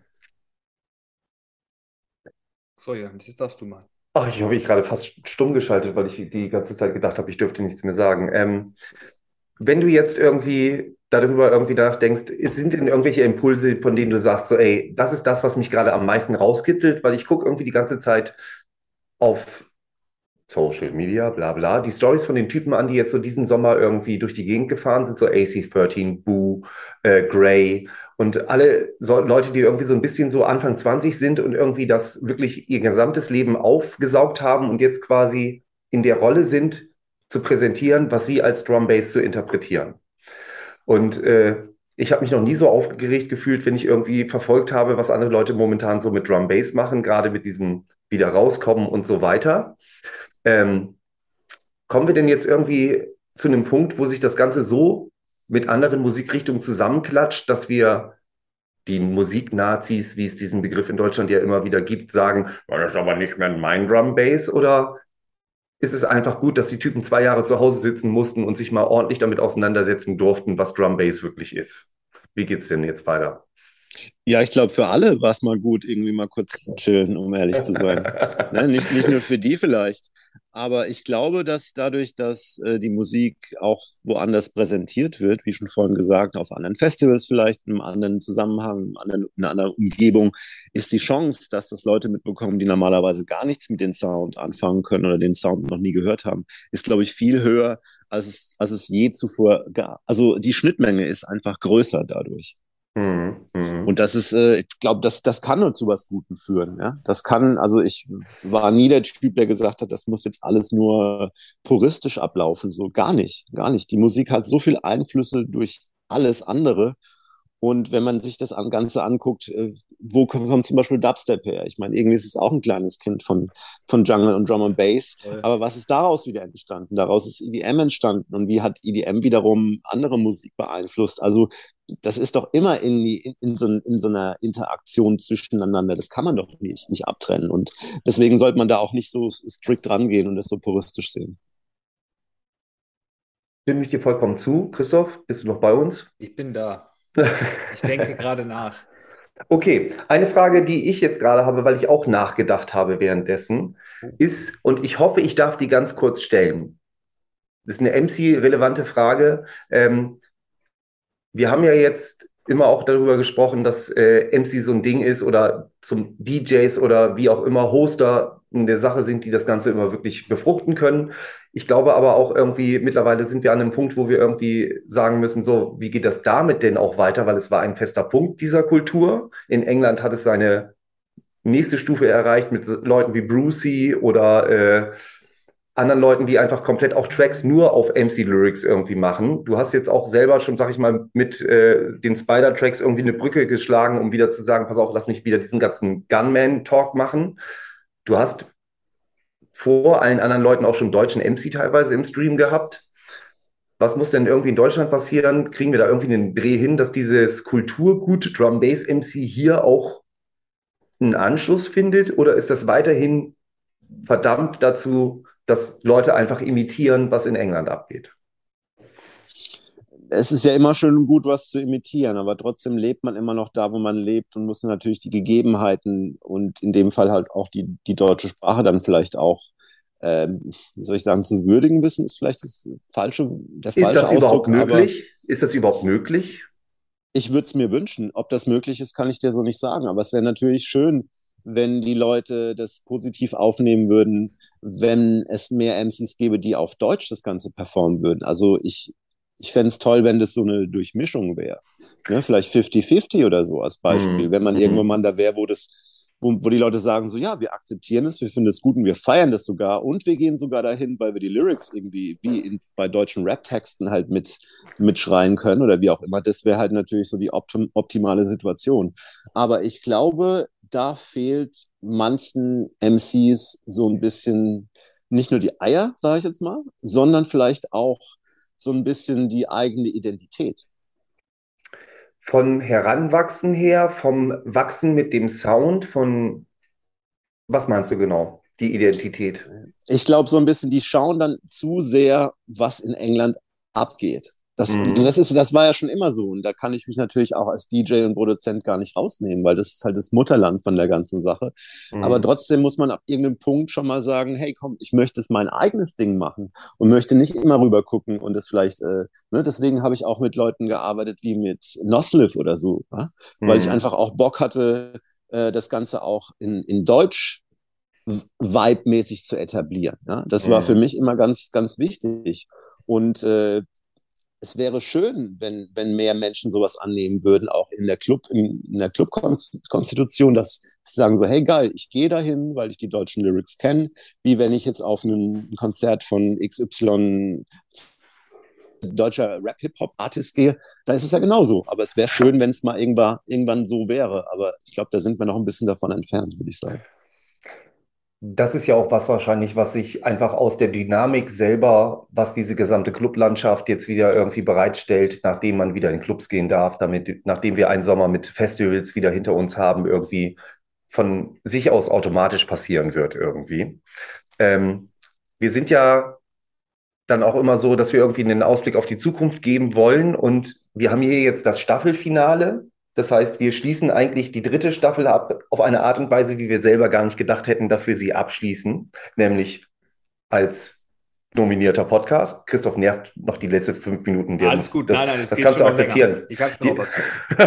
So, Johannes, jetzt darfst du mal. Ach, ich habe mich gerade fast stumm geschaltet, weil ich die ganze Zeit gedacht habe, ich dürfte nichts mehr sagen. Ähm, wenn du jetzt irgendwie darüber irgendwie nachdenkst, es sind denn irgendwelche Impulse, von denen du sagst, so, ey, das ist das, was mich gerade am meisten rauskitzelt, weil ich gucke irgendwie die ganze Zeit auf Social Media, bla bla, die Stories von den Typen an, die jetzt so diesen Sommer irgendwie durch die Gegend gefahren sind, so A C dreizehn, Boo, äh, Grey und alle so Leute, die irgendwie so ein bisschen so Anfang zwanzig sind und irgendwie das wirklich ihr gesamtes Leben aufgesaugt haben und jetzt quasi in der Rolle sind, zu präsentieren, was sie als Drum Bass zu interpretieren. Und äh, ich habe mich noch nie so aufgeregt gefühlt, wenn ich irgendwie verfolgt habe, was andere Leute momentan so mit Drum Bass machen, gerade mit diesen wieder rauskommen und so weiter. Ähm, kommen wir denn jetzt irgendwie zu einem Punkt, wo sich das Ganze so mit anderen Musikrichtungen zusammenklatscht, dass wir die Musiknazis, wie es diesen Begriff in Deutschland ja immer wieder gibt, sagen, "Ja, das ist aber nicht mehr mein Drum Bass"? Oder ist es einfach gut, dass die Typen zwei Jahre zu Hause sitzen mussten und sich mal ordentlich damit auseinandersetzen durften, was Drum Bass wirklich ist? Wie geht's denn jetzt weiter? Ja, ich glaube, für alle war es mal gut, irgendwie mal kurz zu chillen, um ehrlich zu sein. Ne? Nicht, nicht nur für die vielleicht. Aber ich glaube, dass dadurch, dass äh, die Musik auch woanders präsentiert wird, wie schon vorhin gesagt, auf anderen Festivals vielleicht, in einem anderen Zusammenhang, in einer anderen, in einer anderen Umgebung, ist die Chance, dass das Leute mitbekommen, die normalerweise gar nichts mit dem Sound anfangen können oder den Sound noch nie gehört haben, ist, glaube ich, viel höher, als es, als es je zuvor gab. Also die Schnittmenge ist einfach größer dadurch. Mhm. Und Mhm. das ist, äh, ich glaube, das, das kann nur zu was Gutem führen. Ja? Das kann, also ich war nie der Typ, der gesagt hat, das muss jetzt alles nur puristisch ablaufen. So gar nicht, gar nicht. Die Musik hat so viel Einflüsse durch alles andere. Und wenn man sich das an, Ganze anguckt, äh, wo kommt, kommt zum Beispiel Dubstep her? Ich meine, irgendwie ist es auch ein kleines Kind von, von Jungle und Drum and Bass. Voll. Aber was ist daraus wieder entstanden? Daraus ist E D M entstanden. Und wie hat E D M wiederum andere Musik beeinflusst? Also das ist doch immer in, in, in, so, in so einer Interaktion zwischeneinander. Das kann man doch nicht, nicht abtrennen. Und deswegen sollte man da auch nicht so strikt rangehen und das so puristisch sehen. Stimme ich dir vollkommen zu. Christoph, bist du noch bei uns? Ich bin da. Ich denke gerade nach. Okay, eine Frage, die ich jetzt gerade habe, weil ich auch nachgedacht habe währenddessen, ist, und ich hoffe, ich darf die ganz kurz stellen. Das ist eine M C-relevante Frage. Ähm, wir haben ja jetzt immer auch darüber gesprochen, dass äh, M C so ein Ding ist oder zum D Js oder wie auch immer Hoster eine Sache sind, die das Ganze immer wirklich befruchten können. Ich glaube aber auch irgendwie, mittlerweile sind wir an einem Punkt, wo wir irgendwie sagen müssen, so, wie geht das damit denn auch weiter? Weil es war ein fester Punkt dieser Kultur. In England hat es seine nächste Stufe erreicht mit so Leuten wie Brucey oder äh, anderen Leuten, die einfach komplett auch Tracks nur auf M C-Lyrics irgendwie machen. Du hast jetzt auch selber schon, sag ich mal, mit äh, den Spider-Tracks irgendwie eine Brücke geschlagen, um wieder zu sagen, pass auf, lass nicht wieder diesen ganzen Gunman-Talk machen. Du hast vor allen anderen Leuten auch schon deutschen M C teilweise im Stream gehabt. Was muss denn irgendwie in Deutschland passieren? Kriegen wir da irgendwie einen Dreh hin, dass dieses Kulturgut Drum Bass M C hier auch einen Anschluss findet? Oder ist das weiterhin verdammt dazu, dass Leute einfach imitieren, was in England abgeht? Es ist ja immer schön und gut, was zu imitieren, aber trotzdem lebt man immer noch da, wo man lebt und muss natürlich die Gegebenheiten und in dem Fall halt auch die, die deutsche Sprache dann vielleicht auch, ähm, wie soll ich sagen, zu würdigen wissen, ist vielleicht das falsche, der Ist falsche das überhaupt Ausdruck, aber möglich? Ist das überhaupt möglich? ich würde es mir wünschen. Ob das möglich ist, kann ich dir so nicht sagen. Aber es wäre natürlich schön, wenn die Leute das positiv aufnehmen würden, wenn es mehr M Cs gäbe, die auf Deutsch das Ganze performen würden. Also ich, ich fände es toll, wenn das so eine Durchmischung wäre. Ne? Vielleicht fünfzig fünfzig oder so als Beispiel. Hm, Wenn man irgendwann hm. mal da wäre, wo das, wo, wo die Leute sagen, so ja, wir akzeptieren es, wir finden es gut und wir feiern das sogar und wir gehen sogar dahin, weil wir die Lyrics irgendwie wie in, bei deutschen Rap-Texten halt mit mitschreien können oder wie auch immer. Das wäre halt natürlich so die optim optimale Situation. Aber ich glaube, da fehlt manchen M Cs so ein bisschen nicht nur die Eier, sage ich jetzt mal, sondern vielleicht auch so ein bisschen die eigene Identität. Von Heranwachsen her, vom Wachsen mit dem Sound, von was meinst du genau? Die Identität. Ich glaube, so ein bisschen, die schauen dann zu sehr, was in England abgeht. Das, Hm, das, ist, das war ja schon immer so. Und da kann ich mich natürlich auch als D J und Produzent gar nicht rausnehmen, weil das ist halt das Mutterland von der ganzen Sache. Aber hm. trotzdem muss man ab irgendeinem Punkt schon mal sagen, hey, komm, ich möchte es mein eigenes Ding machen und möchte nicht immer rüber gucken und das vielleicht, äh, ne, deswegen habe ich auch mit Leuten gearbeitet wie mit Nosliv oder so, ja? Weil ich Hm. einfach auch Bock hatte, äh, das Ganze auch in, in Deutsch Vibe-mäßig zu etablieren. Ja? Das war für Hm. mich immer ganz, ganz wichtig. Und äh, es wäre schön, wenn, wenn mehr Menschen sowas annehmen würden, auch in der Club, in, in der Clubkonstitution, dass sie sagen so, hey geil, ich gehe dahin, weil ich die deutschen Lyrics kenne, wie wenn ich jetzt auf ein Konzert von X Y deutscher Rap-Hip-Hop-Artist gehe, da ist es ja genauso. Aber es wäre schön, wenn es mal irgendwann, irgendwann so wäre. Aber ich glaube, da sind wir noch ein bisschen davon entfernt, würde ich sagen. Das ist ja auch was wahrscheinlich, was sich einfach aus der Dynamik selber, was diese gesamte Clublandschaft jetzt wieder irgendwie bereitstellt, nachdem man wieder in Clubs gehen darf, damit, nachdem wir einen Sommer mit Festivals wieder hinter uns haben, irgendwie von sich aus automatisch passieren wird irgendwie. Ähm, wir sind ja dann auch immer so, dass wir irgendwie einen Ausblick auf die Zukunft geben wollen. Und wir haben hier jetzt das Staffelfinale. Das heißt, wir schließen eigentlich die dritte Staffel ab auf eine Art und Weise, wie wir selber gar nicht gedacht hätten, dass wir sie abschließen, nämlich als nominierter Podcast. Christoph nervt noch die letzten fünf Minuten. Der Alles muss, gut, das, nein, nein, es das geht kannst du schon noch länger. akzeptieren. Ich kann es mir Die, noch was.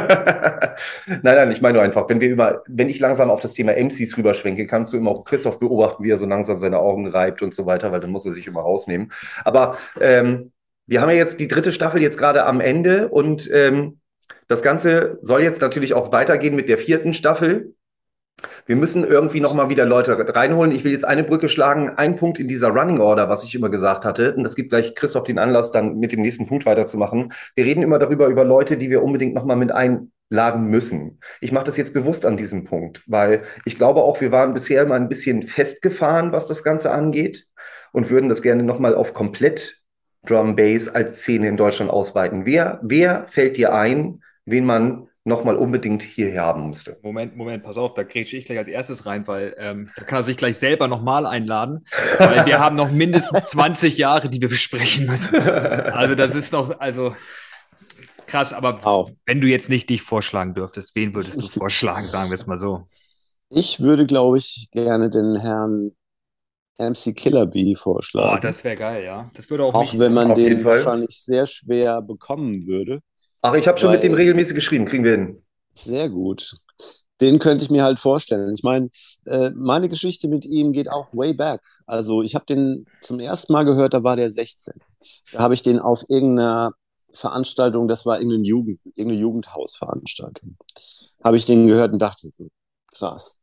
nein, nein, ich meine nur einfach, wenn wir immer, wenn ich langsam auf das Thema M Cs rüberschwenke, kannst du immer auch Christoph beobachten, wie er so langsam seine Augen reibt und so weiter, weil dann muss er sich immer rausnehmen. Aber ähm, wir haben ja jetzt die dritte Staffel jetzt gerade am Ende und ähm, das Ganze soll jetzt natürlich auch weitergehen mit der vierten Staffel. Wir müssen irgendwie nochmal wieder Leute reinholen. Ich will jetzt eine Brücke schlagen. Ein Punkt in dieser Running Order, was ich immer gesagt hatte, und das gibt gleich Christoph den Anlass, dann mit dem nächsten Punkt weiterzumachen. Wir reden immer darüber, über Leute, die wir unbedingt nochmal mit einladen müssen. Ich mache das jetzt bewusst an diesem Punkt, weil ich glaube auch, wir waren bisher immer ein bisschen festgefahren, was das Ganze angeht und würden das gerne nochmal auf komplett Drum Bass als Szene in Deutschland ausweiten. Wer, wer fällt dir ein, wen man nochmal unbedingt hierher haben musste? Moment, Moment, pass auf, da grätsche ich gleich als erstes rein, weil ähm, da kann er sich gleich selber nochmal einladen, weil wir haben noch mindestens zwanzig Jahre, die wir besprechen müssen. Also das ist doch, also krass, aber Auch. wenn du jetzt nicht dich vorschlagen dürftest, wen würdest du vorschlagen, sagen wir es mal so? Ich würde, glaube ich, gerne den Herrn M C Killer Bee vorschlagen. Oh, das wäre geil, ja. Das würde auch, Auch mich wenn man Auf jeden den Fall. wahrscheinlich sehr schwer bekommen würde. Ach, ich habe schon mit dem Weil- regelmäßig geschrieben, kriegen wir hin. Sehr gut. Den könnte ich mir halt vorstellen. Ich meine, äh, meine Geschichte mit ihm geht auch way back. Also ich habe den zum ersten Mal gehört, da war der sechzehn. Da habe ich den auf irgendeiner Veranstaltung, das war irgendeine Jugend, irgendeine Jugendhausveranstaltung, habe ich den gehört und dachte so, krass.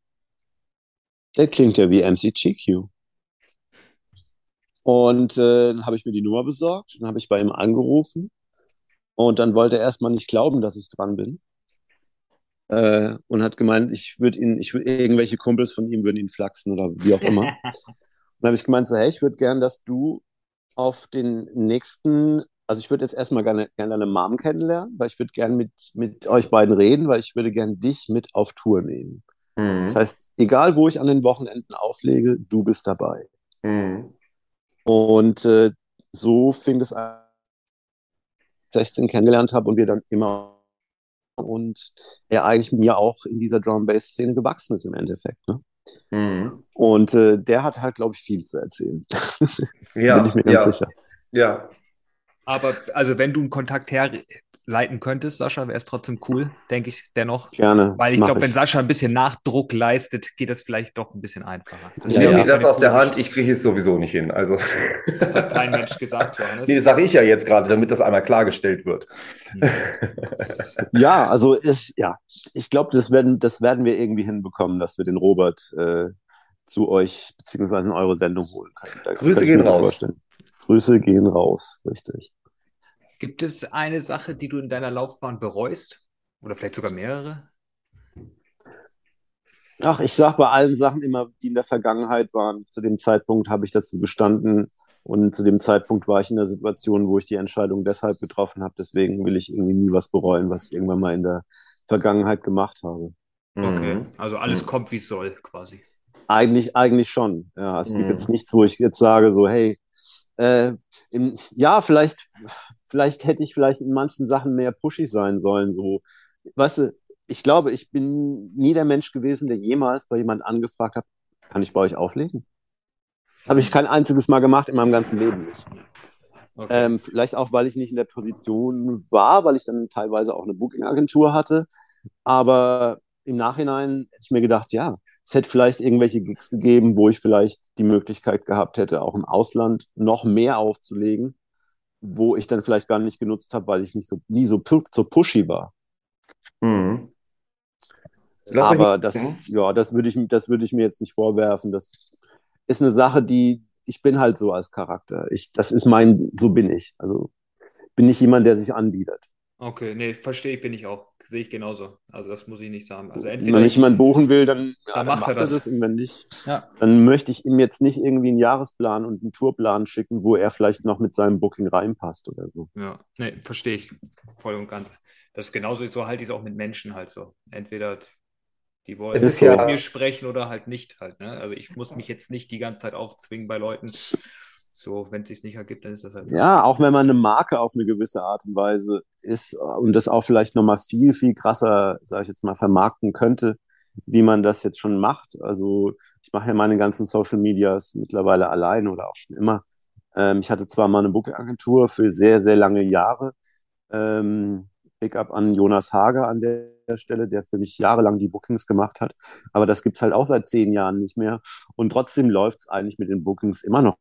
Der klingt ja wie M C G Q. Und äh, dann habe ich mir die Nummer besorgt, dann habe ich bei ihm angerufen und dann wollte er erstmal nicht glauben, dass ich dran bin. Äh, und hat gemeint, ich würde ihn, ich würd, irgendwelche Kumpels von ihm würden ihn flachsen oder wie auch immer. Dann habe ich gemeint, so, hey, ich würde gern, dass du auf den nächsten, also ich würde jetzt erstmal gerne, gerne deine Mom kennenlernen, weil ich würde gern mit, mit euch beiden reden, weil ich würde gern dich mit auf Tour nehmen. Das Mhm. heißt, egal wo ich an den Wochenenden auflege, du bist dabei. Mhm. Und äh, so fing es an, dass ich ihn kennengelernt habe und wir dann immer und er eigentlich mir auch in dieser Drum-Bass-Szene gewachsen ist im Endeffekt. Ne? Mhm. Und äh, der hat halt, glaube ich, viel zu erzählen. Bin ich Ja, mir ganz ja, sicher. ja. aber also wenn du einen Kontakt herleiten könntest, Sascha, wäre es trotzdem cool, denke ich dennoch. Gerne, Weil ich mach glaube, wenn ich. Sascha ein bisschen Nachdruck leistet, geht das vielleicht doch ein bisschen einfacher. Das Ja, wäre Nimm auf mir jeden Fall das eine aus der coole Hand, Geschichte. ich kriege es sowieso nicht hin. Also, Das hat kein Mensch gesagt, Johannes. nee, das sage ich ja jetzt gerade, damit das einmal klargestellt wird. Hm. Ja, also ist, ja, ich glaube, das werden, das werden wir irgendwie hinbekommen, dass wir den Robert äh, zu euch beziehungsweise in eure Sendung holen können. Das Grüße könnte ich gehen mir gut raus. vorstellen. Grüße gehen raus, richtig. Gibt es eine Sache, die du in deiner Laufbahn bereust? Oder vielleicht sogar mehrere? Ach, ich sag bei allen Sachen immer, die in der Vergangenheit waren. Zu dem Zeitpunkt habe ich dazu gestanden und zu dem Zeitpunkt war ich in der Situation, wo ich die Entscheidung deshalb getroffen habe. Deswegen will ich irgendwie nie was bereuen, was ich irgendwann mal in der Vergangenheit gemacht habe. Okay, Mhm. also alles Mhm. kommt, wie es soll, quasi. Eigentlich, eigentlich schon. Ja, es gibt jetzt Mhm. nichts, wo ich jetzt sage, so, hey, äh, im, ja, vielleicht, vielleicht hätte ich vielleicht in manchen Sachen mehr pushy sein sollen. So, weißt du, ich glaube, ich bin nie der Mensch gewesen, der jemals bei jemand angefragt hat, kann ich bei euch auflegen? Habe ich kein einziges Mal gemacht in meinem ganzen Leben nicht. Okay. Ähm, vielleicht auch, weil ich nicht in der Position war, weil ich dann teilweise auch eine Booking-Agentur hatte. Aber im Nachhinein hätte ich mir gedacht, ja, es hätte vielleicht irgendwelche Gigs gegeben, wo ich vielleicht die Möglichkeit gehabt hätte, auch im Ausland noch mehr aufzulegen, wo ich dann vielleicht gar nicht genutzt habe, weil ich nicht so, nie so, pu so pushy war. Mhm. Lass euch Aber mal. Mhm. das, ja, das würde ich, das würde ich mir jetzt nicht vorwerfen. Das ist eine Sache, die, ich bin halt so als Charakter. Ich, das ist mein, so bin ich. Also bin ich jemand, der sich anbietet. Okay, nee, verstehe ich, bin ich auch. Sehe ich genauso. Also das muss ich nicht sagen. Also Wenn entweder mich ich, jemand buchen will, dann, ja, dann dann macht er macht er das. das. Und wenn nicht, Ja. dann möchte ich ihm jetzt nicht irgendwie einen Jahresplan und einen Tourplan schicken, wo er vielleicht noch mit seinem Booking reinpasst oder so. Ja, nee, verstehe ich voll und ganz. Das ist genauso, so halte ich es auch mit Menschen halt so. Entweder die Es wollen ist Ist mit so. mir ja, sprechen oder halt nicht halt, ne? Also ich muss mich jetzt nicht die ganze Zeit aufzwingen bei Leuten. So, wenn es sich nicht ergibt, dann ist das halt so. Ja, auch wenn man eine Marke auf eine gewisse Art und Weise ist und das auch vielleicht nochmal viel, viel krasser, sage ich jetzt mal, vermarkten könnte, wie man das jetzt schon macht. Also ich mache ja meine ganzen Social Medias mittlerweile allein oder auch schon immer. Ähm, ich hatte zwar mal eine Booking-Agentur für sehr, sehr lange Jahre. Ähm, Big up an Jonas Hager an der Stelle, der für mich jahrelang die Bookings gemacht hat. Aber das gibt's halt auch seit zehn Jahren nicht mehr. Und trotzdem läuft's eigentlich mit den Bookings immer noch.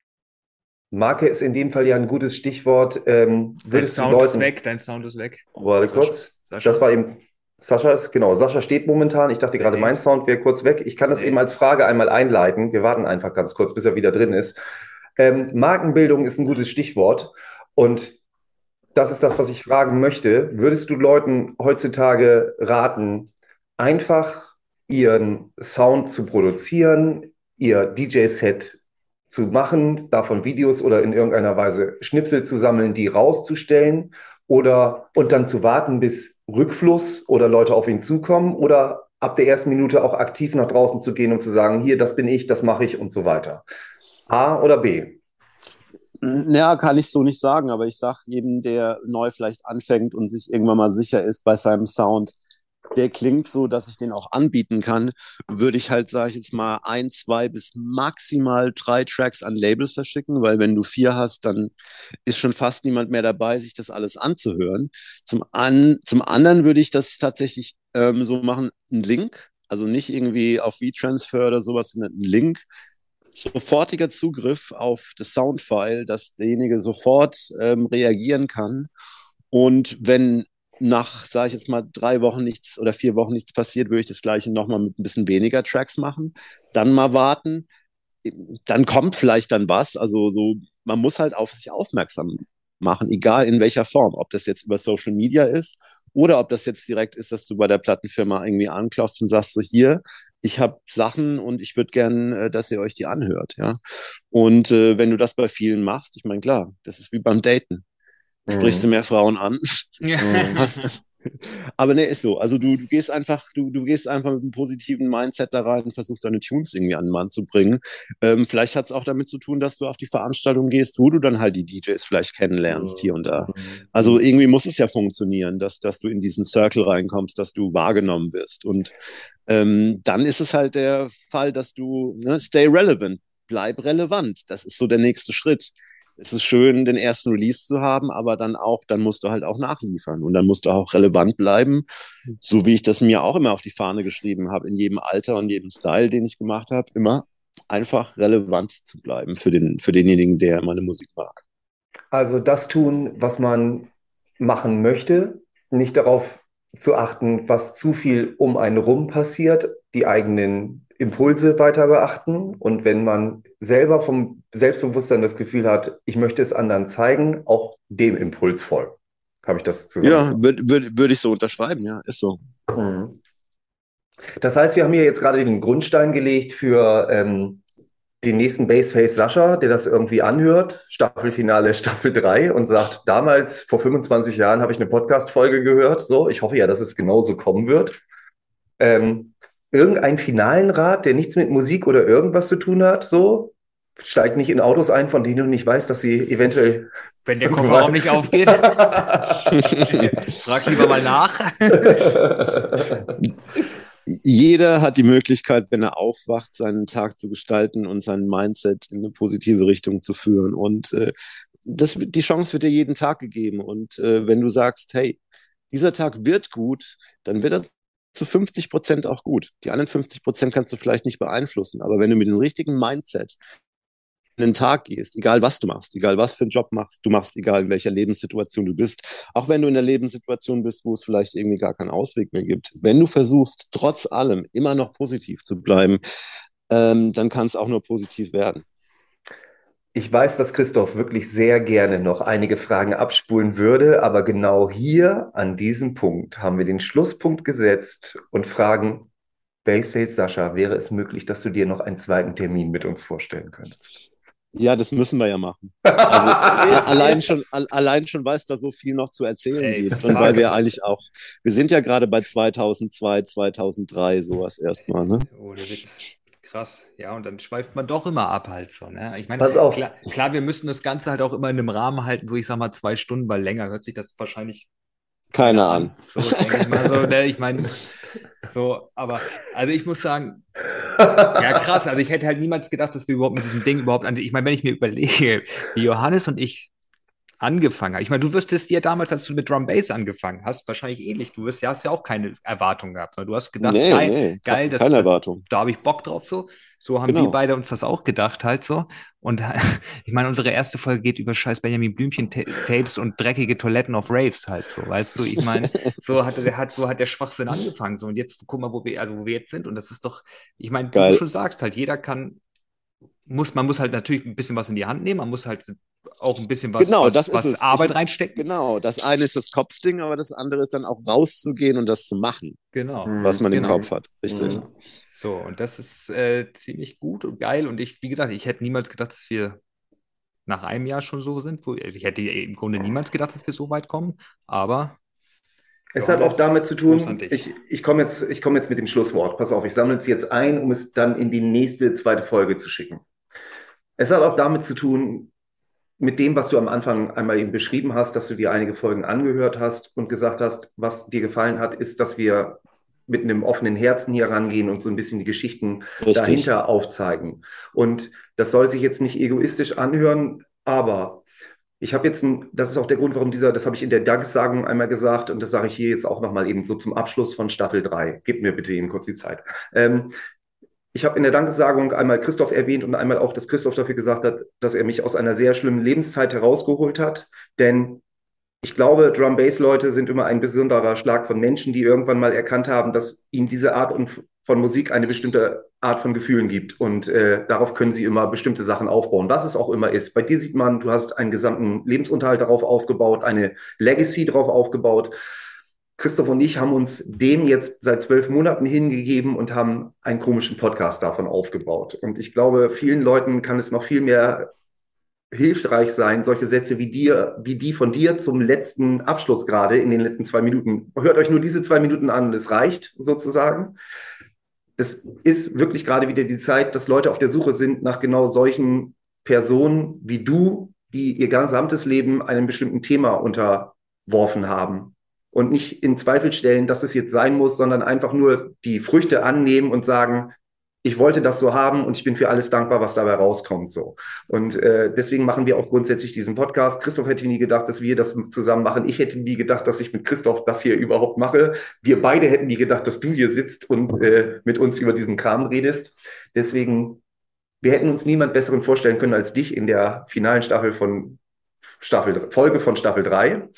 Marke ist in dem Fall ja ein gutes Stichwort. Ähm, Dein würdest du Sound ist Leuten, weg, dein Sound ist weg. warte Sascha. kurz, das Sascha? war eben, Sascha ist, genau, Sascha steht momentan. Ich dachte Der gerade, mein lebt. Sound wäre kurz weg. Ich kann das eben Nee. als Frage einmal einleiten. Wir warten einfach ganz kurz, bis er wieder drin ist. Ähm, Markenbildung ist ein gutes Stichwort. Und das ist das, was ich fragen möchte. Würdest du Leuten heutzutage raten, einfach ihren Sound zu produzieren, ihr D J-Set zu machen, davon Videos oder in irgendeiner Weise Schnipsel zu sammeln, die rauszustellen oder und dann zu warten, bis Rückfluss oder Leute auf ihn zukommen oder ab der ersten Minute auch aktiv nach draußen zu gehen und zu sagen, hier, das bin ich, das mache ich und so weiter. A oder B? Ja, kann ich so nicht sagen, aber ich sag jedem, der neu vielleicht anfängt und sich irgendwann mal sicher ist bei seinem Sound, der klingt so, dass ich den auch anbieten kann, würde ich halt, sage ich jetzt mal, ein, zwei bis maximal drei Tracks an Labels verschicken, weil wenn du vier hast, dann ist schon fast niemand mehr dabei, sich das alles anzuhören. Zum, an, zum anderen würde ich das tatsächlich ähm, so machen, einen Link, also nicht irgendwie auf V-Transfer oder sowas, sondern einen Link, sofortiger Zugriff auf das Soundfile, dass derjenige sofort ähm, reagieren kann. Und wenn nach, sage ich jetzt mal, drei Wochen nichts oder vier Wochen nichts passiert, würde ich das gleiche nochmal mit ein bisschen weniger Tracks machen. Dann mal warten. Dann kommt vielleicht dann was. Also so, man muss halt auf sich aufmerksam machen, egal in welcher Form. Ob das jetzt über Social Media ist oder ob das jetzt direkt ist, dass du bei der Plattenfirma irgendwie anklopfst und sagst so, hier, ich habe Sachen und ich würde gern, äh, dass ihr euch die anhört, ja. Und äh, wenn du das bei vielen machst, ich meine, klar, das ist wie beim Daten. Sprichst du Mhm. mehr Frauen an, Ja. Mhm. hast, aber ne, ist so. Also du, du gehst einfach, du, du gehst einfach mit einem positiven Mindset da rein und versuchst deine Tunes irgendwie an den Mann zu bringen. Ähm, vielleicht hat es auch damit zu tun, dass du auf die Veranstaltung gehst, wo du dann halt die D Js vielleicht kennenlernst hier und da. Also Mhm. irgendwie muss es ja funktionieren, dass, dass du in diesen Circle reinkommst, dass du wahrgenommen wirst. Und ähm, dann ist es halt der Fall, dass du, ne, stay relevant, bleib relevant. Das ist so der nächste Schritt. Es ist schön, den ersten Release zu haben, aber dann auch, dann musst du halt auch nachliefern und dann musst du auch relevant bleiben, so wie ich das mir auch immer auf die Fahne geschrieben habe, in jedem Alter und jedem Style, den ich gemacht habe, immer einfach relevant zu bleiben für den, für denjenigen, der meine Musik mag. Also das tun, was man machen möchte, nicht darauf zu achten, was zu viel um einen rum passiert, die eigenen Impulse weiter beachten. Und wenn man selber vom Selbstbewusstsein das Gefühl hat, ich möchte es anderen zeigen, auch dem Impuls folgen. Habe ich das Ja, zusammengefasst? würde würd, würd ich so unterschreiben, ja, ist so. Mhm. Das heißt, wir haben hier jetzt gerade den Grundstein gelegt für ähm, den nächsten Baseface Sascha, der das irgendwie anhört, Staffelfinale Staffel drei und sagt, damals vor fünfundzwanzig Jahren habe ich eine Podcast-Folge gehört. So, ich hoffe ja, dass es genauso kommen wird. Ähm, irgendeinen finalen Rat, der nichts mit Musik oder irgendwas zu tun hat, so, steigt nicht in Autos ein, von denen du nicht weißt, dass sie eventuell Wenn der Kofferraum nicht aufgeht, frag lieber mal nach. Jeder hat die Möglichkeit, wenn er aufwacht, seinen Tag zu gestalten und sein Mindset in eine positive Richtung zu führen. Und äh, das, die Chance wird dir jeden Tag gegeben. Und äh, wenn du sagst, hey, dieser Tag wird gut, dann wird er zu fünfzig Prozent auch gut. Die anderen fünfzig Prozent kannst du vielleicht nicht beeinflussen. Aber wenn du mit dem richtigen Mindset in den Tag gehst, egal was du machst, egal was für einen Job machst, du machst, egal in welcher Lebenssituation du bist, auch wenn du in der Lebenssituation bist, wo es vielleicht irgendwie gar keinen Ausweg mehr gibt, wenn du versuchst, trotz allem immer noch positiv zu bleiben, ähm, dann kann es auch nur positiv werden. Ich weiß, dass Christoph wirklich sehr gerne noch einige Fragen abspulen würde, aber genau hier an diesem Punkt haben wir den Schlusspunkt gesetzt und fragen, Baseface Sascha, wäre es möglich, dass du dir noch einen zweiten Termin mit uns vorstellen könntest? Ja, das müssen wir ja machen. Also a- Ist, allein ist. schon, al- allein schon, weil es da so viel noch zu erzählen Ey, gibt und weil fuck. wir eigentlich auch, wir sind ja gerade bei zweitausendzwei, zweitausenddrei sowas erstmal, ne? Ohne Witz. Krass. Ja, und dann schweift man doch immer ab halt so, ne? Ich meine, Pass auf. klar, klar, wir müssen das Ganze halt auch immer in einem Rahmen halten, so ich sag mal zwei Stunden, weil länger hört sich das wahrscheinlich Keine keiner an. an. So, denke ich mal so, ne? Ich meine, so, aber, also ich muss sagen, ja, krass. Also ich hätte halt niemals gedacht, dass wir überhaupt mit diesem Ding überhaupt an. Ich meine, wenn ich mir überlege, wie Johannes und ich angefangen haben. Ich meine, du wirst dir damals, als du mit Drum Bass angefangen hast, wahrscheinlich ähnlich. Du wirst, ja, hast ja auch keine Erwartung gehabt. Ne? Du hast gedacht, Nee, geil, nee, geil, ke- das, keine das, Erwartung. da habe ich Bock drauf so. So haben wir Genau. beide uns das auch gedacht halt so. Und ich meine, unsere erste Folge geht über scheiß Benjamin Blümchen-Tapes und dreckige Toiletten auf Raves halt so. Weißt du, ich meine, so hat der hat so hat der Schwachsinn angefangen so. Und jetzt guck mal, wo wir also wo wir jetzt sind. Und das ist doch, ich meine, wie du Geil. schon sagst, halt jeder kann muss, man muss halt natürlich ein bisschen was in die Hand nehmen, man muss halt auch ein bisschen was, Genau, was, das ist was es. Arbeit Ich, reinstecken. genau, das eine ist das Kopfding, aber das andere ist dann auch rauszugehen und das zu machen, Genau. was man im Genau. Kopf hat. Richtig. Mhm. So, und das ist äh, ziemlich gut und geil. Und ich, wie gesagt, ich hätte niemals gedacht, dass wir nach einem Jahr schon so sind. Wo, ich hätte im Grunde niemals gedacht, dass wir so weit kommen. Aber Es hat auch Johannes, damit zu Gruß tun, an dich. ich, ich komme jetzt, ich komme jetzt mit dem Schlusswort. Pass auf, ich sammle es jetzt ein, um es dann in die nächste, zweite Folge zu schicken. Es hat auch damit zu tun, mit dem, was du am Anfang einmal eben beschrieben hast, dass du dir einige Folgen angehört hast und gesagt hast, was dir gefallen hat, ist, dass wir mit einem offenen Herzen hier rangehen und so ein bisschen die Geschichten Richtig. dahinter aufzeigen. Und das soll sich jetzt nicht egoistisch anhören, aber ich habe jetzt, ein, das ist auch der Grund, warum dieser, das habe ich in der Danksagung einmal gesagt und das sage ich hier jetzt auch nochmal eben so zum Abschluss von Staffel drei. Gib mir bitte eben kurz die Zeit. Ähm, ich habe in der Danksagung einmal Christoph erwähnt und einmal auch, dass Christoph dafür gesagt hat, dass er mich aus einer sehr schlimmen Lebenszeit herausgeholt hat. Denn ich glaube, Drum-Bass-Leute sind immer ein besonderer Schlag von Menschen, die irgendwann mal erkannt haben, dass ihnen diese Art von Musik eine bestimmte Art von Gefühlen gibt. Und äh, darauf können sie immer bestimmte Sachen aufbauen, was es auch immer ist. Bei dir sieht man, du hast einen gesamten Lebensunterhalt darauf aufgebaut, eine Legacy darauf aufgebaut. Christoph und ich haben uns dem jetzt seit zwölf Monaten hingegeben und haben einen komischen Podcast davon aufgebaut. Und ich glaube, vielen Leuten kann es noch viel mehr hilfreich sein, solche Sätze wie dir, wie die von dir zum letzten Abschluss gerade in den letzten zwei Minuten. Hört euch nur diese zwei Minuten an, es reicht sozusagen. Es ist wirklich gerade wieder die Zeit, dass Leute auf der Suche sind nach genau solchen Personen wie du, die ihr gesamtes Leben einem bestimmten Thema unterworfen haben. Und nicht in Zweifel stellen, dass es jetzt sein muss, sondern einfach nur die Früchte annehmen und sagen, ich wollte das so haben und ich bin für alles dankbar, was dabei rauskommt. So. Und äh, deswegen machen wir auch grundsätzlich diesen Podcast. Christoph hätte nie gedacht, dass wir das zusammen machen. Ich hätte nie gedacht, dass ich mit Christoph das hier überhaupt mache. Wir beide hätten nie gedacht, dass du hier sitzt und äh, mit uns über diesen Kram redest. Deswegen, wir hätten uns niemand Besseren vorstellen können als dich in der finalen Staffel von Staffel, Folge von Staffel drei.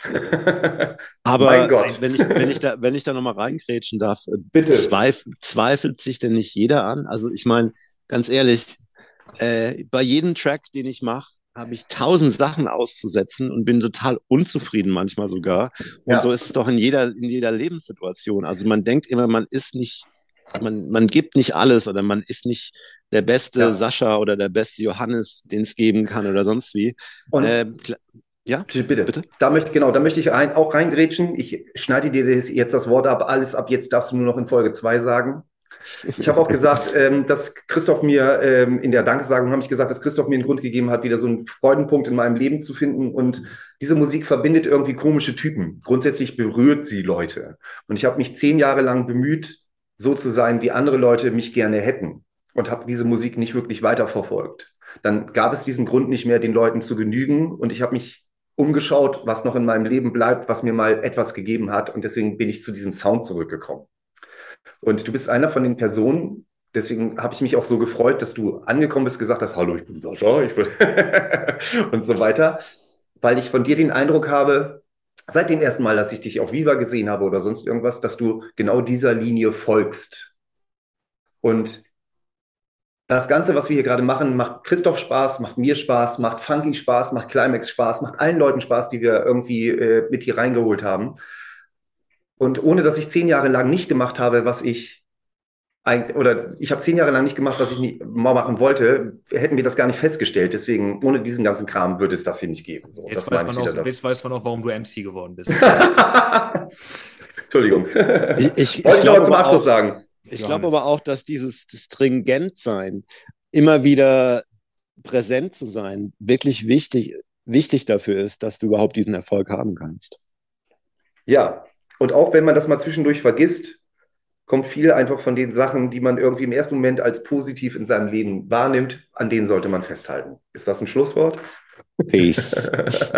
Aber Mein Gott. wenn ich, wenn ich da, wenn ich da nochmal reingrätschen darf, äh, Bitte. zweif, zweifelt sich denn nicht jeder an? Also ich meine, ganz ehrlich, äh, bei jedem Track, den ich mache, habe ich tausend Sachen auszusetzen und bin total unzufrieden manchmal sogar. Und Ja. so ist es doch in jeder, in jeder Lebenssituation. Also man denkt immer, man ist nicht, man, man gibt nicht alles oder man ist nicht der beste Ja. Sascha oder der beste Johannes, den es geben kann oder sonst wie. Und Äh, ja, bitte. bitte. Da möchte, genau, da möchte ich rein, auch reingrätschen. Ich schneide dir das, jetzt das Wort ab. Alles ab jetzt darfst du nur noch in Folge zwei sagen. Ich habe auch gesagt, ähm, dass Christoph mir ähm, in der Danksagung habe ich gesagt, dass Christoph mir einen Grund gegeben hat, wieder so einen Freudenpunkt in meinem Leben zu finden. Und diese Musik verbindet irgendwie komische Typen. Grundsätzlich berührt sie Leute. Und ich habe mich zehn Jahre lang bemüht, so zu sein, wie andere Leute mich gerne hätten. Und habe diese Musik nicht wirklich weiterverfolgt. Dann gab es diesen Grund nicht mehr, den Leuten zu genügen. Und ich habe mich umgeschaut, was noch in meinem Leben bleibt, was mir mal etwas gegeben hat. Und deswegen bin ich zu diesem Sound zurückgekommen. Und du bist einer von den Personen, deswegen habe ich mich auch so gefreut, dass du angekommen bist, gesagt hast, hallo, ich bin Sascha, ich will und so weiter, weil ich von dir den Eindruck habe, seit dem ersten Mal, dass ich dich auf Viva gesehen habe oder sonst irgendwas, dass du genau dieser Linie folgst. Und Das Ganze, was wir hier gerade machen, macht Christoph Spaß, macht mir Spaß, macht Funky Spaß, macht Climax Spaß, macht allen Leuten Spaß, die wir irgendwie äh, mit hier reingeholt haben. Und ohne, dass ich zehn Jahre lang nicht gemacht habe, was ich eigentlich, oder ich habe zehn Jahre lang nicht gemacht, was ich nie, mal machen wollte, hätten wir das gar nicht festgestellt. Deswegen, ohne diesen ganzen Kram würde es das hier nicht geben. So, Jetzt, das weiß meine man ich auch, wieder, jetzt weiß man auch, warum du M C geworden bist. Entschuldigung. Ich, ich, Wollte ich ich noch mal glaube zum aber Abschluss auch, sagen. ich glaube aber auch, dass dieses das Stringent-Sein, immer wieder präsent zu sein, wirklich wichtig, wichtig dafür ist, dass du überhaupt diesen Erfolg haben kannst. Ja, und auch wenn man das mal zwischendurch vergisst, kommt viel einfach von den Sachen, die man irgendwie im ersten Moment als positiv in seinem Leben wahrnimmt, an denen sollte man festhalten. Ist das ein Schlusswort? Peace.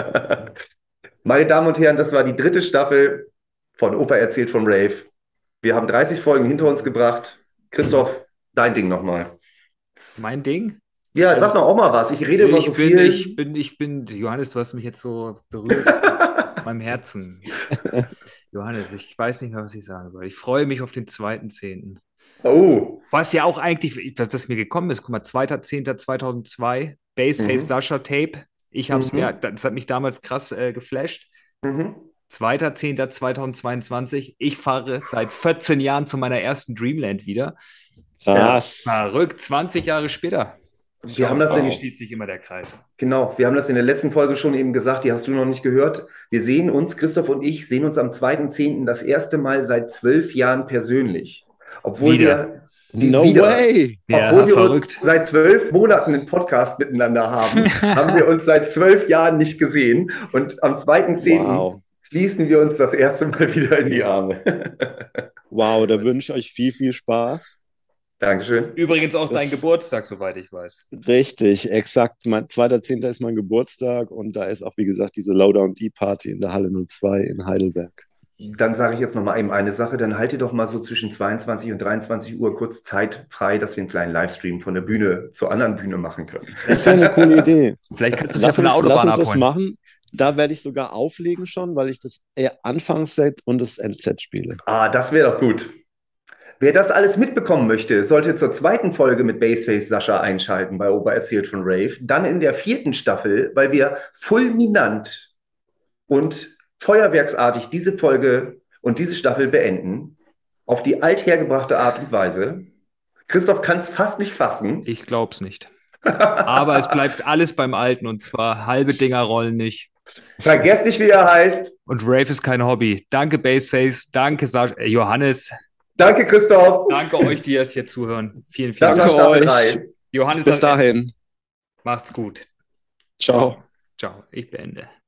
Meine Damen und Herren, das war die dritte Staffel von Opa erzählt vom Rave. Wir haben dreißig Folgen hinter uns gebracht. Christoph, dein Ding nochmal. Mein Ding? Ja, sag doch auch mal was. Ich rede immer Ich so bin, viel. ich bin, ich bin, Johannes, du hast mich jetzt so berührt in meinem Herzen. Johannes, ich weiß nicht mehr, was ich sagen soll. Ich freue mich auf den zweiten Zehnten. Oh. Was ja auch eigentlich, dass das mir gekommen ist, guck mal, zweiter Zehnter zweitausendzwei, Baseface Mhm. Sascha Tape. Ich hab's Mhm. mir, das hat mich damals krass äh, geflasht. Mhm. zweiter Zehnter zweitausendzweiundzwanzig. Ich fahre seit vierzehn Jahren zu meiner ersten Dreamland wieder. Krass. Verrückt, zwanzig Jahre später. Wir haben das Wow. in, schließt sich immer der Kreis. Genau, wir haben das in der letzten Folge schon eben gesagt, die hast du noch nicht gehört. Wir sehen uns, Christoph und ich, sehen uns am zweiten Zehnten das erste Mal seit zwölf Jahren persönlich. Obwohl Wieder. wir die No wieder, way. obwohl Ja, wir verrückt. uns seit zwölf Monaten einen Podcast miteinander haben, haben wir uns seit zwölf Jahren nicht gesehen. Und am zweiten Zehnten Wow. schließen wir uns das erste Mal wieder in die Arme. Wow, da wünsche ich euch viel, viel Spaß. Dankeschön. Übrigens auch Das- dein Geburtstag, soweit ich weiß. Richtig, exakt. Mein zweiter Zehnter ist mein Geburtstag und da ist auch, wie gesagt, diese Lowdown D Party in der Halle null zwei in Heidelberg. Dann sage ich jetzt noch mal eben eine Sache, dann halte doch mal so zwischen zweiundzwanzig und dreiundzwanzig Uhr kurz Zeit frei, dass wir einen kleinen Livestream von der Bühne zur anderen Bühne machen können. Das wäre eine coole Idee. Vielleicht kannst du es ja Lass, von der uns- lass Autobahn uns das abholen. machen. Da werde ich sogar auflegen schon, weil ich das eher Anfangsset und das Endset spiele. Ah, das wäre doch gut. Wer das alles mitbekommen möchte, sollte zur zweiten Folge mit Baseface Sascha einschalten bei Opa erzählt von Rave. Dann in der vierten Staffel, weil wir fulminant und feuerwerksartig diese Folge und diese Staffel beenden. Auf die althergebrachte Art und Weise. Christoph kann es fast nicht fassen. Ich glaub's nicht. Aber es bleibt alles beim Alten und zwar halbe Dinger rollen nicht. Vergesst nicht, wie er heißt. Und Rave ist kein Hobby. Danke, Baseface. Danke, Sascha, äh, Johannes. Danke, Christoph. Danke euch, die jetzt hier zuhören. Vielen, vielen Das war Dank. Danke Staffel euch. drei. Johannes, Bis das- dahin. macht's gut. Ciao. Ciao. Ich beende.